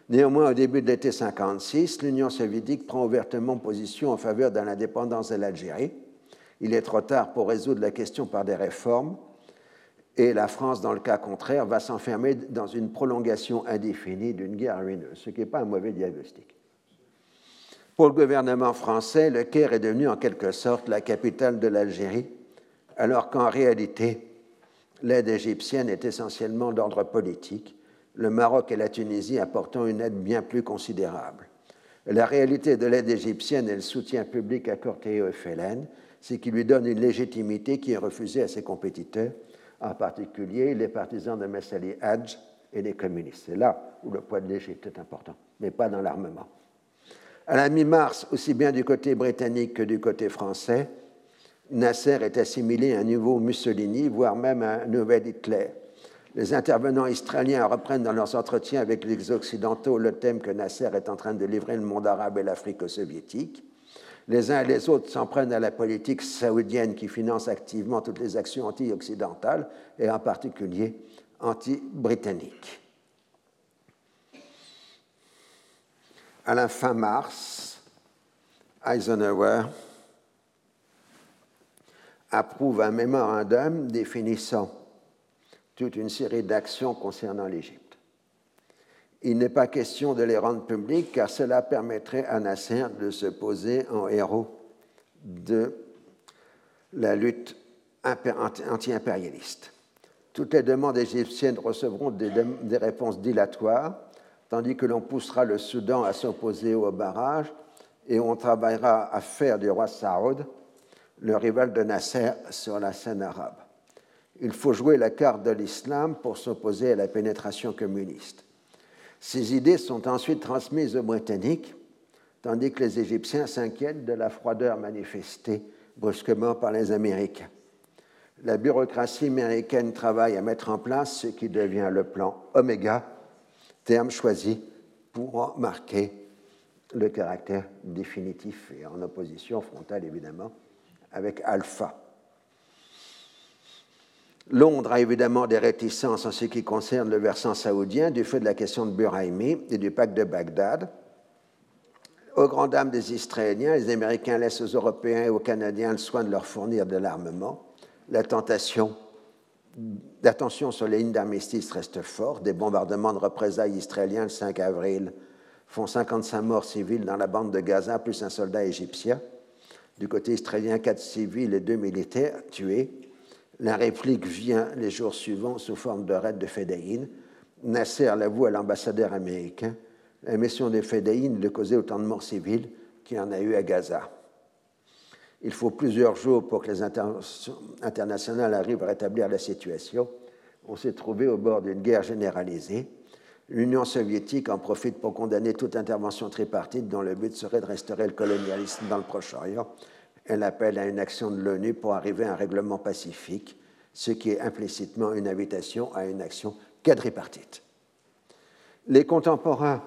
Néanmoins, au début de l'été 1956, l'Union soviétique prend ouvertement position en faveur de l'indépendance de l'Algérie. Il est trop tard pour résoudre la question par des réformes, et la France, dans le cas contraire, va s'enfermer dans une prolongation indéfinie d'une guerre ruineuse, ce qui n'est pas un mauvais diagnostic. Pour le gouvernement français, le Caire est devenu en quelque sorte la capitale de l'Algérie, alors qu'en réalité, l'aide égyptienne est essentiellement d'ordre politique, le Maroc et la Tunisie apportant une aide bien plus considérable. La réalité de l'aide égyptienne et le soutien public accordé au FLN, c'est qu'il lui donne une légitimité qui est refusée à ses compétiteurs, en particulier les partisans de Messali Hadj et les communistes. C'est là où le poids de l'Égypte est important, mais pas dans l'armement. À la mi-mars, aussi bien du côté britannique que du côté français, Nasser est assimilé à un nouveau Mussolini, voire même à un nouvel Hitler. Les intervenants israéliens reprennent dans leurs entretiens avec les Occidentaux le thème que Nasser est en train de livrer le monde arabe et l'Afrique aux soviétiques. Les uns et les autres s'en prennent à la politique saoudienne qui finance activement toutes les actions anti-occidentales et en particulier anti-britanniques. À la fin mars, Eisenhower approuve un mémorandum définissant toute une série d'actions concernant l'Égypte. Il n'est pas question de les rendre publiques car cela permettrait à Nasser de se poser en héros de la lutte anti-impérialiste. Toutes les demandes égyptiennes recevront des réponses dilatoires, tandis que l'on poussera le Soudan à s'opposer au barrage et on travaillera à faire du roi Saoud le rival de Nasser sur la scène arabe. Il faut jouer la carte de l'islam pour s'opposer à la pénétration communiste. Ces idées sont ensuite transmises aux Britanniques, tandis que les Égyptiens s'inquiètent de la froideur manifestée brusquement par les Américains. La bureaucratie américaine travaille à mettre en place ce qui devient le plan Oméga, terme choisi pour marquer le caractère définitif et en opposition frontale évidemment avec Alpha. Londres a évidemment des réticences en ce qui concerne le versant saoudien du fait de la question de Buraimi et du pacte de Bagdad. Aux grandes dames des Israéliens, les Américains laissent aux Européens et aux Canadiens le soin de leur fournir de l'armement. L'attention sur les lignes d'armistice reste forte. Des bombardements de représailles israéliens le 5 avril font 55 morts civils dans la bande de Gaza, plus un soldat égyptien. Du côté israélien, 4 civils et 2 militaires tués. La réplique vient les jours suivants sous forme de raid de Fedayeen. Nasser l'avoue à l'ambassadeur américain. La mission des Fedayeen de causer autant de morts civiles qu'il y en a eu à Gaza. Il faut plusieurs jours pour que les interventions internationales arrivent à rétablir la situation. On s'est trouvé au bord d'une guerre généralisée. L'Union soviétique en profite pour condamner toute intervention tripartite dont le but serait de restaurer le colonialisme dans le Proche-Orient. Elle appelle à une action de l'ONU pour arriver à un règlement pacifique, ce qui est implicitement une invitation à une action quadripartite. Les contemporains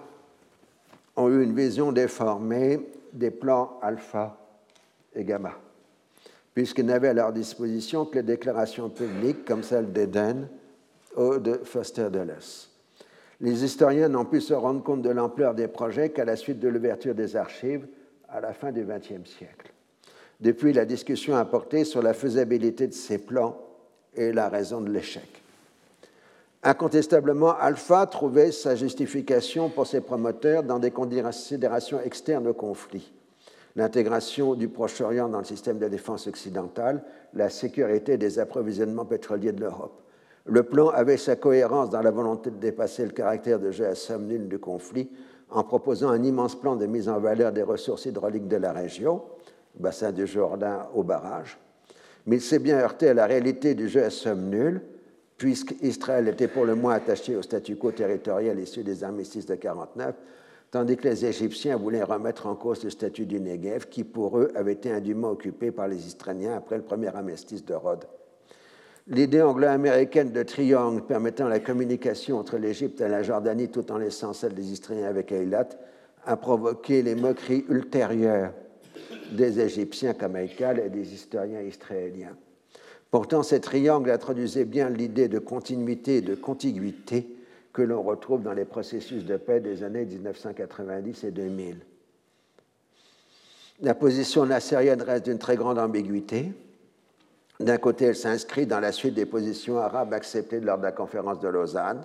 ont eu une vision déformée des plans alpha et gamma, puisqu'ils n'avaient à leur disposition que les déclarations publiques comme celle d'Eden ou de Foster Dulles. Les historiens n'ont pu se rendre compte de l'ampleur des projets qu'à la suite de l'ouverture des archives à la fin du XXe siècle. Depuis, la discussion a porté sur la faisabilité de ces plans et la raison de l'échec. Incontestablement, Alpha trouvait sa justification pour ses promoteurs dans des considérations externes au conflit. L'intégration du Proche-Orient dans le système de défense occidental, la sécurité des approvisionnements pétroliers de l'Europe. Le plan avait sa cohérence dans la volonté de dépasser le caractère de jeu à somme nulle du conflit en proposant un immense plan de mise en valeur des ressources hydrauliques de la région, bassin du Jourdain au barrage, mais il s'est bien heurté à la réalité du jeu à somme nulle, puisqu'Israël était pour le moins attaché au statu quo territorial issu des armistices de 1949, tandis que les Égyptiens voulaient remettre en cause le statut du Negev, qui pour eux avait été indûment occupé par les Israéliens après le premier armistice de Rhodes. L'idée anglo-américaine de triangle permettant la communication entre l'Égypte et la Jordanie tout en laissant celle des Israéliens avec Eilat a provoqué les moqueries ultérieures des Égyptiens comme Haïkal et des historiens israéliens. Pourtant, ces triangles introduisaient bien l'idée de continuité et de contiguïté que l'on retrouve dans les processus de paix des années 1990 et 2000. La position nassérienne reste d'une très grande ambiguïté. D'un côté, elle s'inscrit dans la suite des positions arabes acceptées lors de la conférence de Lausanne,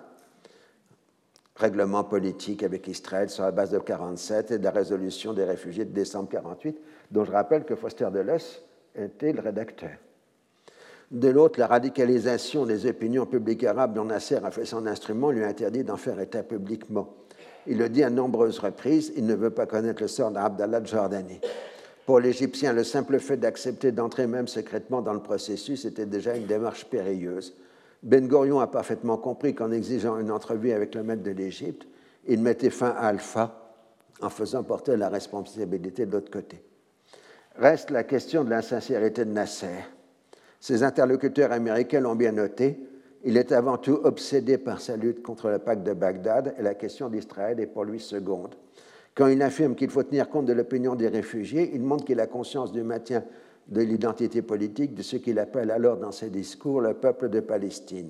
règlement politique avec Israël sur la base de 1947 et de la résolution des réfugiés de décembre 1948, dont je rappelle que Foster Dulles était le rédacteur. De l'autre, la radicalisation des opinions publiques arabes dont Nasser a fait son instrument lui interdit d'en faire état publiquement. Il le dit à nombreuses reprises, il ne veut pas connaître le sort d'Abdallah de Jordanie. Pour l'Égyptien, le simple fait d'accepter d'entrer même secrètement dans le processus était déjà une démarche périlleuse. Ben Gurion a parfaitement compris qu'en exigeant une entrevue avec le maître de l'Égypte, il mettait fin à Alpha en faisant porter la responsabilité de l'autre côté. Reste la question de l'insincérité de Nasser. Ses interlocuteurs américains l'ont bien noté, il est avant tout obsédé par sa lutte contre le pacte de Bagdad et la question d'Israël est pour lui seconde. Quand il affirme qu'il faut tenir compte de l'opinion des réfugiés, il montre qu'il a conscience du maintien de l'identité politique de ce qu'il appelle alors dans ses discours le peuple de Palestine.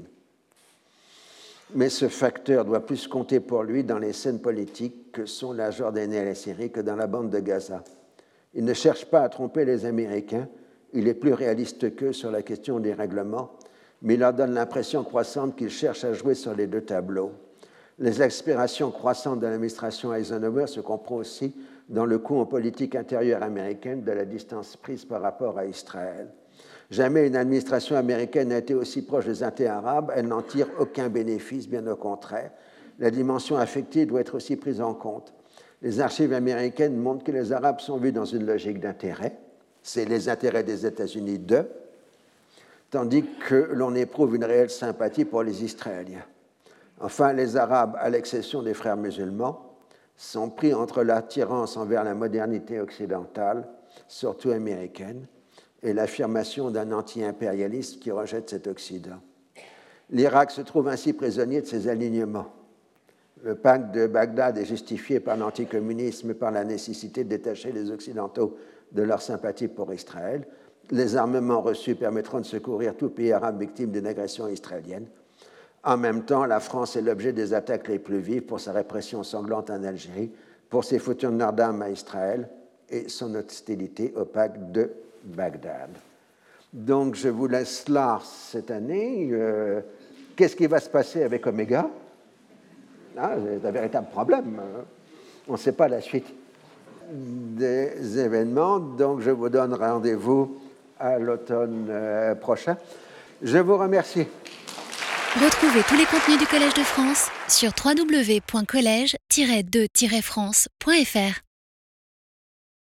Mais ce facteur doit plus compter pour lui dans les scènes politiques que sont la Jordanie et la Syrie que dans la bande de Gaza. Il ne cherche pas à tromper les Américains, il est plus réaliste qu'eux sur la question des règlements, mais il leur donne l'impression croissante qu'il cherche à jouer sur les deux tableaux. Les aspirations croissantes de l'administration Eisenhower se comprennent aussi dans le coup en politique intérieure américaine de la distance prise par rapport à Israël. Jamais une administration américaine n'a été aussi proche des intérêts arabes, elle n'en tire aucun bénéfice, bien au contraire. La dimension affective doit être aussi prise en compte. Les archives américaines montrent que les Arabes sont vus dans une logique d'intérêt, c'est les intérêts des États-Unis d'eux, tandis que l'on éprouve une réelle sympathie pour les Israéliens. Enfin, les Arabes, à l'exception des frères musulmans, sont pris entre l'attirance envers la modernité occidentale, surtout américaine, et l'affirmation d'un anti-impérialisme qui rejette cet Occident. L'Irak se trouve ainsi prisonnier de ses alignements. Le pacte de Bagdad est justifié par l'anticommunisme et par la nécessité de détacher les Occidentaux de leur sympathie pour Israël. Les armements reçus permettront de secourir tout pays arabe victime d'une agression israélienne. En même temps, la France est l'objet des attaques les plus vives pour sa répression sanglante en Algérie, pour ses foutures d'armes à Israël et son hostilité au pacte de Bagdad. Donc, je vous laisse là cette année. Qu'est-ce qui va se passer avec Oméga? C'est un véritable problème. On ne sait pas la suite des événements. Donc, je vous donne rendez-vous à l'automne prochain. Je vous remercie. Retrouvez tous les contenus du Collège de France sur www.collège-2-france.fr.